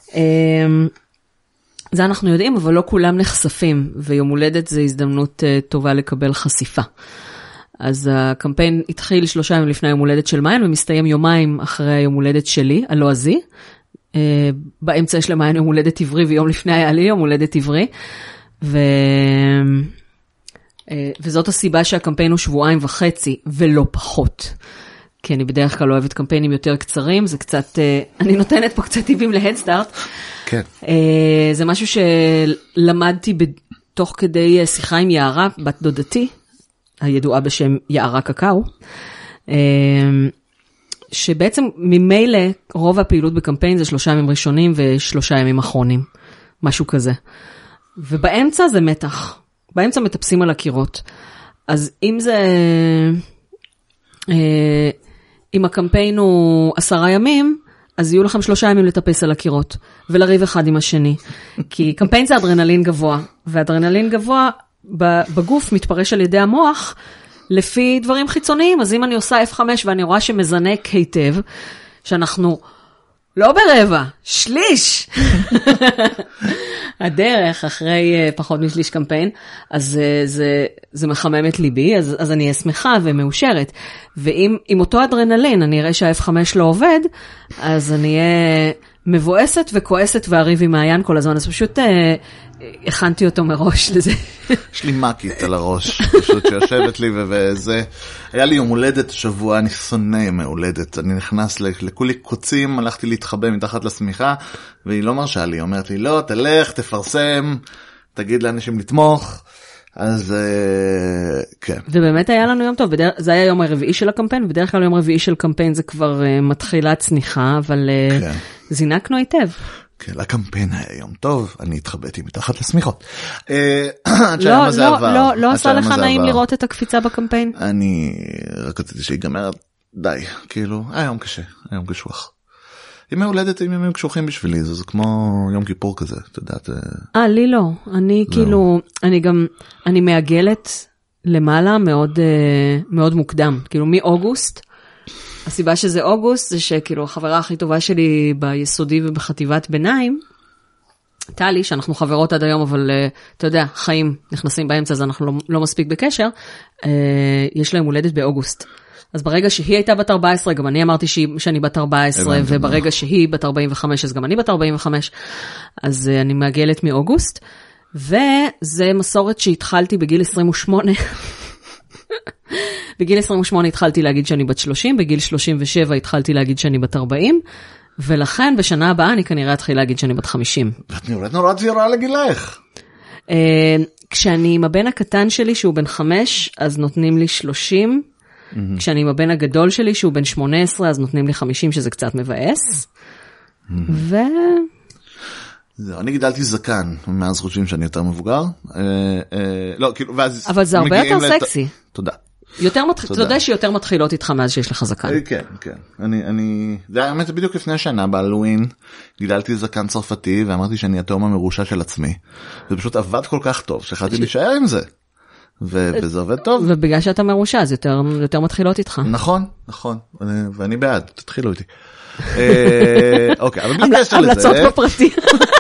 S3: זה אנחנו יודעים, אבל לא כולם נחשפים, ויום הולדת זה הזדמנות טובה לקבל חשיפה. אז הקמפיין התחיל שלושה ימים לפני יום הולדת של מעיין, ומסתיים יומיים אחרי היום הולדת שלי, הלועזי. באמצע יש למעיין יום הולדת עברי, ויום לפני היה לי יום הולדת עברי. ו... וזאת הסיבה שהקמפיין הוא שבועיים וחצי, ולא פחות. כי אני בדרך כלל אוהבת קמפיינים יותר קצרים, זה קצת, אני נותנת פה קצת טיפים להדסטארט. כן. זה משהו שלמדתי תוך כדי שיחה עם יערה, בת דודתי, הידועה בשם יערה קקאו, שבעצם ממילא רוב הפעילות בקמפיין זה שלושה ימים ראשונים ושלושה ימים אחרונים, משהו כזה. ובאמצע זה מתח, באמצע מטפסים על הקירות. אז אם זה, אם הקמפיין הוא עשרה ימים, אז יהיו לכם שלושה ימים לטפס על הקירות, ולריב אחד עם השני. כי קמפיין זה אדרנלין גבוה, ואדרנלין גבוה בגוף מתפרש על ידי המוח, לפי דברים חיצוניים. אז אם אני עושה אף חמש ואני רואה שמזנק היטב, שאנחנו לא ברבע, שליש. הדרך אחרי פחות משליש קמפיין, אז זה, זה, זה מחמם את ליבי, אז, אז אני אהיה שמחה ומאושרת. ואם עם אותו אדרנלין אני אראה שה-אף חמש לא עובד, אז אני אהיה מבואסת וכועסת והריב עם מעיין כל הזמן, אז פשוט אה, הכנתי אותו מראש לזה.
S2: יש לי מקית על הראש, פשוט שיושבת לי וזה. היה לי יום הולדת שבוע, אני שונא יום הולדת. אני נכנס לכולי קוצים, הלכתי להתחבא מתחת לשמיכה, והיא לא מרשה לי, אומרת לי, לא, תלך, תפרסם, תגיד לאנשים לתמוך. אז כן.
S3: ובאמת היה לנו יום טוב, זה היה יום הרביעי של הקמפיין, ובדרך כלל יום רביעי של קמפיין זה כבר מתחילה צניחה, אבל זינקנו היטב.
S2: כן, לקמפיין היה יום טוב, אני התחבאתי מתחת לשמיכות.
S3: לא, לא, לא עשה לך נעים לראות את הקפיצה בקמפיין?
S2: אני רק רציתי שיגמר, די, כאילו, היה יום קשה, היה יום קשוח. ימי הולדת עם ימים קשוחים בשבילי, זה כמו יום כיפור כזה, את יודעת.
S3: אה, לי לא, אני כאילו, אני גם, אני מעגלת למעלה מאוד, מאוד מוקדם, כאילו מאוגוסט, הסיבה שזה אוגוסט, זה שכאילו החברה הכי טובה שלי ביסודי ובחטיבת ביניים, טלי, שאנחנו חברות עד היום, אבל אתה יודע, חיים נכנסים באמצע, אז אנחנו לא, לא מספיק בקשר, יש להם הולדת באוגוסט. אז ברגע שהיא הייתה בת ארבע עשרה, גם אני אמרתי שאני בת ארבע עשרה, וברגע שהיא בת ארבעים וחמש, אז גם אני בת ארבעים וחמש, אז אני מעגלת מאוגוסט, וזה מסורת שהתחלתי בגיל עשרים ושמונה. בגיל עשרים ושמונה התחלתי להגיד שאני בת שלושים, בגיל שלושים ושבע התחלתי להגיד שאני בת ארבעים, ולכן בשנה הבאה אני כנראה אתחיל להגיד שאני בת חמישים.
S2: ואת נראית נורא צעירה לגילך.
S3: כשאני עם הבן הקטן שלי, שהוא בן חמש, אז נותנים לי שלושים, כשאני עם הבן הגדול שלי, שהוא בן שמונה עשרה, אז נותנים לי חמישים, שזה קצת מבאס. ו...
S2: זהו, אני גידלתי זקן, מאז חושבים שאני יותר מבוגר. לא, כאילו, ואז...
S3: אבל זה הרבה יותר סקסי.
S2: תודה.
S3: יותר, אתה יודע שיותר מתחילות איתך מאז שיש לך זקן.
S2: כן, כן. אני, אני, זה היה באמת בדיוק לפני שנה, בהלווין, גידלתי זקן צרפתי, ואמרתי שאני התאום המרושע של עצמי. זה פשוט עבד כל כך טוב, שהחלטתי להישאר עם זה. וזה עובד טוב.
S3: ובגלל שאתה מרושע, אז יותר, יותר מתחילות איתך.
S2: נכון, נכון. ואני בעד, תתחילו איתי. אוקיי, אבל בלי קשר לזה.
S3: המלצות בפרטי.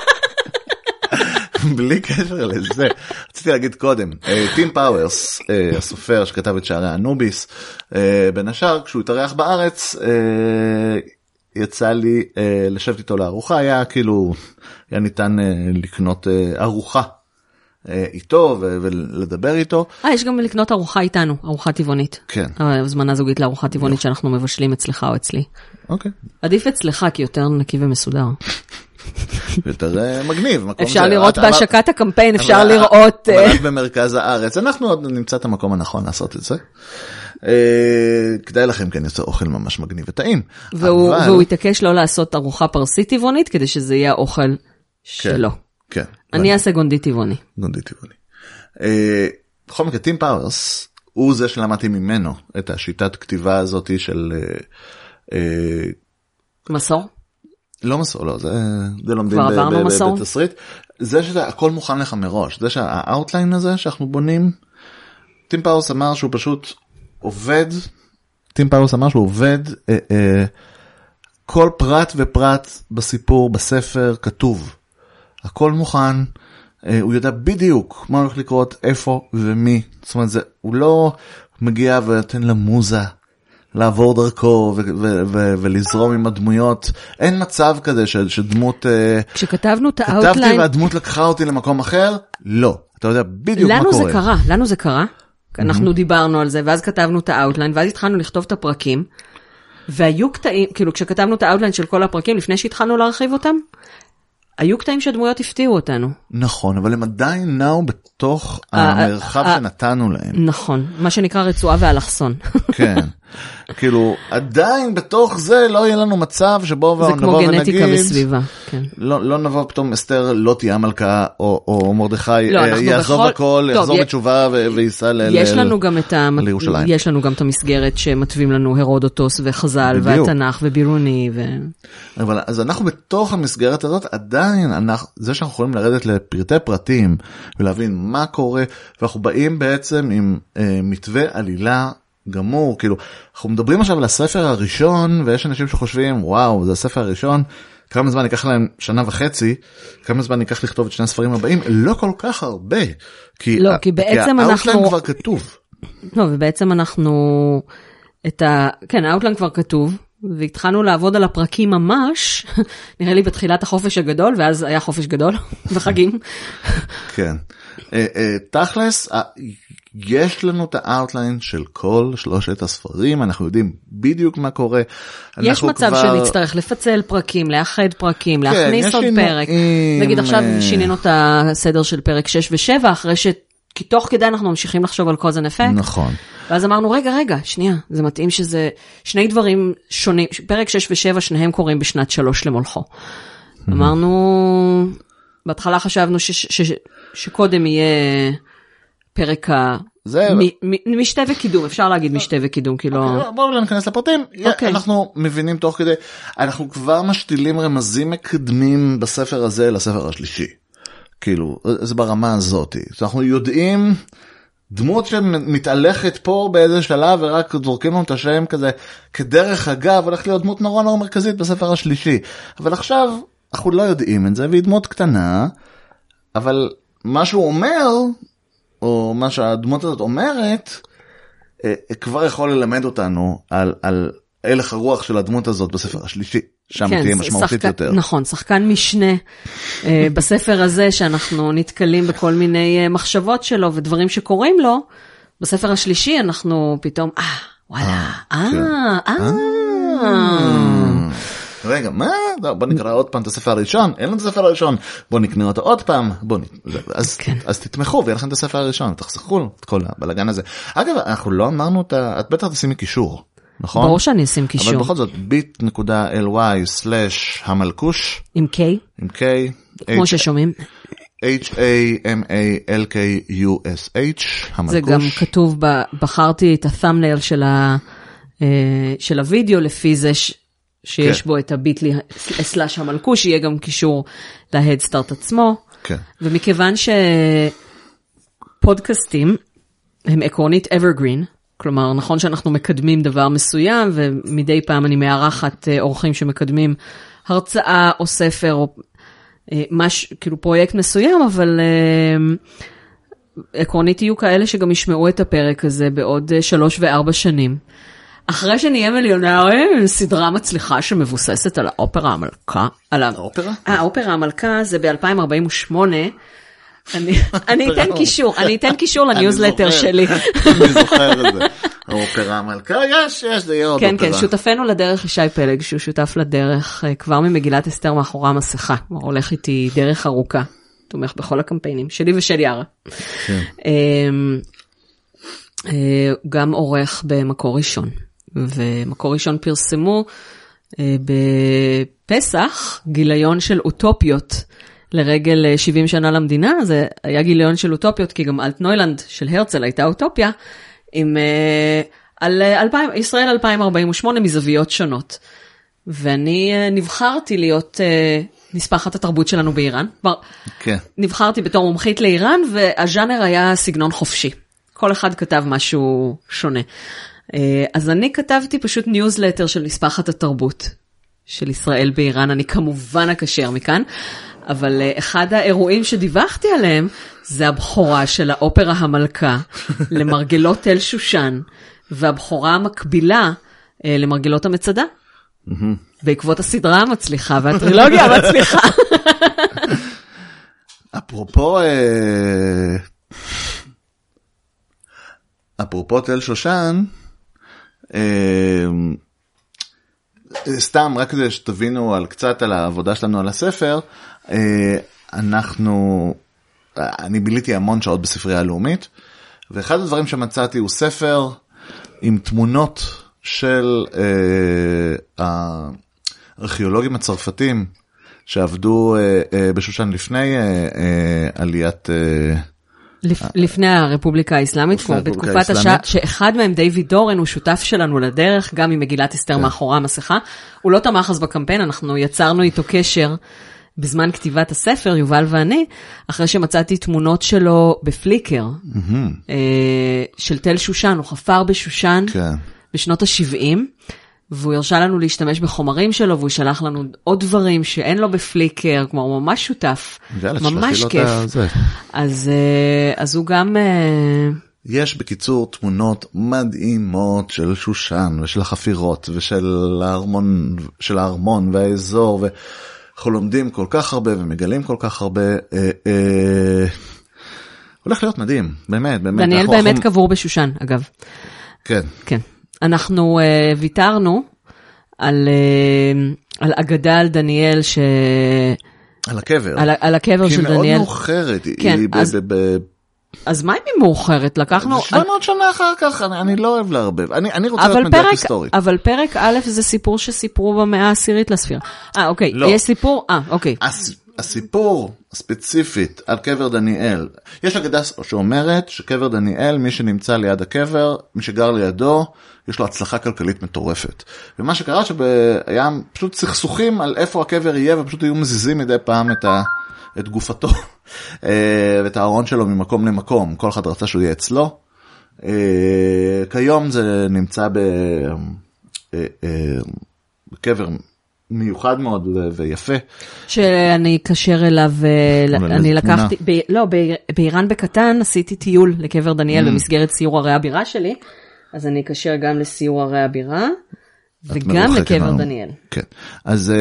S2: בלי קשר לזה. רציתי להגיד קודם, טים פאוורס, הסופר שכתב את שערי אנוביס, בין השאר, כשהוא התארח בארץ, יצא לי לשבת איתו לארוחה, היה כאילו, היה ניתן לקנות ארוחה איתו ולדבר איתו.
S3: אה, יש גם לקנות ארוחה איתנו, ארוחה טבעונית.
S2: כן.
S3: הזמנה זוגית לארוחה טבעונית שאנחנו מבשלים אצלך או אצלי.
S2: אוקיי.
S3: עדיף אצלך כי יותר נקי ומסודר.
S2: יותר מגניב.
S3: אפשר לראות בהשקת הקמפיין, אפשר לראות...
S2: אבל במרכז הארץ. אנחנו עוד נמצא את המקום הנכון לעשות את זה. כדאי לכם כן יוצא אוכל ממש מגניב וטעים.
S3: והוא יתעקש לא לעשות ארוחה פרסית טבעונית, כדי שזה יהיה האוכל שלו.
S2: כן.
S3: אני אעשה גונדי טבעוני.
S2: גונדי טבעוני. בכל מקרה, טים פאוורס, הוא זה שלמדתי ממנו את השיטת כתיבה הזאת של...
S3: מסור?
S2: לא מסור, לא, זה לומדים בתסריט. זה שזה הכל מוכן לך מראש, זה שהאוטליין הזה שאנחנו בונים, טים פאוורס אמר שהוא פשוט עובד, טים פאוורס אמר שהוא עובד, כל פרט ופרט בסיפור, בספר, כתוב. הכל מוכן, הוא יודע בדיוק מה הולך לקרות, איפה ומי. זאת אומרת, זה, הוא לא מגיע ונותן למוזה לעבור דרכו ו- ו- ו- ולזרום עם הדמויות. אין מצב כזה ש- שדמות...
S3: כשכתבנו את האוטליין...
S2: כתבתי והדמות לקחה אותי למקום אחר? לא. אתה יודע בדיוק מה קורה.
S3: לנו זה קרה, לנו זה קרה. אנחנו דיברנו על זה, ואז כתבנו את האוטליין, ואז התחלנו לכתוב את הפרקים, והיו קטעים, כאילו כשכתבנו את האוטליין של כל הפרקים, לפני שהתחלנו להרחיב אותם, היו קטעים שהדמויות הפתיעו אותנו.
S2: נכון, אבל הם עדיין נעו בתוך המרחב שנתנו להם.
S3: נכון, מה שנקרא רצועה ואלכסון.
S2: כן, כאילו, עדיין בתוך זה לא יהיה לנו מצב שבו נבוא ונגיד...
S3: זה כמו גנטיקה בסביבה, כן.
S2: לא נבוא פתאום אסתר לא תהיה המלכה, או מרדכי יעזוב הכל, יחזור בתשובה וייסע לירושלים.
S3: יש לנו גם את המסגרת שמתווים לנו הרודוטוס וחז"ל והתנ"ך ובירוני.
S2: אבל אז אנחנו בתוך המסגרת הזאת, עדיין זה שאנחנו יכולים לרדת לפרטי פרטים ולהבין מה קורה, ואנחנו באים בעצם עם מתווה עלילה גמור, כאילו, אנחנו מדברים עכשיו על הספר הראשון, ויש אנשים שחושבים, וואו, זה הספר הראשון, כמה זמן ייקח להם שנה וחצי, כמה זמן ייקח לכתוב את שני הספרים הבאים, לא כל כך הרבה, כי,
S3: לא, כי בעצם
S2: כי
S3: אנחנו...
S2: האוטליין כבר כתוב.
S3: לא, ובעצם אנחנו, את ה... כן, האוטליין כבר כתוב, והתחלנו לעבוד על הפרקים ממש, נראה לי בתחילת החופש הגדול, ואז היה חופש גדול, וחגים.
S2: כן. תכלס, יש לנו את האוטליין של כל שלושת הספרים, אנחנו יודעים בדיוק מה קורה.
S3: יש מצב כבר... שנצטרך לפצל פרקים, לאחד פרקים, כן, להכניס עוד פרק. נגיד עכשיו שינינו את הסדר של פרק שש ושבע, אחרי ש... כי תוך כדי אנחנו ממשיכים לחשוב על קוז אנד אפקט.
S2: נכון.
S3: ואז אמרנו, רגע, רגע, שנייה, זה מתאים שזה שני דברים שונים, פרק שש ושבע, שניהם קוראים בשנת שלוש למולכו. אמרנו, בהתחלה חשבנו ש, ש, ש, שקודם יהיה פרק ה...
S2: זה...
S3: מ, משתה וקידום, אפשר להגיד משתה וקידום, כי לא...
S2: בואו לא ניכנס לפרטים. אנחנו מבינים תוך כדי, אנחנו כבר משתילים רמזים מקדמים בספר הזה לספר השלישי. כאילו, זה ברמה הזאת. אנחנו יודעים דמות שמתהלכת פה באיזה שלב, ורק זורקים לנו את השם כזה, כדרך אגב, הולכת להיות דמות נורא נורא מרכזית בספר השלישי. אבל עכשיו, אנחנו לא יודעים את זה, והיא דמות קטנה, אבל מה שהוא אומר, או מה שהדמות הזאת אומרת, כבר יכול ללמד אותנו על, על הלך הרוח של הדמות הזאת בספר השלישי. שם כן, תהיה משמעותית שחק... יותר.
S3: נכון, שחקן משנה uh, בספר הזה שאנחנו נתקלים בכל מיני uh, מחשבות שלו ודברים שקורים לו, בספר השלישי אנחנו פתאום, אה, וואלה, אה, אה.
S2: רגע, מה? בוא נקרא עוד פעם את הספר הראשון, אין לנו את הספר הראשון, בוא נקנה אותו עוד פעם, בוא נ... אז, כן. אז תתמכו ויהיה לכם את הספר הראשון, תחסכו את כל הבלגן הזה. אגב, אנחנו לא אמרנו את ה... את בטח תשימי קישור. נכון?
S3: ברור שאני אשים קישור.
S2: אבל בכל זאת, bit.ly slash המלכוש.
S3: עם K.
S2: עם K.
S3: כמו ששומעים.
S2: H-A-M-A-L-K-U-S-H, המלכוש.
S3: זה גם כתוב, בחרתי את ה-thumbnail של, ה, של הוידאו, לפי זה ש, שיש כן. בו את הביטלי סלאש המלכוש, יהיה גם קישור להדסטארט עצמו.
S2: כן.
S3: ומכיוון שפודקאסטים הם עקרונית evergreen, כלומר, נכון שאנחנו מקדמים דבר מסוים, ומדי פעם אני מארחת אורחים שמקדמים הרצאה או ספר, או מש, כאילו פרויקט מסוים, אבל עקרונית יהיו כאלה שגם ישמעו את הפרק הזה בעוד שלוש וארבע שנים. אחרי שנהיה מיליונרים, סדרה מצליחה שמבוססת על האופרה המלכה. על
S2: האופרה?
S3: האופרה המלכה זה ב-אלפיים ארבעים ושמונה, אני, אני אתן קישור, אני אתן קישור לניוזלטר שלי.
S2: אני זוכר את זה. האופרה המלכה, יש, יש, זה יהיה עוד
S3: כן,
S2: אופרה.
S3: כן, שותפנו לדרך ישי פלג, שהוא שותף לדרך כבר ממגילת אסתר מאחורי המסכה. הוא הולך איתי דרך ארוכה, תומך בכל הקמפיינים, שלי ושל יארה.
S2: כן.
S3: גם עורך במקור ראשון, ומקור ראשון פרסמו בפסח גיליון של אוטופיות, לרגל שבעים שנה למדינה, זה היה גיליון של אוטופיות, כי גם אלטנוילנד של הרצל הייתה אוטופיה, עם, uh, על אלפיים, ישראל אלפיים ארבעים ושמונה מזוויות שונות. ואני uh, נבחרתי להיות uh, נספחת התרבות שלנו באיראן.
S2: כן.
S3: נבחרתי בתור מומחית לאיראן, והז'אנר היה סגנון חופשי. כל אחד כתב משהו שונה. Uh, אז אני כתבתי פשוט ניוזלטר של נספחת התרבות של ישראל באיראן, אני כמובן אקשר מכאן, אבל אחד האירועים שדיווחתי עליהם, זה הבחורה של האופרה המלכה, למרגלות תל שושן, והבחורה המקבילה למרגלות המצדה, בעקבות הסדרה המצליחה, והטרילוגיה המצליחה.
S2: אפרופו, אפרופו תל שושן, סתם, רק כדי שתבינו על קצת על העבודה שלנו על הספר, אנחנו, אני ביליתי המון שעות בספרייה הלאומית, ואחד הדברים שמצאתי הוא ספר עם תמונות של הארכיאולוגים הצרפתים, שעבדו בשושן לפני עליית...
S3: לפני הרפובליקה האסלאמית, כבר בתקופת השעה, שאחד מהם, דיוויד דורן, הוא שותף שלנו לדרך, גם עם מגילת אסתר מאחורי המסכה. הוא לא תמך אז בקמפיין, אנחנו יצרנו איתו קשר בזמן כתיבת הספר, יובל ואני, אחרי שמצאתי תמונות שלו בפליקר, של תל שושן, הוא חפר בשושן בשנות ה-שבעים, והוא הרשה לנו להשתמש בחומרים שלו, והוא שלח לנו עוד דברים שאין לו בפליקר, כמו הוא ממש שותף, ממש כיף. אז, אז הוא גם...
S2: יש בקיצור תמונות מדהימות של שושן, ושל החפירות, ושל הארמון, של הארמון והאזור, ואנחנו לומדים כל כך הרבה, ומגלים כל כך הרבה, אה, אה, הולך להיות מדהים, באמת, באמת.
S3: דניאל באמת אנחנו... קבור בשושן, אגב.
S2: כן.
S3: כן. אנחנו uh, ויתרנו על, uh, על אגדה על דניאל ש...
S2: על הקבר.
S3: על, על הקבר של דניאל.
S2: היא מאוד מאוחרת.
S3: כן,
S2: היא
S3: אז,
S2: ב, ב,
S3: אז מה אם היא מאוחרת? לקחנו...
S2: שבע מאות שנה אחר כך, אני, אני לא אוהב להרבב. אני, אני רוצה להיות מדויק היסטורית.
S3: אבל פרק א' זה סיפור שסיפרו במאה העשירית לספירה. אה, אוקיי. לא. יש סיפור? אה, אוקיי.
S2: הס, הסיפור הספציפית על קבר דניאל, יש אגדה שאומרת שקבר דניאל, מי שנמצא ליד הקבר, מי שגר לידו, יש לו הצלחה כלכלית מטורפת. ומה שקרה שהיה פשוט סכסוכים על איפה הקבר יהיה, ופשוט היו מזיזים מדי פעם את, ה, את גופתו, ואת הארון שלו ממקום למקום. כל אחד רצה שהוא יהיה אצלו. כיום זה נמצא בקבר מיוחד מאוד ויפה.
S3: שאני אקשר אליו, אני לקחתי, ב, לא, באיראן בקטן עשיתי טיול לקבר דניאל mm. במסגרת סיור הרי הבירה שלי, אז אני אקשר גם לסיור הרי הבירה, וגם לקבר דניאל.
S2: כן, אז,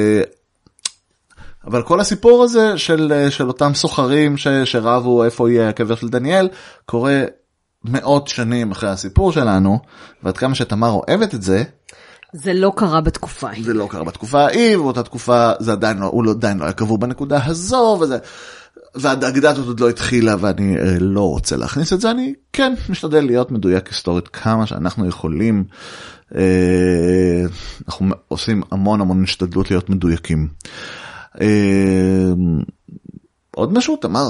S2: אבל כל הסיפור הזה של, של אותם סוחרים ש, שרבו איפה יהיה הקבר של דניאל, קורה מאות שנים אחרי הסיפור שלנו, ועד כמה שתמר אוהבת את זה,
S3: זה לא קרה בתקופה ההיא.
S2: זה לא קרה בתקופה ההיא, ובאותה תקופה זה עדיין לא, הוא עדיין לא היה קבור בנקודה הזו, וזה, והאגדה הזאת עוד לא התחילה, ואני אה, לא רוצה להכניס את זה, אני כן משתדל להיות מדויק היסטורית כמה שאנחנו יכולים, אה, אנחנו עושים המון המון השתדלות להיות מדויקים. אה, עוד משהו, תמר?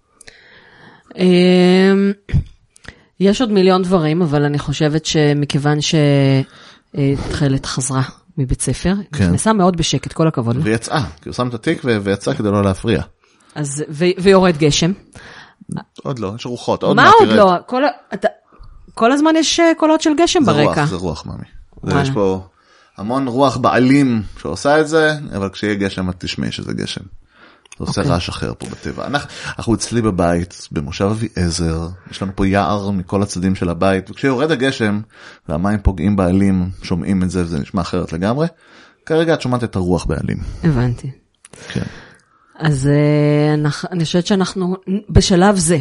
S3: אה, יש עוד מיליון דברים, אבל אני חושבת שמכיוון ש... תחילת חזרה מבית ספר, נכנסה מאוד בשקט, כל הכבוד.
S2: ויצאה, כי הוא שם את התיק ויצאה כדי לא להפריע.
S3: אז, ויורד גשם.
S2: עוד לא, יש רוחות, עוד
S3: מה עוד לא? כל הזמן יש קולות של גשם ברקע.
S2: זה רוח, זה רוח, מאמי. יש פה המון רוח בעלים שעושה את זה, אבל כשיהיה גשם, את תשמעי שזה גשם. זה עושה רעש אחר פה בטבע. אנחנו אצלי בבית, במושב אביעזר, יש לנו פה יער מכל הצדדים של הבית, וכשיורד הגשם, והמים פוגעים בעלים, שומעים את זה, וזה נשמע אחרת לגמרי. כרגע את שומעת את הרוח בעלים.
S3: הבנתי.
S2: כן.
S3: אז אני חושבת שאנחנו בשלב זה,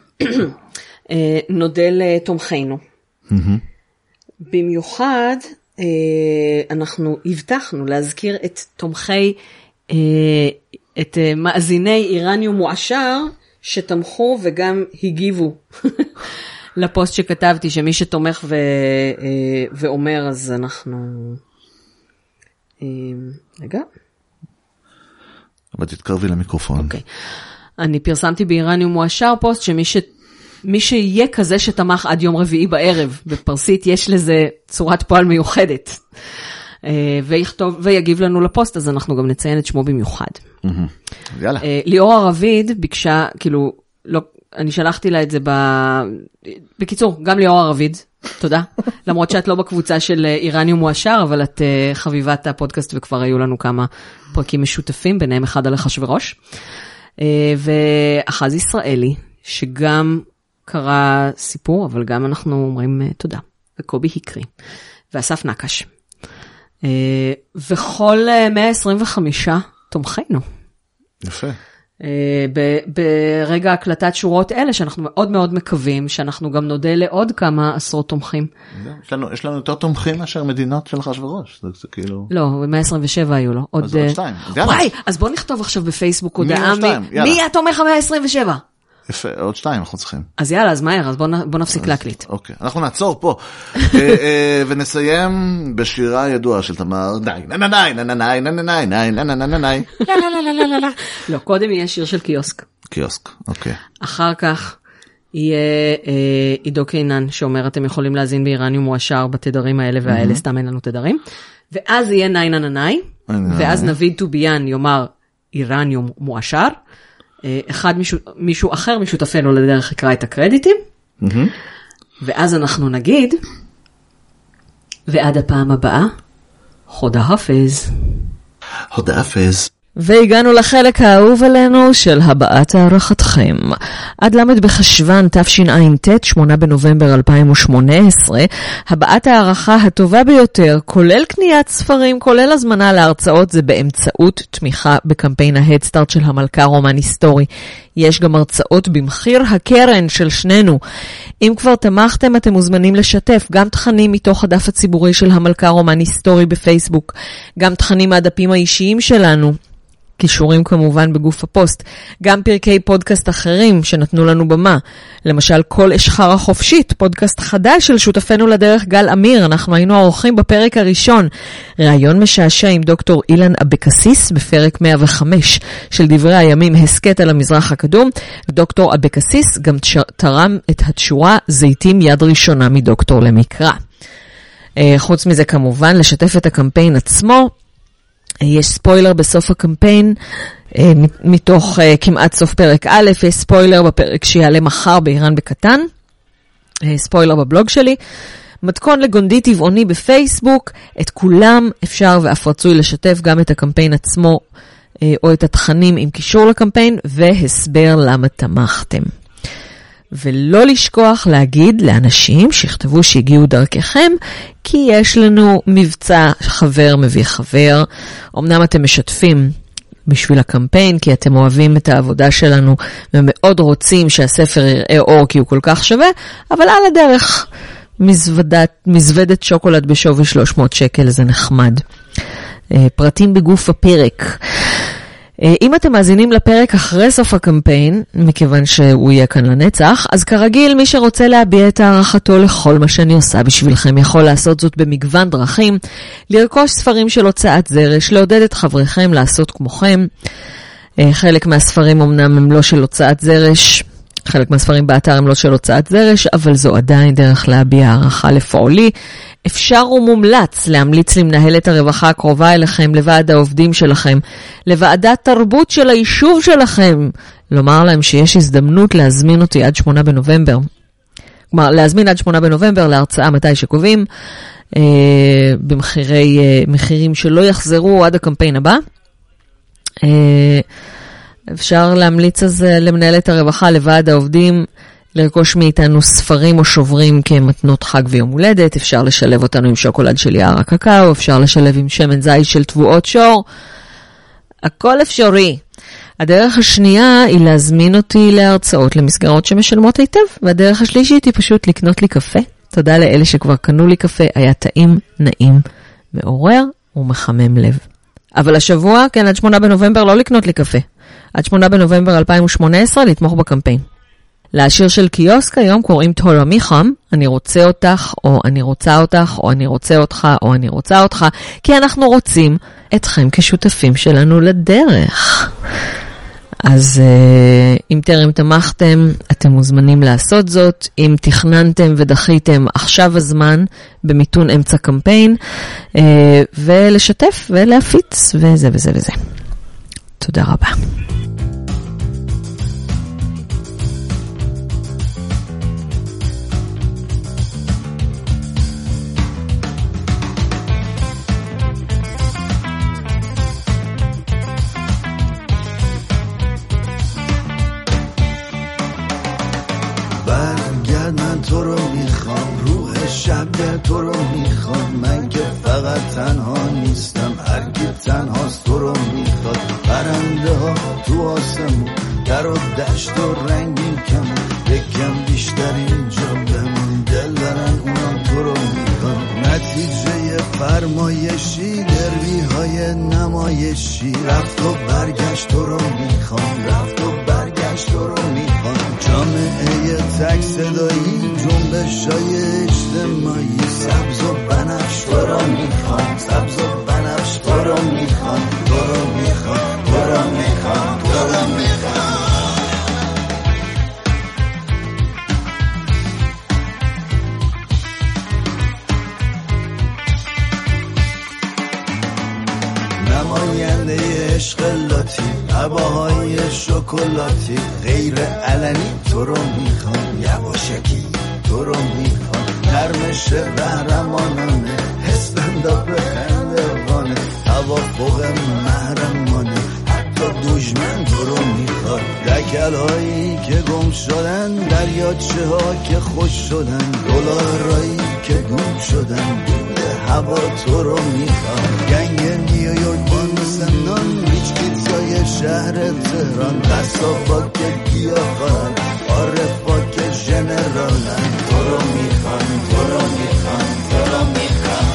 S3: נודה לתומכינו. במיוחד, אנחנו הבטחנו להזכיר את תומכי את מאזיני איראניום מועשר, שתמכו וגם הגיבו לפוסט שכתבתי, שמי שתומך ו... ואומר, אז אנחנו... רגע.
S2: אבל תתקרבי למיקרופון.
S3: אוקיי. אני פרסמתי באיראניום מועשר פוסט, שמי ש... מי שיהיה כזה שתמך עד יום רביעי בערב, בפרסית יש לזה צורת פועל מיוחדת. ויכתוב, ויגיב לנו לפוסט, אז אנחנו גם נציין את שמו במיוחד.
S2: יאללה.
S3: ליאור ערביד ביקשה, כאילו, לא, אני שלחתי לה את זה ב... בקיצור, גם ליאור ערביד, תודה. למרות שאת לא בקבוצה של איראניום מועשר, אבל את חביבת הפודקאסט, וכבר היו לנו כמה פרקים משותפים, ביניהם אחד על אחשוורוש. ואחז ישראלי, שגם קרא סיפור, אבל גם אנחנו אומרים תודה. וקובי הקריא. ואסף נקש. וכל מאה עשרים וחמש תומכינו.
S2: יפה.
S3: ברגע הקלטת שורות אלה, שאנחנו מאוד מאוד מקווים, שאנחנו גם נודה לעוד כמה עשרות תומכים.
S2: יש לנו, יש לנו יותר תומכים מאשר מדינות של אחשוורוש, זה כאילו...
S3: לא, מאה עשרים ושבע היו לו.
S2: אז עוד שתיים.
S3: וואי, אז בוא נכתוב עכשיו בפייסבוק הודעה, מי התומך ה-מאה עשרים ושבע?
S2: יפה, עוד שתיים אנחנו צריכים.
S3: אז יאללה, אז מהר, אז בוא נפסיק להקליט.
S2: אוקיי, אנחנו נעצור פה, ונסיים בשירה ידועה של תמר, די, נננאי, נננאי, נננאי, נננאי,
S3: לא, קודם יהיה שיר של קיוסק.
S2: קיוסק, אוקיי.
S3: אחר כך יהיה עידו קינן, שאומר, אתם יכולים להזין באיראניום מועשר בתדרים האלה והאלה, סתם אין לנו תדרים, ואז יהיה ניי נננאי, ואז נביד טוביאן יאמר איראניום מועשר, אחד מישהו, מישהו אחר משותפנו לדרך יקרא את הקרדיטים, mm-hmm. ואז אנחנו נגיד, ועד הפעם הבאה, חודה חפז.
S2: חודה חפז.
S3: והגענו לחלק האהוב עלינו של הבעת הערכתכם. עד למד בחשוון תשע"ט, שמונה בנובמבר אלפיים ושמונה עשרה, הבעת הערכה הטובה ביותר, כולל קניית ספרים, כולל הזמנה להרצאות, זה באמצעות תמיכה בקמפיין ההדסטארט של המלכה רומן היסטורי. יש גם הרצאות במחיר הקרן של שנינו. אם כבר תמכתם, אתם מוזמנים לשתף גם תכנים מתוך הדף הציבורי של המלכה רומן היסטורי בפייסבוק, גם תכנים מהדפים האישיים שלנו, קישורים כמובן בגוף הפוסט, גם פרקי פודקאסט אחרים שנתנו לנו במה, למשל כל אשחר החופשית, פודקאסט חדש של שותפנו לדרך גל אמיר, אנחנו היינו עורכים בפרק הראשון, ראיון משעשע עם דוקטור אילן אבקסיס בפרק מאה וחמש של דברי הימים הסקט על המזרח הקדום, דוקטור אבקסיס גם תרם את התשורה זיתים יד ראשונה מדוקטור למקרא. חוץ מזה כמובן לשתף את הקמפיין עצמו, יש ספוילר בסוף הקמפיין, מתוך כמעט סוף פרק א', יש ספוילר בפרק שיעלה מחר באיראן בקטן, ספוילר בבלוג שלי, מתכון לגונדי טבעוני בפייסבוק, את כולם אפשר ואף רצוי לשתף גם את הקמפיין עצמו, או את התכנים עם קישור לקמפיין, והסבר למה תמכתם. ולא לשכוח להגיד לאנשים שיכתבו שהגיעו דרככם, כי יש לנו מבצע חבר מביא חבר. אמנם אתם משתפים בשביל הקמפיין, כי אתם אוהבים את העבודה שלנו, ומאוד רוצים שהספר יראה אור כי הוא כל כך שווה, אבל על הדרך מזוודת, מזוודת שוקולד בשווי שלוש מאות שקל, זה נחמד. פרטים בגוף הפרק. אם אתם מאזינים לפרק אחרי סוף הקמפיין, מכיוון שהוא יהיה כאן לנצח, אז כרגיל מי שרוצה להביע את הערכתו לכל מה שאני עושה בשבילכם יכול לעשות זאת במגוון דרכים, לרכוש ספרים של הוצאת זרש, לעודד את חבריכם לעשות כמוכם. חלק מהספרים אמנם הם לא של הוצאת זרש, חלק מהספרים באתר הם לא של הוצאת זרש, אבל זו עדיין דרך להביע הערכה לפעולי. אפשר ומומלץ להמליץ למנהלת הרווחה הקרובה אליכם, לוועד העובדים שלכם, לוועדת תרבות של היישוב שלכם, לומר להם שיש הזדמנות להזמין אותי עד שמונה בנובמבר. כלומר, להזמין עד שמונה בנובמבר להרצאה מתי שקובעים, אה, במחירי, אה, מחירים שלא יחזרו עד הקמפיין הבא. אה, אפשר להמליץ אז למנהלת הרווחה, לוועד העובדים, לרכוש מאיתנו ספרים או שוברים כמתנות חג ויום הולדת, אפשר לשלב אותנו עם שוקולד של יער הקקאו, אפשר לשלב עם שמן זית של תבואות שור, הכל אפשרי. הדרך השנייה היא להזמין אותי להרצאות למסגרות שמשלמות היטב, והדרך השלישית היא פשוט לקנות לי קפה. תודה לאלה שכבר קנו לי קפה, היה טעים, נעים, מעורר ומחמם לב. אבל השבוע, כן, עד שמונה בנובמבר לא לקנות לי קפה. עד שמונה בנובמבר אלפיים ושמונה עשרה לתמוך בקמפיין. לשיר של קיוסק היום קוראים תולה מיחם, אני רוצה אותך, או אני רוצה אותך, או אני רוצה אותך, או אני רוצה אותך, כי אנחנו רוצים אתכם כשותפים שלנו לדרך. אז אם טרם תמכתם, אתם מוזמנים לעשות זאת. אם תכננתם ודחיתם, עכשיו הזמן במיתון אמצע קמפיין, ולשתף ולהפיץ, וזה וזה וזה. תודה רבה.
S9: تو رو میخوام روح شب تو رو میخوام من که فقط تنها نیستم هر کی تنهاست تو رو میخواد پرنده ها تو آسمون در و دشت و رنگین کمون یکم بیشتر اینجا بمون دل دارن اونم تو رو میخوان نتیجه فرمایشی دروی های نمایشی رفت و برگشت تو رو میخوان رفت و برگشت تو رو میخوان جامعه تک صدایی جنبش های اجتماعی سبز و بنفش تو رو میخوان سبز و بنفش تو رو میخوان تو رو میخوان تو رو میخوان تو رو میخوان نماینده عشق لاتی عباهای شکلاتی غیر علنی تو رو میخوان یواشکی تو رو میخوان نرمش قهرمانانه استنداپ خندوانه توافق محرمانه حتی دشمن تو رو میخواد دکل هایی که گم شدن دریاچه ها که خوش شدن دلارایی که گم شدن دوده هوا تو رو میخواد گنگ نیویورک بان سنان هیچ پیتزای شهر تهران قصابا که گیاهان عارفا که ژنرالن تو رو میخوان تو رو میخوان تو رو میخوان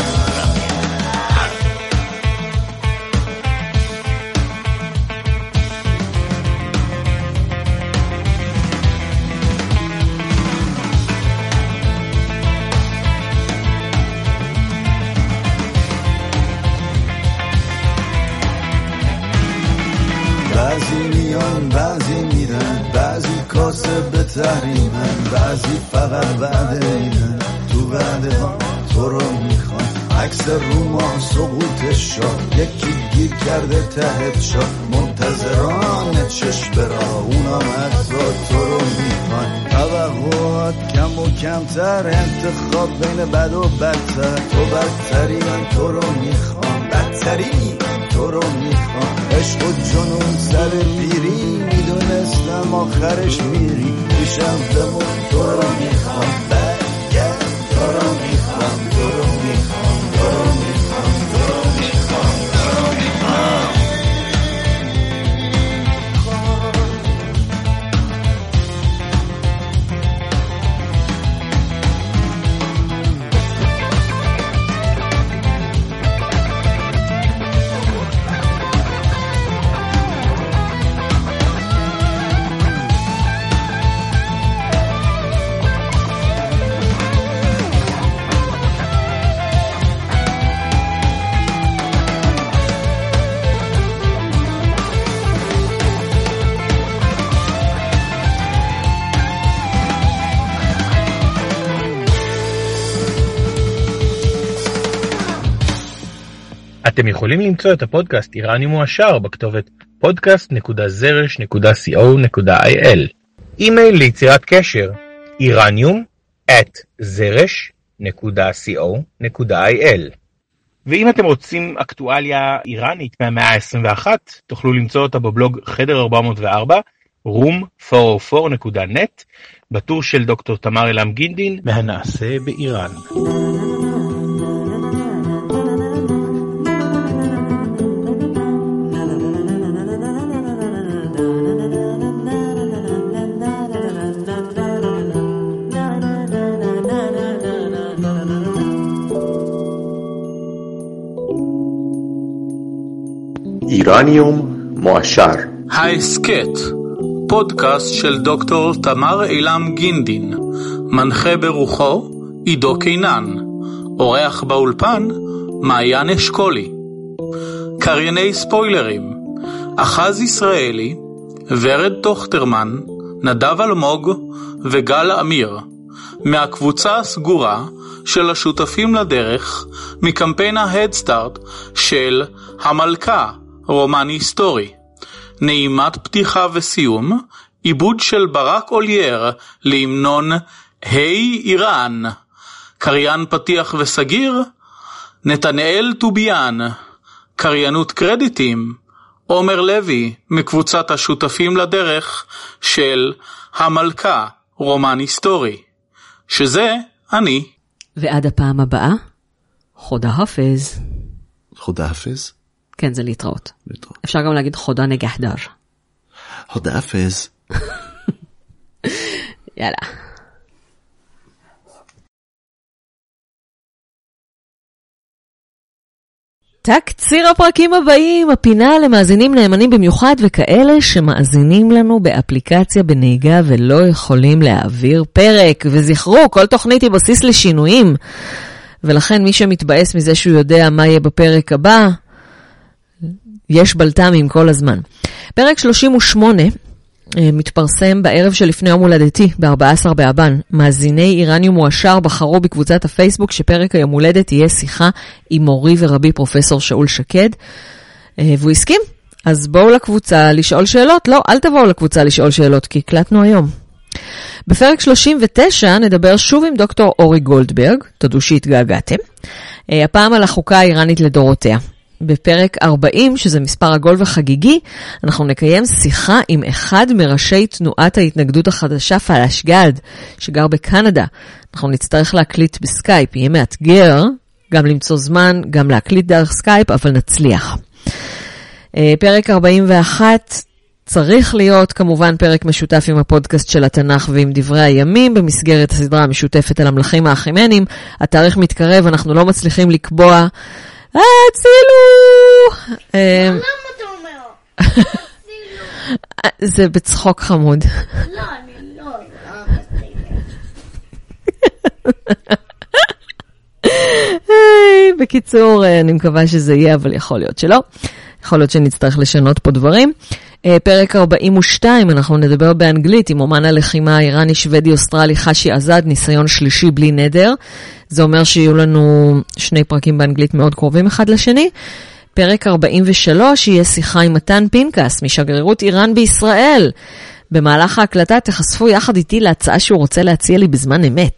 S9: بعضی میان بعضی میرن بعضی کاسب تحریمن بعضی فقط وعده میدن تو وعده ها تو رو میخوان عکس روما سقوطش شا یکی گیر کرده تحت شا منتظران چشم برا اونا حتی تو رو میخوان توقعات کم و کمتر انتخاب بین بد و بدتر تو بدتری من تو رو میخوان بدتری تو رو میخوام عشق و جنون سر پیری میدونستم آخرش میری پیشم بمون تو رو میخوام برگرد تو رو میخوام تو رو میخوام تو رو میخوام تو رو میخوام تو رو میخوام
S10: אתם יכולים למצוא את הפודקאסט איראני מועשר בכתובת פודקאסט נקודה זרש נקודה סי או נקודה איי אל. אימייל ליצירת קשר איראניום את זרש נקודה סי או נקודה איי אל. ואם אתם רוצים אקטואליה איראנית מהמאה ה-עשרים ואחת, תוכלו למצוא אותה בבלוג חדר ארבע מאות וארבע, רום ארבע מאות וארבע נקודה נט, בטור של דוקטור תמר אילם גינדין, מהנעשה באיראן.
S4: איראניום מועשר.
S11: ההסכת, פודקאסט של דוקטור תמר אילם גינדין, מנחה ברוחו עידו קינן, אורח באולפן מעיין אשכולי. קרייני ספוילרים, אחז ישראלי, ורד טוכטרמן, נדב אלמוג וגל אמיר, מהקבוצה הסגורה של השותפים לדרך מקמפיין ההדסטארט של המלכה, רומן היסטורי. נעימת פתיחה וסיום, עיבוד של ברק אולייר להמנון היי איראן. קריין פתיח וסגיר, נתנאל טוביאן. קריינות קרדיטים, עומר לוי מקבוצת השותפים לדרך של המלכה, רומן היסטורי. שזה אני.
S3: ועד הפעם הבאה, חודה חפז.
S2: חודה חפז?
S3: כן, זה להתראות.
S2: להתראות.
S3: אפשר גם להגיד חודה נגחדר.
S2: חודה חפז.
S3: יאללה. תקציר הפרקים הבאים, הפינה למאזינים נאמנים במיוחד וכאלה שמאזינים לנו באפליקציה בנהיגה ולא יכולים להעביר פרק. וזכרו, כל תוכנית היא בסיס לשינויים. ולכן מי שמתבאס מזה שהוא יודע מה יהיה בפרק הבא, יש בלת"מים כל הזמן. פרק שלושים ושמונה מתפרסם בערב שלפני יום הולדתי, ב-ארבעה עשר באבן. מאזיני איראניום מועשר בחרו בקבוצת הפייסבוק שפרק היום הולדת יהיה שיחה עם מורי ורבי פרופסור שאול שקד, והוא הסכים. אז בואו לקבוצה לשאול שאלות. לא, אל תבואו לקבוצה לשאול שאלות, כי הקלטנו היום. בפרק שלושים ותשע נדבר שוב עם דוקטור אורי גולדברג, תודו שהתגעגעתם, הפעם על החוקה האיראנית לדורותיה. בפרק ארבעים, שזה מספר עגול וחגיגי, אנחנו נקיים שיחה עם אחד מראשי תנועת ההתנגדות החדשה, פלאשגד, שגר בקנדה. אנחנו נצטרך להקליט בסקייפ, יהיה מאתגר, גם למצוא זמן, גם להקליט דרך סקייפ, אבל נצליח. פרק ארבעים ואחת, צריך להיות כמובן פרק משותף עם הפודקאסט של התנ"ך ועם דברי הימים, במסגרת הסדרה המשותפת על המלכים האחימנים. התאריך מתקרב, אנחנו לא מצליחים לקבוע, הצילו!
S1: למה אתה אומר?
S3: זה בצחוק חמוד.
S1: לא, אני לא.
S3: בקיצור, אני מקווה שזה יהיה, אבל יכול להיות שלא. יכול להיות שנצטרך לשנות פה דברים. פרק ארבעים ושתיים, אנחנו נדבר באנגלית עם אומן הלחימה האיראני שוודי אוסטרלי חשי עזד, ניסיון שלישי בלי נדר. זה אומר שיהיו לנו שני פרקים באנגלית מאוד קרובים אחד לשני. פרק ארבעים ושלוש יהיה שיחה עם מתן פינקס משגרירות איראן בישראל. במהלך ההקלטה תחשפו יחד איתי להצעה שהוא רוצה להציע לי בזמן אמת.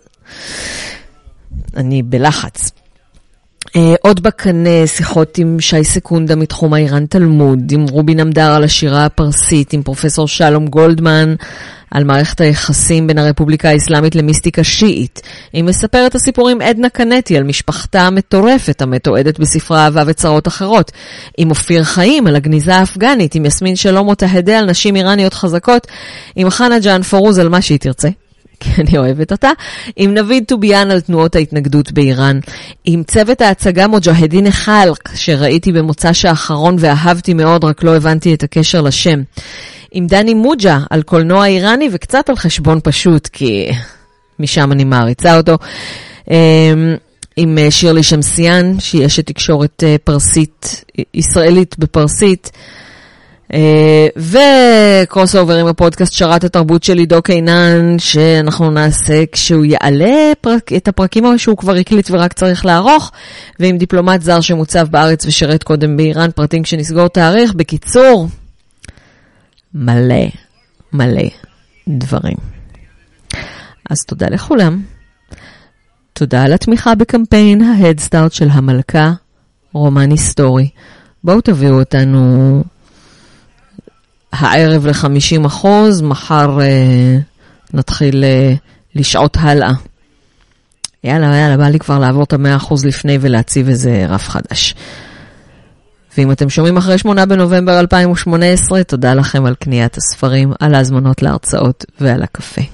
S3: אני בלחץ. עוד בקנה שיחות עם שי סקונדה מתחום האיראן תלמוד, עם רובין עמדר על השירה הפרסית, עם פרופסור שלום גולדמן על מערכת היחסים בין הרפובליקה האסלאמית למיסטיקה שיעית. היא מספרת הסיפורים עדנה קנטי על משפחתה המטורפת המתועדת בספרה אהבה וצרות אחרות, עם אופיר חיים על הגניזה האפגנית, עם יסמין שלום אותהדה על נשים איראניות חזקות, עם חנה ג'אן פורוז על מה שהיא תרצה, כי אני אוהבת אותה, עם נביד טוביאן על תנועות ההתנגדות באיראן, עם צוות ההצגה מוג'הדין חלק, שראיתי במוצא האחרון ואהבתי מאוד, רק לא הבנתי את הקשר לשם, עם דני מוג'ה על קולנוע איראני וקצת על חשבון פשוט, כי משם אני מעריצה אותו, עם שירלי שמסיאן, שהיא אשת תקשורת פרסית, ישראלית בפרסית, וקרוס אובר עם הפודקאסט שרת התרבות של עידו קינן, שאנחנו נעשה כשהוא יעלה את הפרקים שהוא כבר הקליט ורק צריך לערוך, ועם דיפלומט זר שמוצב בארץ ושרת קודם באיראן, פרטים כשנסגור תאריך. בקיצור, מלא מלא דברים. אז תודה לכולם. תודה על התמיכה בקמפיין ההדסטארט של המלכה, רומן היסטורי. בואו תביאו אותנו הערב ל-חמישים אחוז, מחר אה, נתחיל אה, לשעות הלאה. יאללה, יאללה, בא לי כבר לעבור את ה-מאה אחוז לפני ולהציב איזה רף חדש. ואם אתם שומעים אחרי שמונה בנובמבר אלפיים ושמונה עשרה, תודה לכם על קניית הספרים, על ההזמנות להרצאות ועל הקפה.